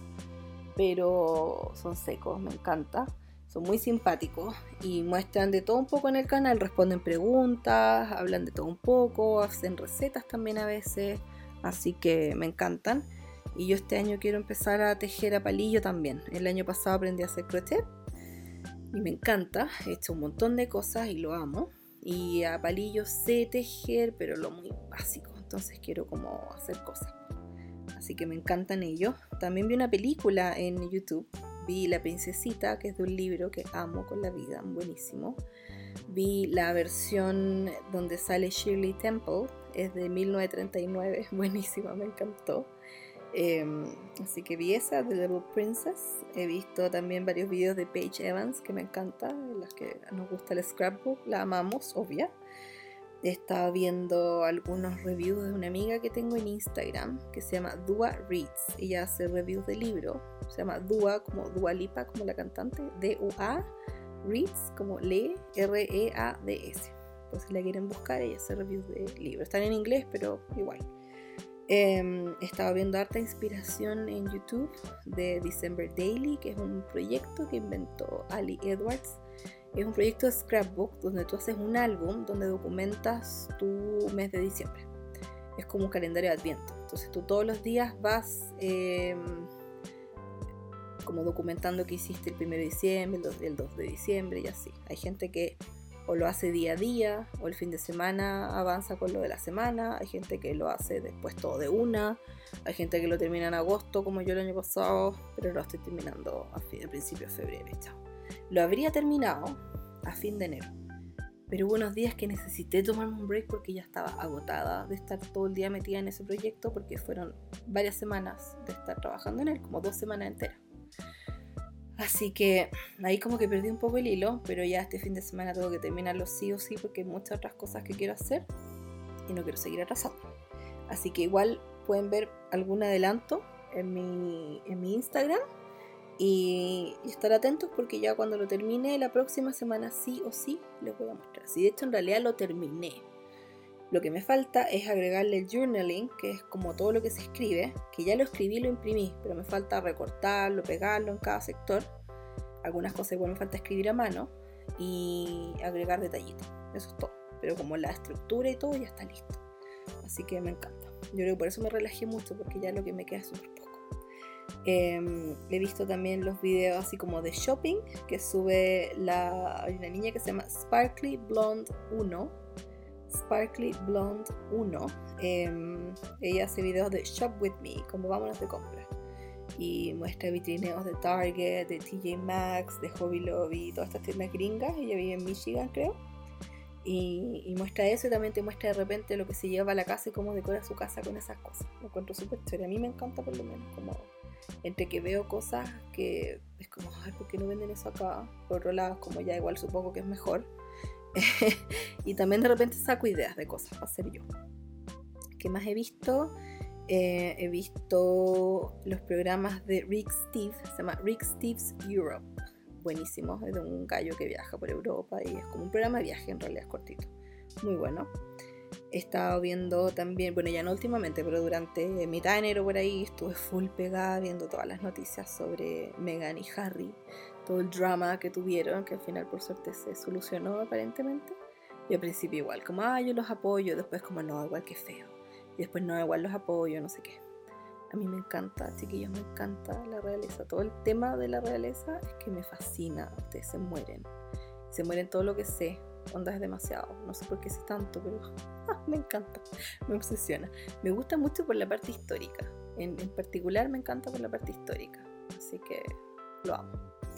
pero son secos, me encanta, son muy simpáticos y muestran de todo un poco en el canal, responden preguntas, hablan de todo un poco, hacen recetas también a veces, así que me encantan. Y yo este año quiero empezar a tejer a palillo también. El año pasado aprendí a hacer crochet y me encanta, he hecho un montón de cosas y lo amo. y a palillos sé tejer, pero lo muy básico, entonces quiero como hacer cosas. Así que me encantan ellos. También vi una película en YouTube, vi La Princesita, que es de un libro que amo con la vida, buenísimo. Vi la versión donde sale Shirley Temple, es de mil novecientos treinta y nueve, buenísima, me encantó. Eh, así que vi esa, The Little Princess. He visto también varios videos de Paige Evans, que me encanta, en las que nos gusta el scrapbook, la amamos, obvia. He estado viendo algunos reviews de una amiga que tengo en Instagram, que se llama Dua Reads. Ella hace reviews de libros, se llama Dua, como Dua Lipa, como la cantante, D U A, Reads, como lee, R E A D S. Pues si la quieren buscar, ella hace reviews de libros. Están en inglés, pero igual. Eh, estaba viendo harta inspiración en YouTube de December Daily, que es un proyecto que inventó Ali Edwards. Es un proyecto de scrapbook donde tú haces un álbum donde documentas tu mes de diciembre. Es como un calendario de adviento. Entonces tú todos los días vas eh, como documentando qué hiciste el primero de diciembre, el dos de diciembre y así. Hay gente que o lo hace día a día, o el fin de semana avanza con lo de la semana. Hay gente que lo hace después todo de una. Hay gente que lo termina en agosto, como yo el año pasado, pero lo estoy terminando a, fin, a principios de febrero. Chao. Lo habría terminado a fin de enero, pero hubo unos días que necesité tomarme un break porque ya estaba agotada de estar todo el día metida en ese proyecto, porque fueron varias semanas de estar trabajando en él, como dos semanas enteras. Así que ahí como que perdí un poco el hilo, pero ya este fin de semana tengo que terminarlo sí o sí porque hay muchas otras cosas que quiero hacer y no quiero seguir atrasando. Así que igual pueden ver algún adelanto en mi, en mi Instagram y, y estar atentos porque ya cuando lo termine la próxima semana sí o sí les voy a mostrar. Si de hecho en realidad lo terminé. Lo que me falta es agregarle el journaling, que es como todo lo que se escribe, que ya lo escribí y lo imprimí, pero me falta recortarlo, pegarlo en cada sector. Algunas cosas igual me falta escribir a mano y agregar detallitos. Eso es todo. Pero como la estructura y todo ya está listo. Así que me encanta. Yo creo que por eso me relajé mucho, porque ya lo que me queda es súper poco. Eh, he visto también los videos así como de shopping, que sube la, hay una niña que se llama Sparkly Blonde uno. Sparkly Blonde uno. Eh, ella hace videos de Shop With Me, como vámonos de compras. Y muestra vitrineos de Target, de T J Maxx, de Hobby Lobby, todas estas tiendas gringas. Ella vive en Michigan, creo. Y, y muestra eso y también te muestra de repente lo que se lleva a la casa y cómo decora su casa con esas cosas. Lo encuentro súper chévere. A mí me encanta, por lo menos, como entre que veo cosas que es como, ay, ¿por qué no venden eso acá? Por otro lado, como ya igual supongo que es mejor. Y también de repente saco ideas de cosas para hacer yo. ¿Qué más he visto? Eh, he visto los programas de Rick Steve, se llama Rick Steve's Europe. Buenísimo, es de un gallo que viaja por Europa y es como un programa de viaje, en realidad es cortito. Muy bueno. He estado viendo también, bueno ya no últimamente, pero durante mitad de enero por ahí estuve full pegada viendo todas las noticias sobre Meghan y Harry. Todo el drama que tuvieron, que al final por suerte se solucionó aparentemente. Y al principio igual, como ah, yo los apoyo, después como no, igual que feo. Y después no, igual los apoyo, no sé qué. A mí me encanta, chiquillos, me encanta la realeza. Todo el tema de la realeza es que me fascina. Ustedes se mueren. Se mueren todo lo que sé. Onda es demasiado. No sé por qué sé tanto, pero ah, me encanta. Me obsesiona. Me gusta mucho por la parte histórica. En, en particular me encanta por la parte histórica. Así que lo amo.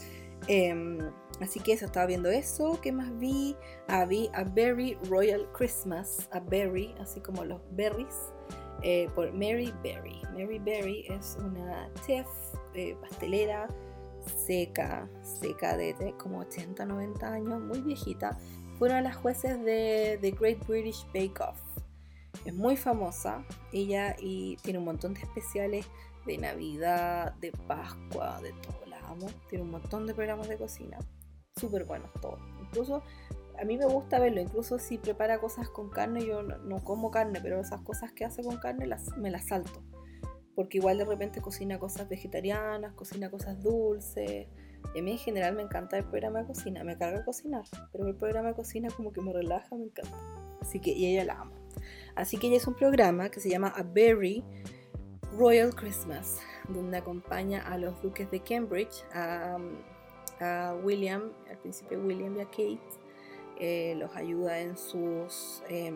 Eh, así que eso, estaba viendo eso. ¿Qué más vi? Ah, vi A Berry Royal Christmas. A Berry, así como los berries, eh, por Mary Berry. Mary Berry es una chef eh, pastelera seca, seca de, de como ochenta, noventa años, muy viejita. Fue una de las jueces de The Great British Bake Off. Es muy famosa ella y tiene un montón de especiales de Navidad, de Pascua, de todo. La amo. Tiene un montón de programas de cocina, súper buenos todos. Incluso a mí me gusta verlo, incluso si prepara cosas con carne. Yo no, no como carne, pero esas cosas que hace con carne las, me las salto, porque igual de repente cocina cosas vegetarianas, cocina cosas dulces. Y a mí en general me encanta el programa de cocina, me carga cocinar, pero el programa de cocina como que me relaja, me encanta. Así que, y ella la amo. Así que ella es un programa que se llama A Berry Royal Christmas, donde acompaña a los duques de Cambridge, a, a William, al principio William y a Kate, eh, los ayuda en sus eh,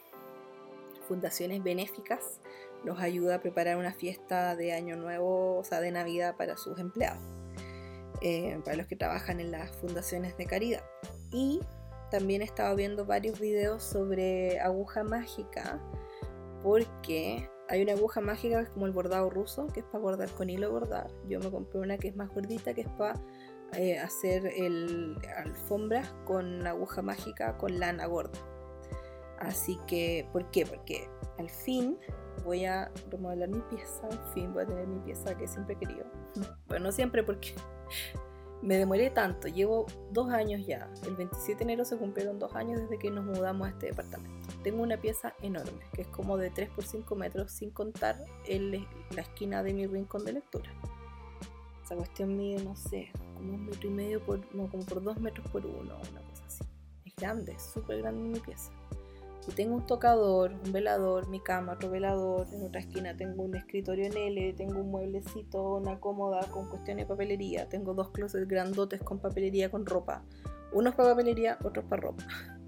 fundaciones benéficas, los ayuda a preparar una fiesta de Año Nuevo, o sea, de Navidad para sus empleados, eh, para los que trabajan en las fundaciones de caridad. Y también he estado viendo varios videos sobre aguja mágica, porque hay una aguja mágica que es como el bordado ruso, que es para bordar con hilo bordar. Yo me compré una que es más gordita, que es para eh, hacer el, alfombras con aguja mágica con lana gorda. Así que, ¿por qué? Porque al fin voy a remodelar mi pieza, al fin voy a tener mi pieza que siempre he querido. Bueno, no siempre, porque me demoré tanto, llevo dos años ya. El veintisiete de enero se cumplieron dos años desde que nos mudamos a este departamento. Tengo una pieza enorme, que es como de tres por cinco metros, sin contar el, la esquina de mi rincón de lectura. Esa cuestión mide, no sé, como un metro y medio, por, no, como por dos metros por uno, una cosa así. Es grande, es súper grande mi pieza. Y tengo un tocador, un velador, mi cama, otro velador. En otra esquina tengo un escritorio en L, tengo un mueblecito, una cómoda con cuestiones de papelería. Tengo dos closets grandotes con papelería, con ropa. Unos para papelería, otros para ropa.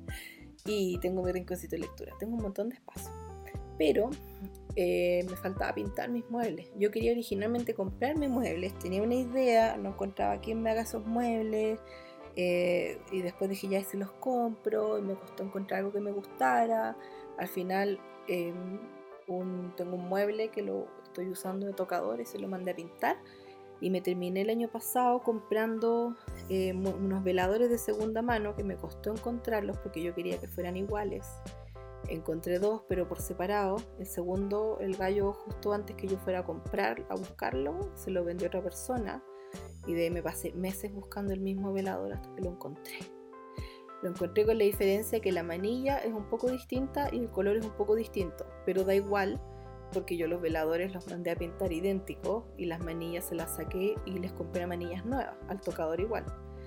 Y tengo mi rinconcito de lectura. Tengo un montón de espacio. Pero eh, me faltaba pintar mis muebles. Yo quería originalmente comprar mis muebles. Tenía una idea, no encontraba quién me haga esos muebles. Eh, y después dije, ya si los compro, y me costó encontrar algo que me gustara. Al final eh, un, tengo un mueble que lo estoy usando de tocador y se lo mandé a pintar, y me terminé el año pasado comprando eh, unos veladores de segunda mano que me costó encontrarlos porque yo quería que fueran iguales. Encontré dos, pero por separado. El segundo, el gallo, justo antes que yo fuera a comprar, a buscarlo, se lo vendió a otra persona. Y de ahí me pasé meses buscando el mismo velador hasta que lo encontré. Lo encontré con la diferencia que la manilla es un poco distinta y el color es un poco distinto, pero da igual, porque yo los veladores los mandé a pintar idénticos y las manillas se las saqué y les compré manillas nuevas, al tocador igual.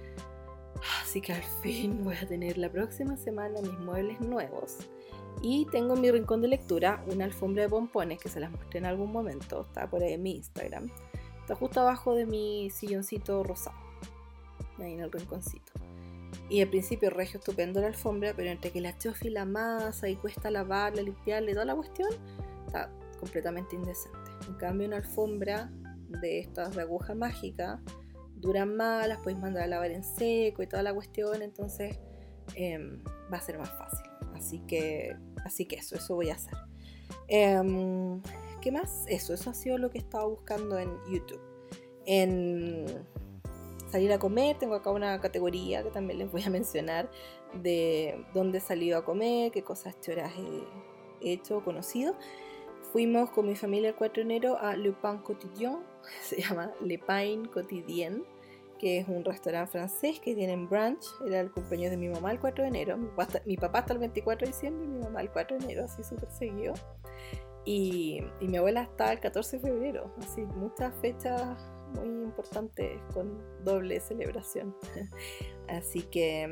Así que al fin voy a tener la próxima semana mis muebles nuevos. Y tengo en mi rincón de lectura una alfombra de pompones que se las mostré en algún momento, está por ahí en mi Instagram. Está justo abajo de mi silloncito rosado, ahí en el rinconcito. Y al principio regio estupendo la alfombra, pero entre que la chofi, la masa y cuesta lavarla, limpiarla y toda la cuestión, está completamente indecente. En cambio, una alfombra de estas de aguja mágica duran más, las podéis mandar a lavar en seco y toda la cuestión, entonces eh, va a ser más fácil. Así que, así que eso, eso voy a hacer. Eh, ¿Qué más? Eso, eso ha sido lo que he estado buscando en YouTube. En salir a comer, tengo acá una categoría que también les voy a mencionar de dónde he salido a comer, qué cosas choras he hecho, conocido. Fuimos con mi familia el cuatro de enero a Le Pain Quotidien, se llama Le Pain Quotidien, que es un restaurante francés que tienen brunch. Era el cumpleaños de mi mamá el cuatro de enero, mi papá, mi papá hasta el veinticuatro de diciembre y mi mamá el cuatro de enero, así súper seguido. Y, y mi abuela está el catorce de febrero, así muchas fechas muy importantes con doble celebración. Así que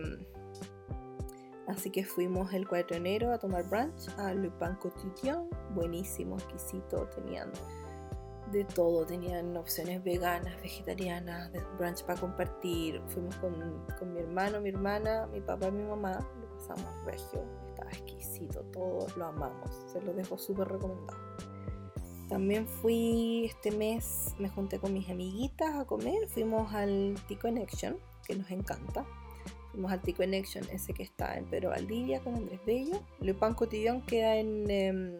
así que fuimos el cuatro de enero a tomar brunch a Le Pain Quotidien, buenísimo, exquisito, tenían de todo, tenían opciones veganas, vegetarianas, de brunch para compartir. Fuimos con, con mi hermano, mi hermana, mi papá y mi mamá, lo pasamos regio. Estaba exquisito, todo lo amamos, se lo dejo súper recomendado. También fui este mes, me junté con mis amiguitas a comer, fuimos al T-Connection, que nos encanta. Fuimos al T-Connection, ese que está en Pedro Valdivia con Andrés Bello. Le Pain Quotidien queda en, eh,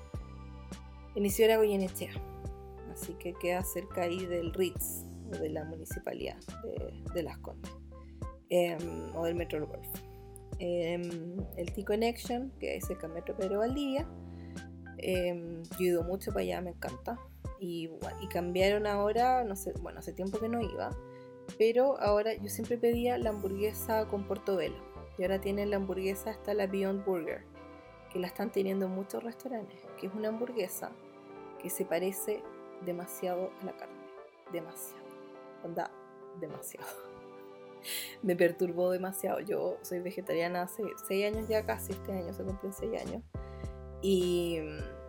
en Isidora Goyenechea, así que queda cerca ahí del Ritz, o de la municipalidad de, de Las Condes, eh, o del Metro Golf. Eh, el T-Connection, que es cerca del Metro Pedro Valdivia. Eh, yo he ido mucho para allá, me encanta. Y, bueno, y cambiaron ahora, no sé, bueno, hace tiempo que no iba, pero ahora yo siempre pedía la hamburguesa con portobelo. Y ahora tienen la hamburguesa, está la Beyond Burger, que la están teniendo en muchos restaurantes, que es una hamburguesa que se parece demasiado a la carne. Demasiado. Onda, demasiado. Me perturbó demasiado. Yo soy vegetariana hace seis años ya, casi este año se cumplen seis años. Y,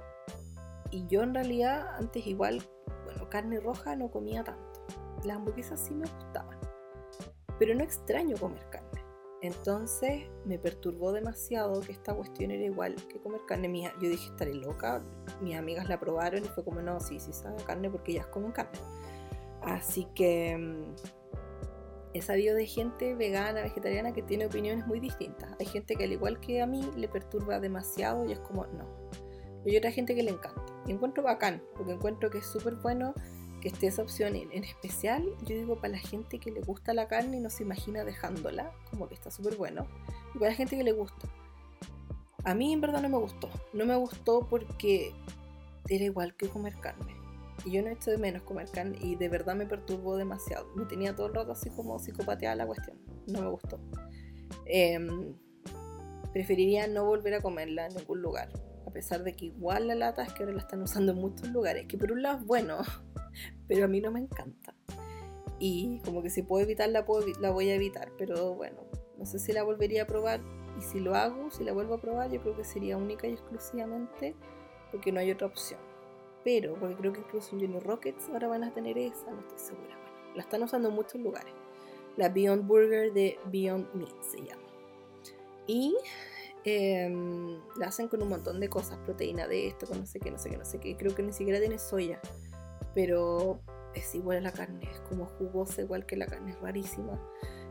y yo en realidad antes igual, bueno, carne roja no comía tanto. Las hamburguesas sí me gustaban, pero no extraño comer carne. Entonces me perturbó demasiado que esta cuestión era igual que comer carne. Mía, yo dije, estaré loca. Mis amigas la probaron y fue como, no, sí, sí sabe a carne porque ellas comen carne. Así que he sabido de gente vegana, vegetariana que tiene opiniones muy distintas. Hay gente que al igual que a mí le perturba demasiado y es como, no. Y hay otra gente que le encanta. Y encuentro bacán, porque encuentro que es súper bueno que esté esa opción. En especial, yo digo, para la gente que le gusta la carne y no se imagina dejándola, como que está súper bueno. Y para la gente que le gusta. A mí en verdad no me gustó. No me gustó porque era igual que comer carne. Y yo no echo de menos comer carne y de verdad me perturbó demasiado. Me tenía todo el rato así como psicopateada la cuestión. No me gustó. Eh, preferiría no volver a comerla en ningún lugar. A pesar de que igual la lata es que ahora la están usando en muchos lugares. Que por un lado es bueno, pero a mí no me encanta. Y como que si puedo evitarla, puedo, la voy a evitar. Pero bueno, no sé si la volvería a probar. Y si lo hago, si la vuelvo a probar, yo creo que sería única y exclusivamente porque no hay otra opción. Pero, porque creo que incluso en Junior Rockets ahora van a tener esa, no estoy segura. Bueno, la están usando en muchos lugares. La Beyond Burger de Beyond Meat se llama. Y eh, la hacen con un montón de cosas, proteína de esto, con no sé qué, no sé qué, no sé qué. Creo que ni siquiera tiene soya, pero es igual a la carne, es como jugosa igual que la carne, es rarísima.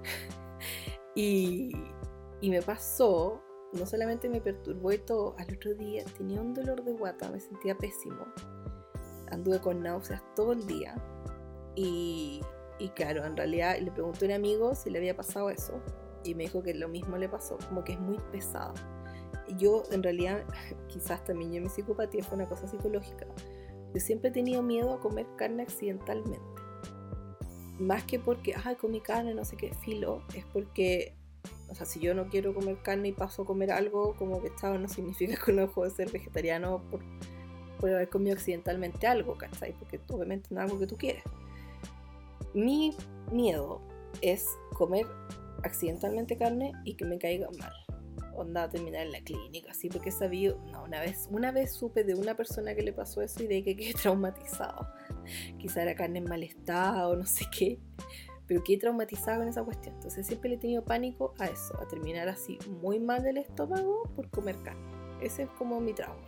y, y me pasó, no solamente me perturbó y todo, al otro día tenía un dolor de guata, me sentía pésimo. Anduve con náuseas todo el día y, y claro, en realidad le pregunté a un amigo si le había pasado eso y me dijo que lo mismo le pasó, como que es muy pesada. Yo en realidad, quizás también yo mi psicopatía fue una cosa psicológica. Yo siempre he tenido miedo a comer carne accidentalmente. Más que porque, ay, comí carne, no sé qué, filo, es porque, o sea, si yo no quiero comer carne y paso a comer algo, como que chao, no significa que no dejo de ser vegetariano por... por haber comido accidentalmente algo, ¿cachai? Porque obviamente no es algo que tú quieres. Mi miedo es comer accidentalmente carne y que me caiga mal. Onda, terminar en la clínica, así, porque he sabido, no, una vez, una vez supe de una persona que le pasó eso y de que quedé traumatizado. Quizá era carne en mal estado, no sé qué, pero quedé traumatizada con esa cuestión. Entonces siempre le he tenido pánico a eso, a terminar así muy mal del estómago por comer carne. Ese es como mi trauma.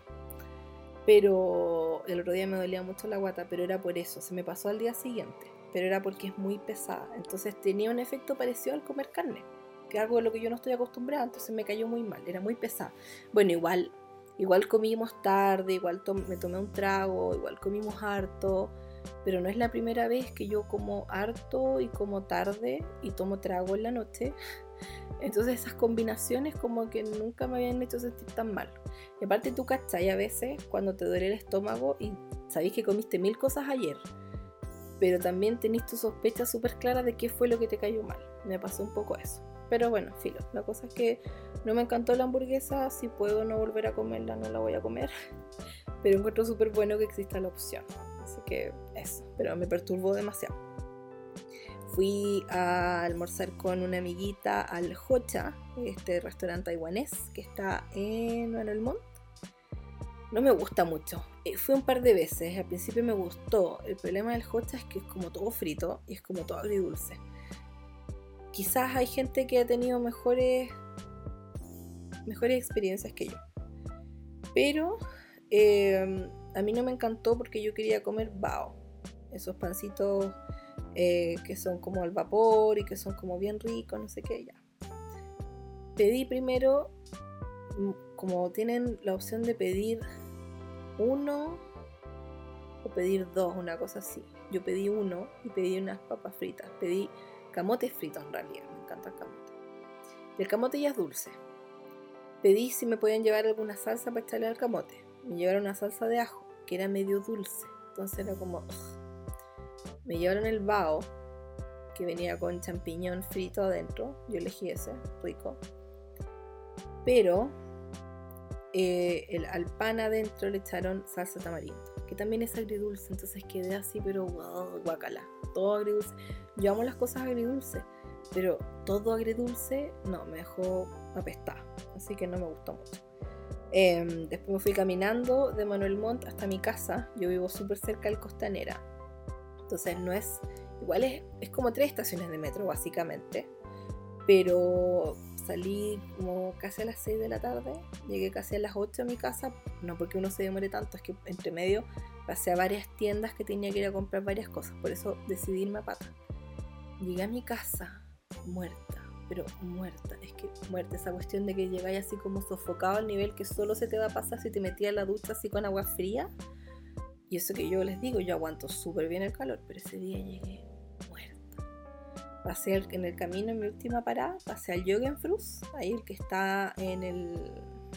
Pero el otro día me dolía mucho la guata, pero era por eso, se me pasó al día siguiente, pero era porque es muy pesada, entonces tenía un efecto parecido al comer carne, que es algo de lo que yo no estoy acostumbrada, entonces me cayó muy mal, era muy pesada. Bueno, igual, igual comimos tarde, igual to- me tomé un trago, igual comimos harto, pero no es la primera vez que yo como harto y como tarde y tomo trago en la noche. Entonces esas combinaciones como que nunca me habían hecho sentir tan mal. Y aparte tú cachai a veces cuando te duele el estómago y sabéis que comiste mil cosas ayer, pero también tenés tu sospecha súper clara de qué fue lo que te cayó mal. Me pasó un poco eso. Pero bueno, filo, la cosa es que no me encantó la hamburguesa. Si puedo no volver a comerla, no la voy a comer. Pero encuentro súper bueno que exista la opción. Así que eso, pero me perturbó demasiado. Fui a almorzar con una amiguita al Hocha, este restaurante taiwanés que está en Manuel Montt. No me gusta mucho. Eh, fui un par de veces, al principio me gustó. El problema del Hocha es que es como todo frito y es como todo agridulce. Quizás hay gente que ha tenido mejores, mejores experiencias que yo. Pero eh, a mí no me encantó porque yo quería comer bao. Esos pancitos... Eh, que son como al vapor y que son como bien ricos, no sé qué, ya. Pedí primero, como tienen la opción de pedir uno o pedir dos, una cosa así. Yo pedí uno y pedí unas papas fritas. Pedí camote frito en realidad, me encanta el camote. Y el camote ya es dulce. Pedí si me podían llevar alguna salsa para echarle al camote. Me llevaron una salsa de ajo, que era medio dulce. Entonces era como... Ugh. Me llevaron el bao, que venía con champiñón frito adentro. Yo elegí ese, rico. Pero eh, el, al pan adentro le echaron salsa tamarindo, que también es agridulce. Entonces quedé así, pero wow, guacala. Todo agridulce. Yo amo las cosas agridulces, pero todo agridulce, no, me dejó apestada. Así que no me gustó mucho. Eh, después me fui caminando de Manuel Montt hasta mi casa. Yo vivo súper cerca del Costanera. Entonces no es, igual es, es como tres estaciones de metro básicamente, pero salí como casi a las seis de la tarde, llegué casi a las ocho a mi casa, no porque uno se demore tanto, es que entre medio pasé a varias tiendas que tenía que ir a comprar varias cosas, por eso decidí irme a pata. Llegué a mi casa muerta, pero muerta, es que muerta, esa cuestión de que llegáis así como sofocado al nivel que solo se te va a pasar si te metías a la ducha así con agua fría. Y eso que yo les digo, yo aguanto súper bien el calor, pero ese día llegué muerta. Pasé en el camino, en mi última parada, pasé al Jorgenfrus, ahí el que está en el...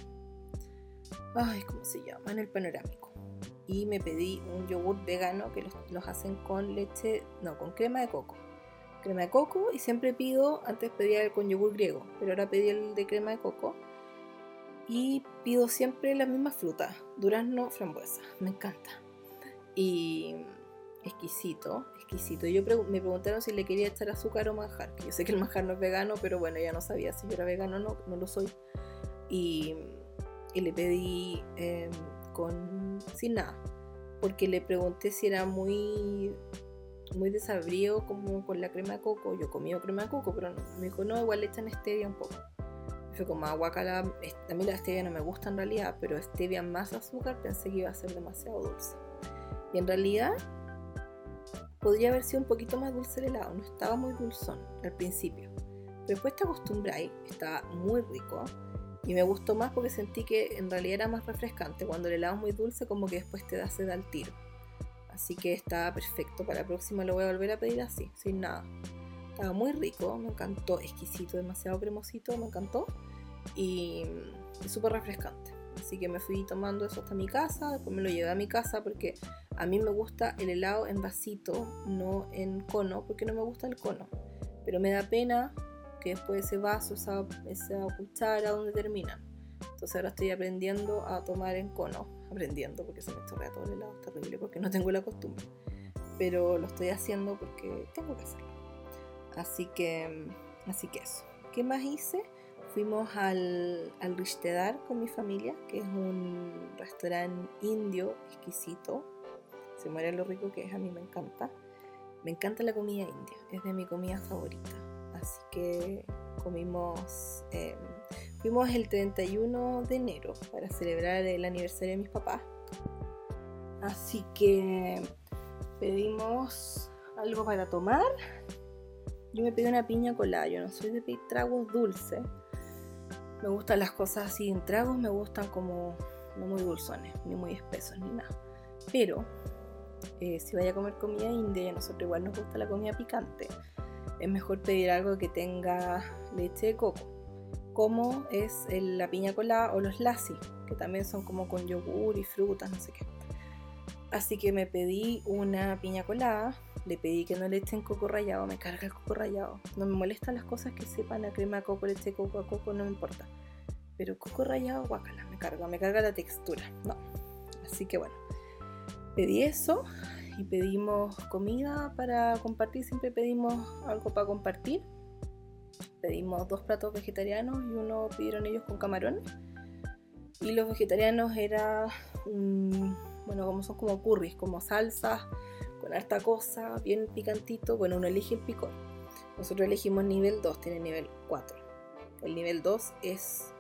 Ay, ¿cómo se llama? En el Panorámico. Y me pedí un yogur vegano que los, los hacen con leche, no, con crema de coco. Crema de coco, y siempre pido, antes pedía el con yogur griego, pero ahora pedí el de crema de coco. Y pido siempre la misma fruta, durazno, frambuesa, me encanta. Y exquisito, exquisito. Yo pre- me preguntaron si le quería echar azúcar o manjar, que yo sé que el manjar no es vegano, pero bueno, ya no sabía si yo era vegano o no, no lo soy. Y, y le pedí eh, con sin nada, porque le pregunté si era muy muy desabrido como con la crema de coco. Yo comí crema de coco, pero no. Me dijo, no, igual le echan stevia un poco. Fue como aguacala, a mí la stevia no me gusta en realidad, pero stevia más azúcar pensé que iba a ser demasiado dulce. Y en realidad podría haber sido un poquito más dulce el helado, no estaba muy dulzón al principio. Pero después te acostumbras, estaba muy rico y me gustó más porque sentí que en realidad era más refrescante. Cuando el helado es muy dulce como que después te da sed al tiro. Así que estaba perfecto, para la próxima lo voy a volver a pedir así, sin nada. Estaba muy rico, me encantó, exquisito, demasiado cremosito, me encantó y, y súper refrescante. Así que me fui tomando eso hasta mi casa, después me lo llevé a mi casa porque a mí me gusta el helado en vasito, no en cono, porque no me gusta el cono. Pero me da pena que después ese vaso, esa, esa cuchara, donde terminan. Entonces ahora estoy aprendiendo a tomar en cono, aprendiendo porque se me chorrea todo el helado, es terrible porque no tengo la costumbre. Pero lo estoy haciendo porque tengo que hacerlo. Así que, así que eso. ¿Qué más hice? Fuimos al, al Rishtedar con mi familia, que es un restaurante indio exquisito. Se muere lo rico que es, a mí me encanta. Me encanta la comida india, es de mi comida favorita. Así que comimos, eh, fuimos el treinta y uno de enero para celebrar el aniversario de mis papás. Así que pedimos algo para tomar. Yo me pedí una piña colada, yo no soy de pedir tragos dulces. Me gustan las cosas así en tragos, me gustan como no muy dulzones, ni muy espesos, ni nada. Pero eh, si vaya a comer comida india y a nosotros igual nos gusta la comida picante, es mejor pedir algo que tenga leche de coco, como es el, la piña colada o los lassi, que también son como con yogur y frutas, no sé qué. Así que me pedí una piña colada, le pedí que no le echen coco rallado, me carga el coco rallado. No me molestan las cosas que sepan a crema de coco, leche de coco, a coco, no me importa. Pero coco rallado, guácala, me carga, me carga la textura, no. Así que bueno, pedí eso y pedimos comida para compartir, siempre pedimos algo para compartir. Pedimos dos platos vegetarianos y uno pidieron ellos con camarones. Y los vegetarianos era un... bueno, como son como curries, como salsas, con harta cosa, bien picantito. Bueno, uno elige el picor. Nosotros elegimos nivel dos, tiene nivel cuatro. El nivel dos es,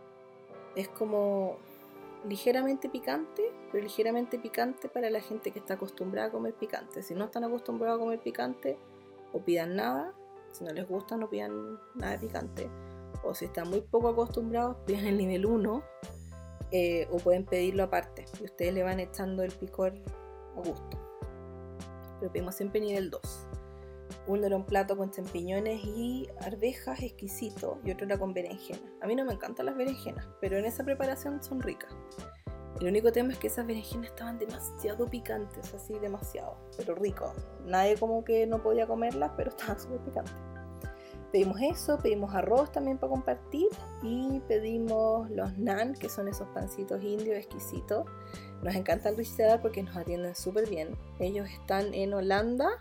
es como ligeramente picante, pero ligeramente picante para la gente que está acostumbrada a comer picante. Si no están acostumbrados a comer picante, o pidan nada. Si no les gusta, no pidan nada de picante. O si están muy poco acostumbrados, pidan el nivel uno. Eh, o pueden pedirlo aparte y ustedes le van echando el picor a gusto, pero pedimos siempre nivel dos. Uno era un plato con champiñones y arvejas exquisito y otro era con berenjena. A mí no me encantan las berenjenas, pero en esa preparación son ricas. El único tema es que esas berenjenas estaban demasiado picantes, así demasiado, pero rico. Nadie como que no podía comerlas, pero estaban súper picantes. Pedimos eso, pedimos arroz también para compartir y pedimos los naan, que son esos pancitos indios exquisitos. Nos encanta el Rishtedar porque nos atienden súper bien. Ellos están en Holanda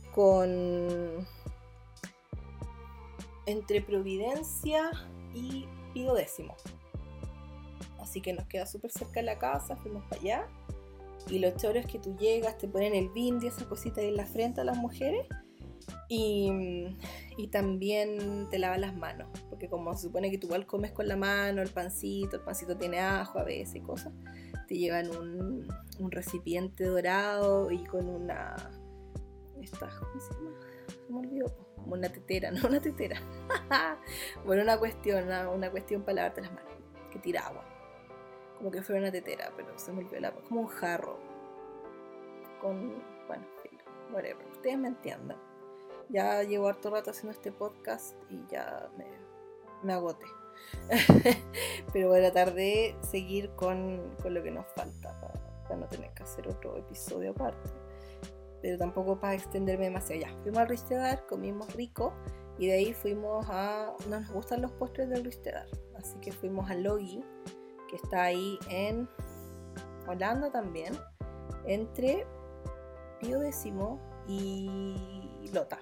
con... entre Providencia y Pío Décimo. Así que nos queda súper cerca de la casa, fuimos para allá. Y lo choro es que tú llegas, te ponen el bindi, esa cosita ahí en la frente a las mujeres. Y, y también te lavas las manos, porque como se supone que tú igual comes con la mano, el pancito, el pancito tiene ajo a veces y cosas, te llevan un, un recipiente dorado y con una, esta, ¿cómo se llama? Se me olvidó, como una tetera, no una tetera, bueno, una cuestión, una, una cuestión para lavarte las manos, que tira agua, como que fuera una tetera, pero se me olvidó la, como un jarro, con, bueno, whatever, ustedes me entiendan. Ya llevo harto rato haciendo este podcast y ya me, me agoté. Pero voy a tratar de seguir con, con lo que nos falta para, para no tener que hacer otro episodio aparte. Pero tampoco para extenderme demasiado. Ya, fuimos al Ristedar, comimos rico y de ahí fuimos a... No nos gustan los postres del Ristedar, así que fuimos a Logi, que está ahí en Holanda también, entre Pío X y Lota.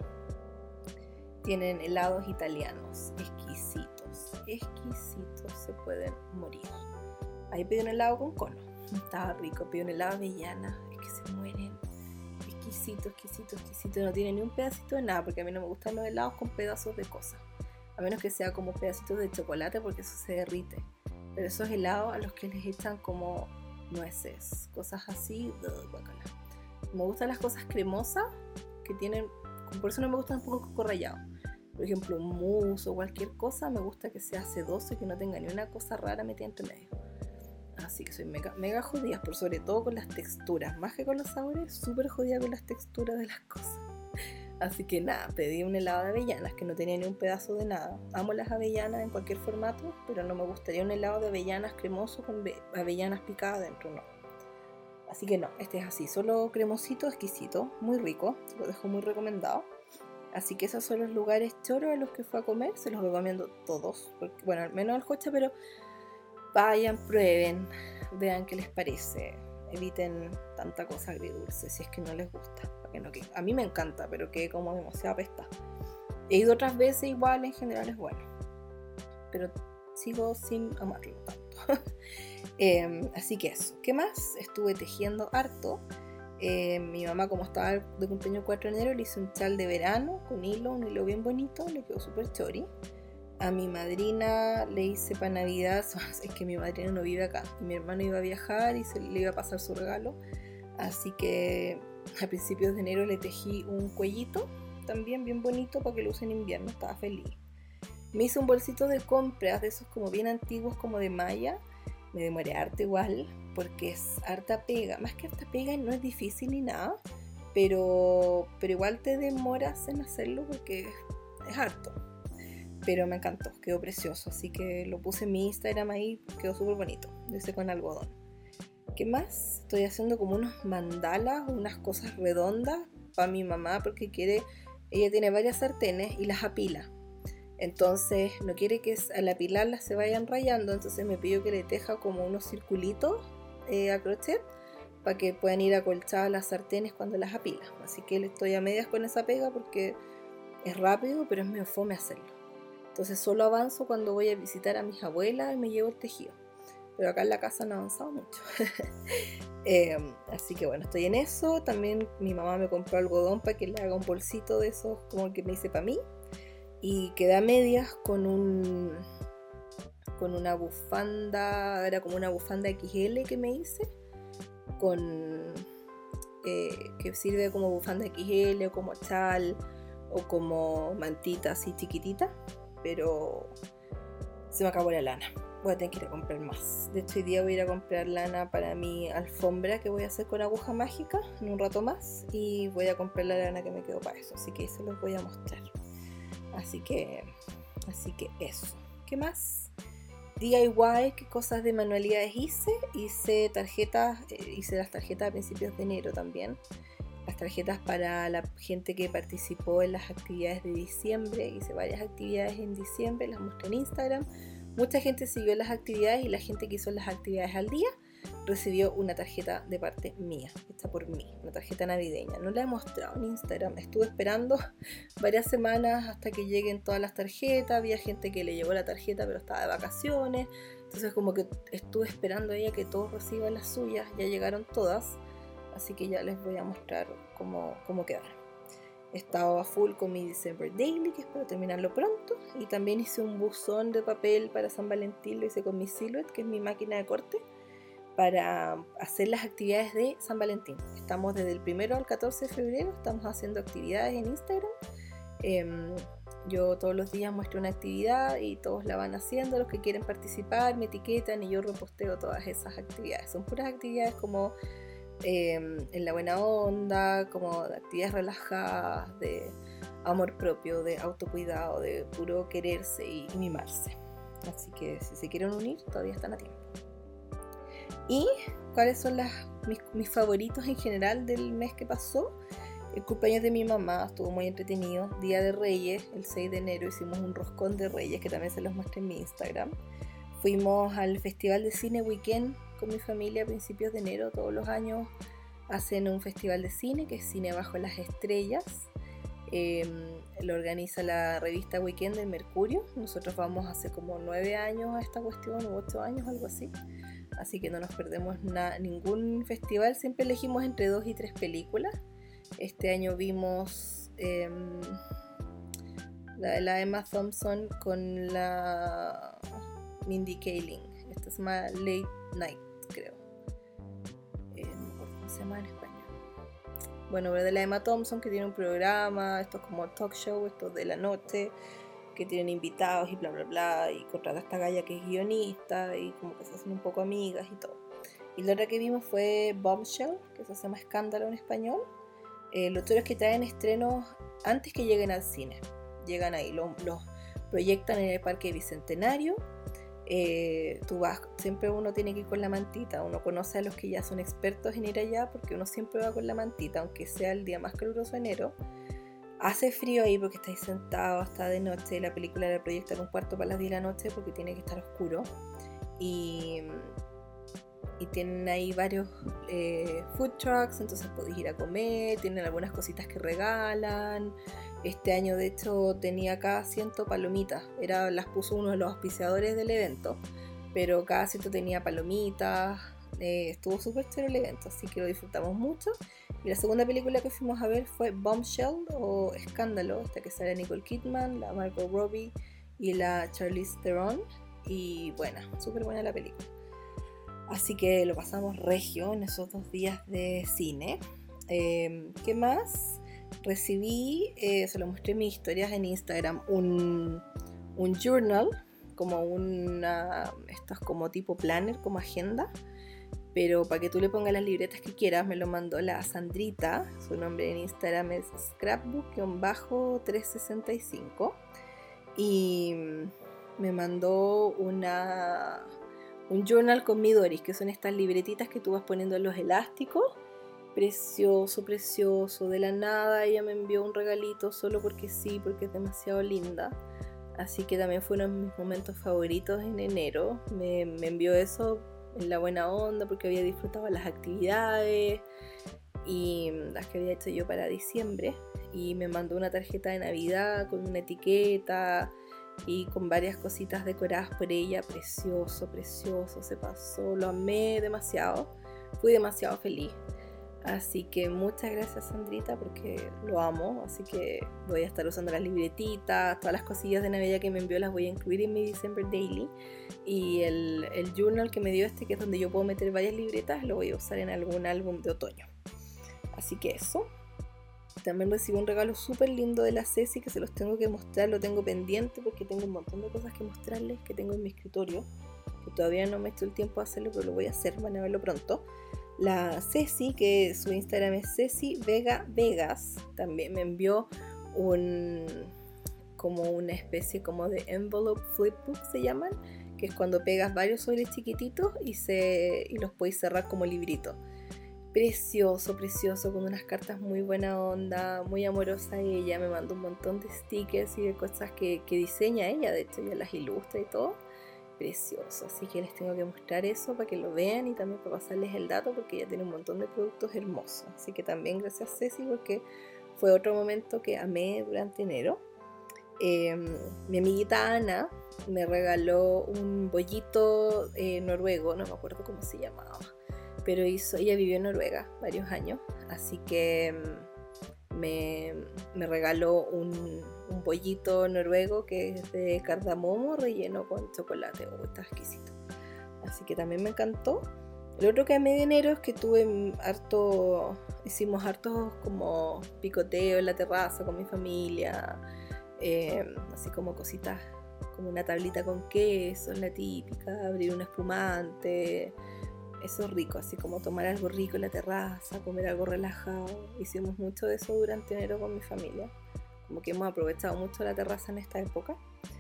Tienen helados italianos exquisitos, exquisitos, se pueden morir. Ahí pedí un helado con cono, estaba rico. Pedí un helado avellana, es que se mueren. Exquisito, exquisito, exquisito. No tiene ni un pedacito de nada, porque a mí no me gustan los helados con pedazos de cosas, a menos que sea como pedacitos de chocolate, porque eso se derrite. Pero esos helados a los que les echan como nueces, cosas así, ugh, guacala. Me gustan las cosas cremosas que tienen, por eso no me gustan un poco coco rallado. Por ejemplo, un mousse o cualquier cosa, me gusta que sea sedoso y que no tenga ni una cosa rara metida entre medio. Así que soy mega, mega jodida, por sobre todo con las texturas, más que con los sabores, súper jodida con las texturas de las cosas. Así que nada, pedí un helado de avellanas que no tenía ni un pedazo de nada. Amo las avellanas en cualquier formato, pero no me gustaría un helado de avellanas cremoso con avellanas picadas dentro, no. Así que no, este es así, solo cremosito, exquisito, muy rico, lo dejo muy recomendado. Así que esos son los lugares choros a los que fui a comer, se los recomiendo todos, porque, bueno, al menos al Cocha, pero vayan, prueben, vean qué les parece, eviten tanta cosa agridulce si es que no les gusta, para que no quede. A mí me encanta, pero que como demasiado apesta. He ido otras veces igual, en general es bueno, pero sigo sin amarlo tanto. eh, así que eso, ¿qué más? Estuve tejiendo harto. Eh, mi mamá, como estaba de cumpleaños el cuatro de enero, le hice un chal de verano con hilo, un hilo bien bonito, le quedó súper chori. A mi madrina le hice para Navidad, es que mi madrina no vive acá, y mi hermano iba a viajar y se le iba a pasar su regalo, así que a principios de enero le tejí un cuellito también bien bonito para que lo use en invierno, estaba feliz. Me hice un bolsito de compras de esos como bien antiguos, como de malla. Me demoré harto igual, porque es harta pega. Más que harta pega, no es difícil ni nada, pero, pero igual te demoras en hacerlo porque es, es harto. Pero me encantó, quedó precioso, así que lo puse en mi Instagram ahí, quedó súper bonito. Lo hice con algodón. ¿Qué más? Estoy haciendo como unos mandalas, unas cosas redondas para mi mamá, porque quiere, ella tiene varias sartenes y las apila. Entonces no quiere que al apilarlas se vayan rayando, entonces me pidió que le teja como unos circulitos eh, a crochet para que puedan ir acolchadas las sartenes cuando las apila. Así que le estoy a medias con esa pega porque es rápido, pero es medio fome hacerlo. Entonces solo avanzo cuando voy a visitar a mis abuelas y me llevo el tejido. Pero acá en la casa no he avanzado mucho. eh, así que bueno, estoy en eso. También mi mamá me compró algodón para que le haga un bolsito de esos como el que me hice para mí. Y quedé a medias con un con una bufanda, era como una bufanda equis ele que me hice, con eh, que sirve como bufanda equis ele o como chal o como mantita así chiquitita, pero se me acabó la lana. Voy a tener que ir a comprar más. De hecho hoy día voy a ir a comprar lana para mi alfombra que voy a hacer con aguja mágica en un rato más, y voy a comprar la lana que me quedó para eso, así que se los voy a mostrar. Así que, así que eso. ¿Qué más? D I Y, ¿qué cosas de manualidades hice? Hice tarjetas, eh, hice las tarjetas a principios de enero también. Las tarjetas para la gente que participó en las actividades de diciembre. Hice varias actividades en diciembre, las mostré en Instagram. Mucha gente siguió las actividades y la gente que hizo las actividades al día recibió una tarjeta de parte mía, hecha por mí, una tarjeta navideña. No la he mostrado en Instagram, estuve esperando varias semanas hasta que lleguen todas las tarjetas. Había gente que le llegó la tarjeta pero estaba de vacaciones, entonces como que estuve esperando a ella que todos reciban las suyas. Ya llegaron todas, así que ya les voy a mostrar cómo, cómo quedaron. He estado a full con mi December Daily, que espero terminarlo pronto. Y también hice un buzón de papel para San Valentín, lo hice con mi Silhouette, que es mi máquina de corte, para hacer las actividades de San Valentín. Estamos desde el primero al catorce de febrero, estamos haciendo actividades en Instagram. Eh, yo todos los días muestro una actividad y todos la van haciendo. Los que quieren participar me etiquetan y yo reposteo todas esas actividades. Son puras actividades como eh, en la buena onda, como actividades relajadas, de amor propio, de autocuidado, de puro quererse y mimarse. Así que si se quieren unir, todavía están a tiempo. ¿Y cuáles son las, mis, mis favoritos en general del mes que pasó? El cumpleaños de mi mamá estuvo muy entretenido. Día de Reyes, el seis de enero, hicimos un roscón de Reyes que también se los mostré en mi Instagram. Fuimos al Festival de Cine Weekend con mi familia a principios de enero. Todos los años hacen un festival de cine que es Cine Bajo las Estrellas. Eh, lo organiza la revista Weekend del Mercurio. Nosotros vamos hace como nueve años a esta cuestión, u ocho años, algo así. Así que no nos perdemos na- ningún festival. Siempre elegimos entre dos y tres películas. Este año vimos eh, la de la Emma Thompson con la Mindy Kaling. Esta se llama Late Night, creo. Eh, no me acuerdo cómo se llama en español. Bueno, de la Emma Thompson, que tiene un programa, esto es como talk show, esto de la noche, que tienen invitados y bla bla bla, y contrata a esta galla que es guionista y como que se hacen un poco amigas y todo. Y la otra que vimos fue Bombshell, que se llama Escándalo en español. Eh, los otros que traen estrenos antes que lleguen al cine. Llegan ahí, los, los proyectan en el Parque Bicentenario. Eh, tú vas, siempre uno tiene que ir con la mantita. Uno conoce a los que ya son expertos en ir allá porque uno siempre va con la mantita, aunque sea el día más caluroso de enero. Hace frío ahí porque estáis sentados, está de noche. La película la proyectan un cuarto para las diez de la noche porque tiene que estar oscuro. Y... y tienen ahí varios eh, food trucks, entonces podéis ir a comer, tienen algunas cositas que regalan. Este año de hecho tenía cada asiento palomitas, era, las puso uno de los auspiciadores del evento, pero cada asiento tenía palomitas. Eh, estuvo súper chévere el evento, así que lo disfrutamos mucho. Y la segunda película que fuimos a ver fue Bombshell o Escándalo, esta que sale Nicole Kidman, la Margot Robbie y la Charlize Theron, y buena, súper buena la película. Así que lo pasamos regio en esos dos días de cine. Eh, ¿Qué más? Recibí, eh, se lo mostré en mis historias en Instagram, un, un journal, como una, esto es como tipo planner, como agenda, pero para que tú le pongas las libretas que quieras. Me lo mandó la Sandrita, su nombre en Instagram es scrapbook trescientos sesenta y cinco, y me mandó una... un journal con Midori, que son estas libretitas que tú vas poniendo en los elásticos. Precioso, precioso. De la nada ella me envió un regalito solo porque sí, porque es demasiado linda. Así que también fue uno de mis momentos favoritos en enero. Me, me envió eso en la buena onda porque había disfrutado las actividades y las que había hecho yo para diciembre. Y me mandó una tarjeta de Navidad con una etiqueta y con varias cositas decoradas por ella. Precioso, precioso, se pasó, lo amé demasiado, fui demasiado feliz. Así que muchas gracias, Sandrita, porque lo amo. Así que voy a estar usando las libretitas, todas las cosillas de Navidad que me envió las voy a incluir en mi December Daily. Y el, el journal que me dio este, que es donde yo puedo meter varias libretas, lo voy a usar en algún álbum de otoño. Así que eso. También recibí un regalo súper lindo de la Ceci que se los tengo que mostrar, lo tengo pendiente porque tengo un montón de cosas que mostrarles que tengo en mi escritorio, que todavía no me he hecho el tiempo de hacerlo, pero lo voy a hacer, van a verlo pronto. La Ceci, que su Instagram es Ceci Vega Vegas, también me envió un como una especie como de envelope flipbook se llaman, que es cuando pegas varios sobres chiquititos y, se, y los puedes cerrar como librito. Precioso, precioso, con unas cartas muy buena onda, muy amorosa ella. Me mandó un montón de stickers y de cosas que, que diseña ella, de hecho ella las ilustra y todo. Precioso, así que les tengo que mostrar eso para que lo vean y también para pasarles el dato porque ella tiene un montón de productos hermosos. Así que también gracias, Ceci, porque fue otro momento que amé durante enero. Eh, mi amiguita Ana me regaló un bollito eh, noruego, no me acuerdo cómo se llamaba, pero hizo, ella vivió en Noruega varios años, así que me, me regaló un, un pollito noruego que es de cardamomo relleno con chocolate. Oh, está exquisito. Así que también me encantó. Lo otro que amé de enero es que tuve harto, hicimos hartos como picoteo en la terraza con mi familia, eh, así como cositas, como una tablita con queso, la típica, abrir un espumante, eso es rico, así como tomar algo rico en la terraza, comer algo relajado. Hicimos mucho de eso durante enero con mi familia, como que hemos aprovechado mucho la terraza en esta época.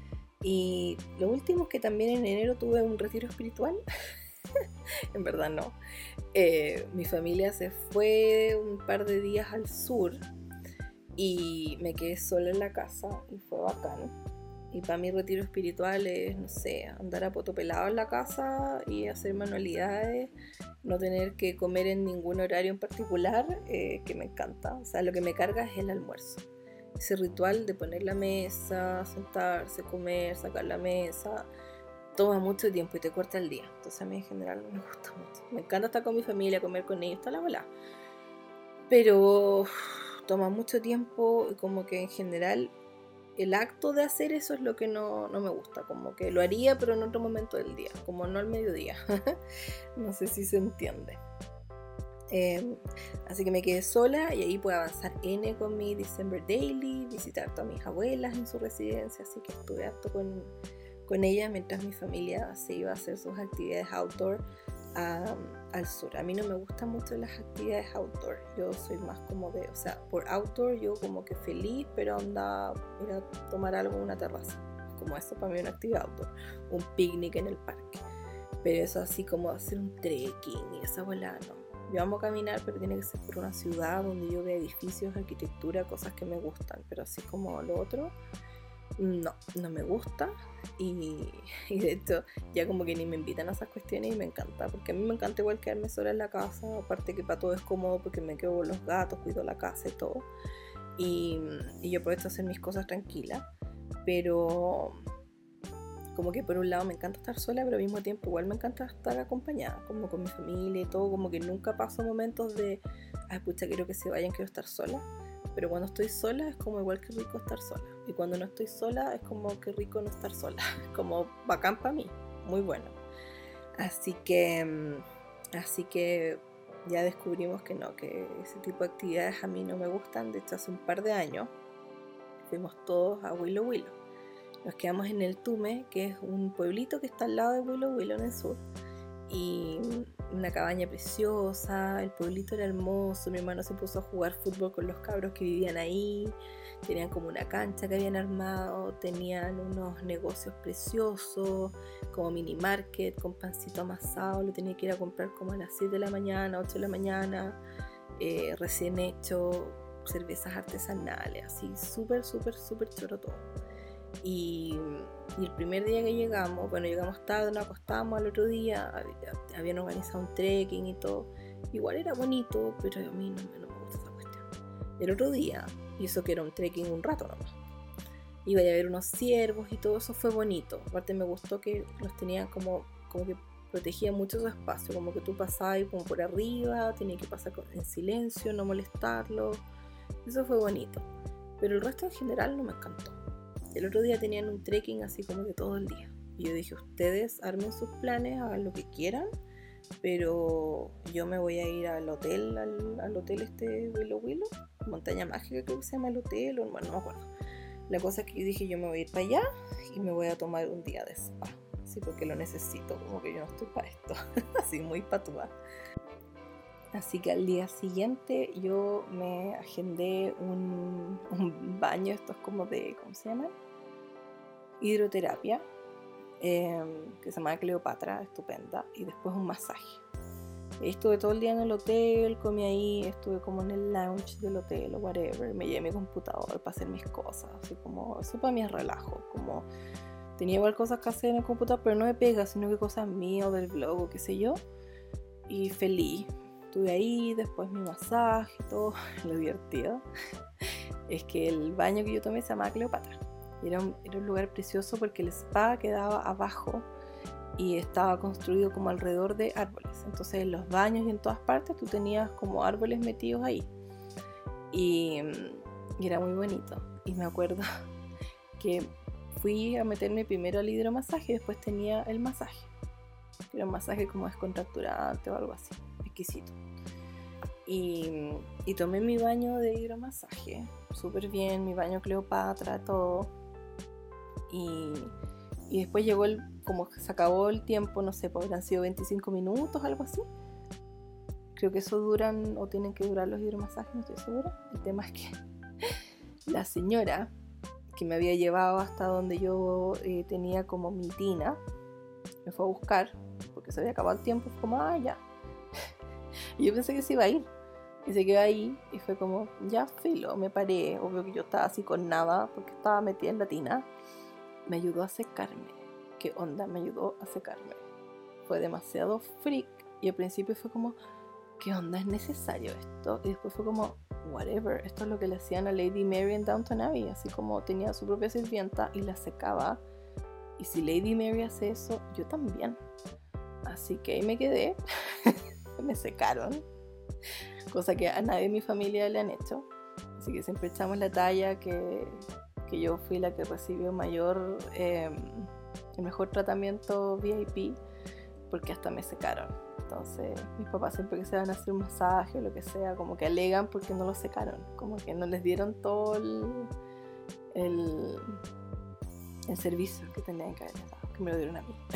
Y lo último es que también en enero tuve un retiro espiritual. En verdad no. Eh, mi familia se fue un par de días al sur y me quedé sola en la casa y fue bacán. Y para mí retiro espiritual es, no sé, andar a poto pelado en la casa y hacer manualidades, no tener que comer en ningún horario en particular, eh, que me encanta. O sea, lo que me carga es el almuerzo. Ese ritual de poner la mesa, sentarse, comer, sacar la mesa, toma mucho tiempo y te corta el día. Entonces a mí en general no me gusta mucho. Me encanta estar con mi familia, comer con ellos, toda la bola. Pero uf, toma mucho tiempo y como que en general el acto de hacer eso es lo que no, no me gusta. Como que lo haría pero en otro momento del día, como no al mediodía. No sé si se entiende. Eh, así que me quedé sola y ahí pude avanzar N con mi December Daily, visitar a todas mis abuelas en su residencia, así que estuve harto con, con ellas mientras mi familia se iba a hacer sus actividades outdoor um, al sur. A mí no me gustan mucho las actividades outdoor, yo soy más como de, o sea, por outdoor yo como que feliz, pero anda ir a tomar algo en una terraza, como eso para mí es una actividad outdoor, un picnic en el parque, pero eso así como hacer un trekking y esa bola no. Yo amo caminar, pero tiene que ser por una ciudad donde yo vea edificios, arquitectura, cosas que me gustan. Pero así como lo otro, no, no me gusta. Y, y de hecho, ya como que ni me invitan a esas cuestiones y me encanta. Porque a mí me encanta igual quedarme sola en la casa. Aparte que para todo es cómodo porque me quedo con los gatos, cuido la casa y todo. Y, y yo aprovecho a hacer mis cosas tranquilas. Pero como que por un lado me encanta estar sola, pero al mismo tiempo igual me encanta estar acompañada, como con mi familia y todo, como que nunca paso momentos de, ay pucha, quiero que se vayan, quiero estar sola, pero cuando estoy sola es como igual que rico estar sola, y cuando no estoy sola es como que rico no estar sola, como bacán para mí, muy bueno. Así que, así que ya descubrimos que no, que ese tipo de actividades a mí no me gustan. De hecho hace un par de años fuimos todos a Willow Willow. Nos quedamos en el Tume, que es un pueblito que está al lado de Willow Willow en el sur. Y una cabaña preciosa, el pueblito era hermoso. Mi hermano se puso a jugar fútbol con los cabros que vivían ahí. Tenían como una cancha que habían armado. Tenían unos negocios preciosos, como mini market, con pancito amasado. Lo tenía que ir a comprar como a las siete de la mañana, ocho de la mañana. Eh, recién hecho, cervezas artesanales, así súper, súper, súper choro todo. Y, y el primer día que llegamos, bueno, llegamos tarde, nos acostamos al otro día, habían organizado un trekking y todo, igual era bonito, pero a mí no, no me gusta esa cuestión. El otro día, y eso que era un trekking un rato nomás, iba a haber unos ciervos y todo eso fue bonito. Aparte me gustó que los tenían como, como que protegía mucho su espacio, como que tú pasabas como por arriba, tenías que pasar en silencio, no molestarlos, eso fue bonito, pero el resto en general no me encantó. El otro día tenían un trekking así como de todo el día. Y yo dije, ustedes armen sus planes, hagan lo que quieran, pero yo me voy a ir al hotel, al, al hotel este Willow Willow, Montaña Mágica creo que se llama el hotel, o bueno, no me acuerdo. La cosa es que yo dije, yo me voy a ir para allá y me voy a tomar un día de spa. Así porque lo necesito, como que yo no estoy para esto. Así muy patúa. Así que al día siguiente yo me agendé un, un baño, estos como de, ¿cómo se llama? Hidroterapia, eh, que se llama Cleopatra, estupenda, y después un masaje. Y estuve todo el día en el hotel, comí ahí, estuve como en el lounge del hotel o whatever, me llevé mi computador para hacer mis cosas, así como, eso para mí es relajo, como tenía igual cosas que hacer en el computador, pero no me pega, sino que cosas mías o del blog o qué sé yo, y feliz. Estuve ahí, después mi masaje y todo. Lo divertido es que el baño que yo tomé se llamaba Cleopatra. Era un, era un lugar precioso porque el spa quedaba abajo y estaba construido como alrededor de árboles. Entonces en los baños y en todas partes tú tenías como árboles metidos ahí. y, y era muy bonito. Y me acuerdo que fui a meterme primero al hidromasaje y después tenía el masaje. Era un masaje como descontracturante o algo así, exquisito. Y, y tomé mi baño de hidromasaje, súper bien, mi baño Cleopatra, todo. Y, y después llegó el, como se acabó el tiempo, no sé, podrían sido veinticinco minutos, algo así. Creo que eso duran, o tienen que durar los hidromasajes, no estoy segura. El tema es que la señora que me había llevado hasta donde yo eh, tenía como mi tina, me fue a buscar, porque se había acabado el tiempo, fue como, ah, ya. Y yo pensé que se iba a ir. Y se quedó ahí y fue como, ya filo, me paré. Obvio que yo estaba así con nada porque estaba metida en la tina. Me ayudó a secarme. ¿Qué onda? Me ayudó a secarme. Fue demasiado freak. Y al principio fue como, ¿qué onda? ¿Es necesario esto? Y después fue como, whatever. Esto es lo que le hacían a Lady Mary en Downton Abbey. Así como tenía su propia sirvienta y la secaba. Y si Lady Mary hace eso, yo también. Así que ahí me quedé. Me secaron. Cosa que a nadie de mi familia le han hecho. Así que siempre echamos la talla que, que yo fui la que recibió mayor eh, el mejor tratamiento V I P, porque hasta me secaron. Entonces mis papás siempre que se van a hacer un masaje o lo que sea, como que alegan porque no lo secaron, como que no les dieron todo el el, el servicio que tenían que haber dado, que me lo dieron a mí.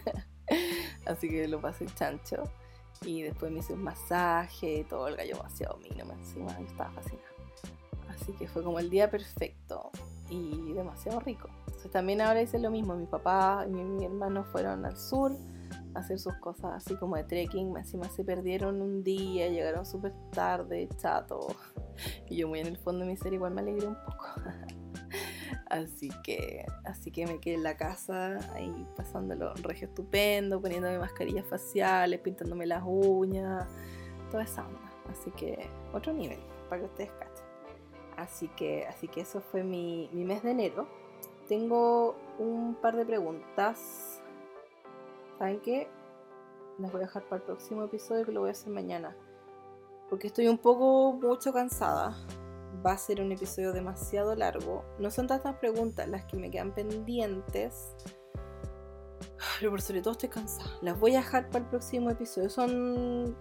Así que lo pasé chancho. Y después me hice un masaje, todo el gallo demasiado mínimo encima, yo estaba fascinada. Así que fue como el día perfecto y demasiado rico. Entonces también ahora hice lo mismo, mi papá y mi, mi hermano fueron al sur a hacer sus cosas así como de trekking, encima se perdieron un día, llegaron súper tarde, chato. Y yo muy en el fondo de mi ser igual me alegré un poco. Así que, así que me quedé en la casa ahí pasándolo regio estupendo, poniéndome mascarillas faciales, pintándome las uñas, toda esa onda. Así que otro nivel, para que ustedes cachen. Así que, así que eso fue mi, mi mes de enero. Tengo un par de preguntas. ¿Saben qué? Las voy a dejar para el próximo episodio, que lo voy a hacer mañana. Porque estoy un poco mucho cansada. Va a ser un episodio demasiado largo. No son tantas preguntas las que me quedan pendientes, pero por sobre todo estoy cansada. Las voy a dejar para el próximo episodio. Son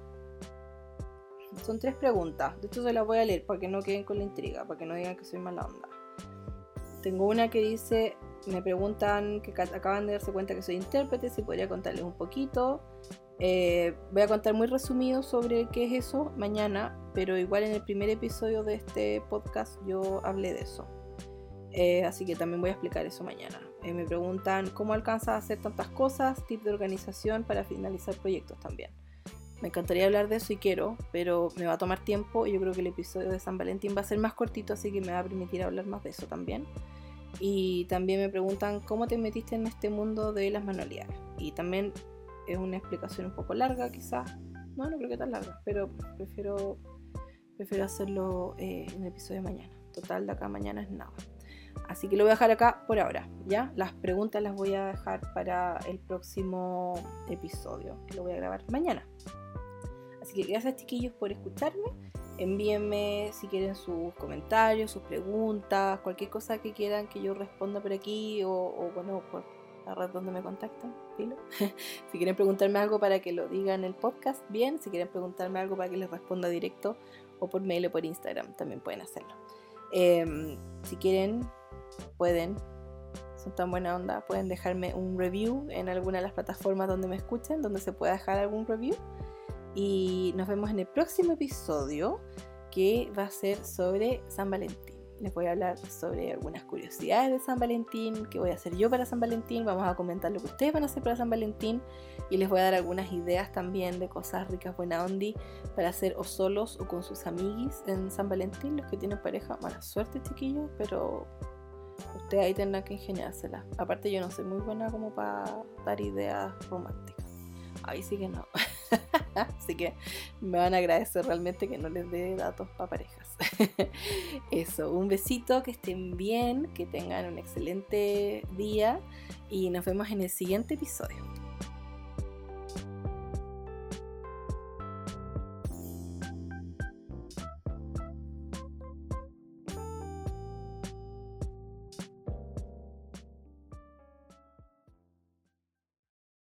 son tres preguntas. De hecho se las voy a leer para que no queden con la intriga, para que no digan que soy mala onda. Tengo una que dice, me preguntan que acaban de darse cuenta que soy intérprete, si podría contarles un poquito. Eh, voy a contar muy resumido sobre qué es eso mañana, pero igual en el primer episodio de este podcast yo hablé de eso. Eh, así que también voy a explicar eso mañana. Eh, me preguntan cómo alcanzas a hacer tantas cosas, tips de organización para finalizar proyectos también. Me encantaría hablar de eso y quiero, pero me va a tomar tiempo y yo creo que el episodio de San Valentín va a ser más cortito, así que me va a permitir hablar más de eso también. Y también me preguntan cómo te metiste en este mundo de las manualidades. Y también es una explicación un poco larga quizás. No, no creo que tan larga, pero prefiero, prefiero hacerlo eh, en el episodio de mañana. Total, de acá a mañana es nada. Así que lo voy a dejar acá por ahora, ¿ya? Las preguntas las voy a dejar para el próximo episodio, que lo voy a grabar mañana. Así que gracias, chiquillos, por escucharme. Envíenme si quieren sus comentarios, sus preguntas, cualquier cosa que quieran que yo responda por aquí o, o bueno, por la red donde me contactan, filo. Si quieren preguntarme algo para que lo diga en el podcast, bien. Si quieren preguntarme algo para que les responda directo o por mail o por Instagram, también pueden hacerlo. Eh, si quieren, pueden, son tan buena onda, pueden dejarme un review en alguna de las plataformas donde me escuchen, donde se pueda dejar algún review. Y nos vemos en el próximo episodio, que va a ser sobre San Valentín. Les voy a hablar sobre algunas curiosidades de San Valentín, qué voy a hacer yo para San Valentín. Vamos a comentar lo que ustedes van a hacer para San Valentín y les voy a dar algunas ideas también de cosas ricas, buena ondi, para hacer o solos o con sus amiguis en San Valentín. Los que tienen pareja, mala suerte, chiquillos, pero ustedes ahí tendrán que ingeniárselas. Aparte yo no soy muy buena como para dar ideas románticas. Ahí sí que no. Así que me van a agradecer realmente que no les dé datos para parejas. Eso, un besito, que estén bien, que tengan un excelente día y nos vemos en el siguiente episodio.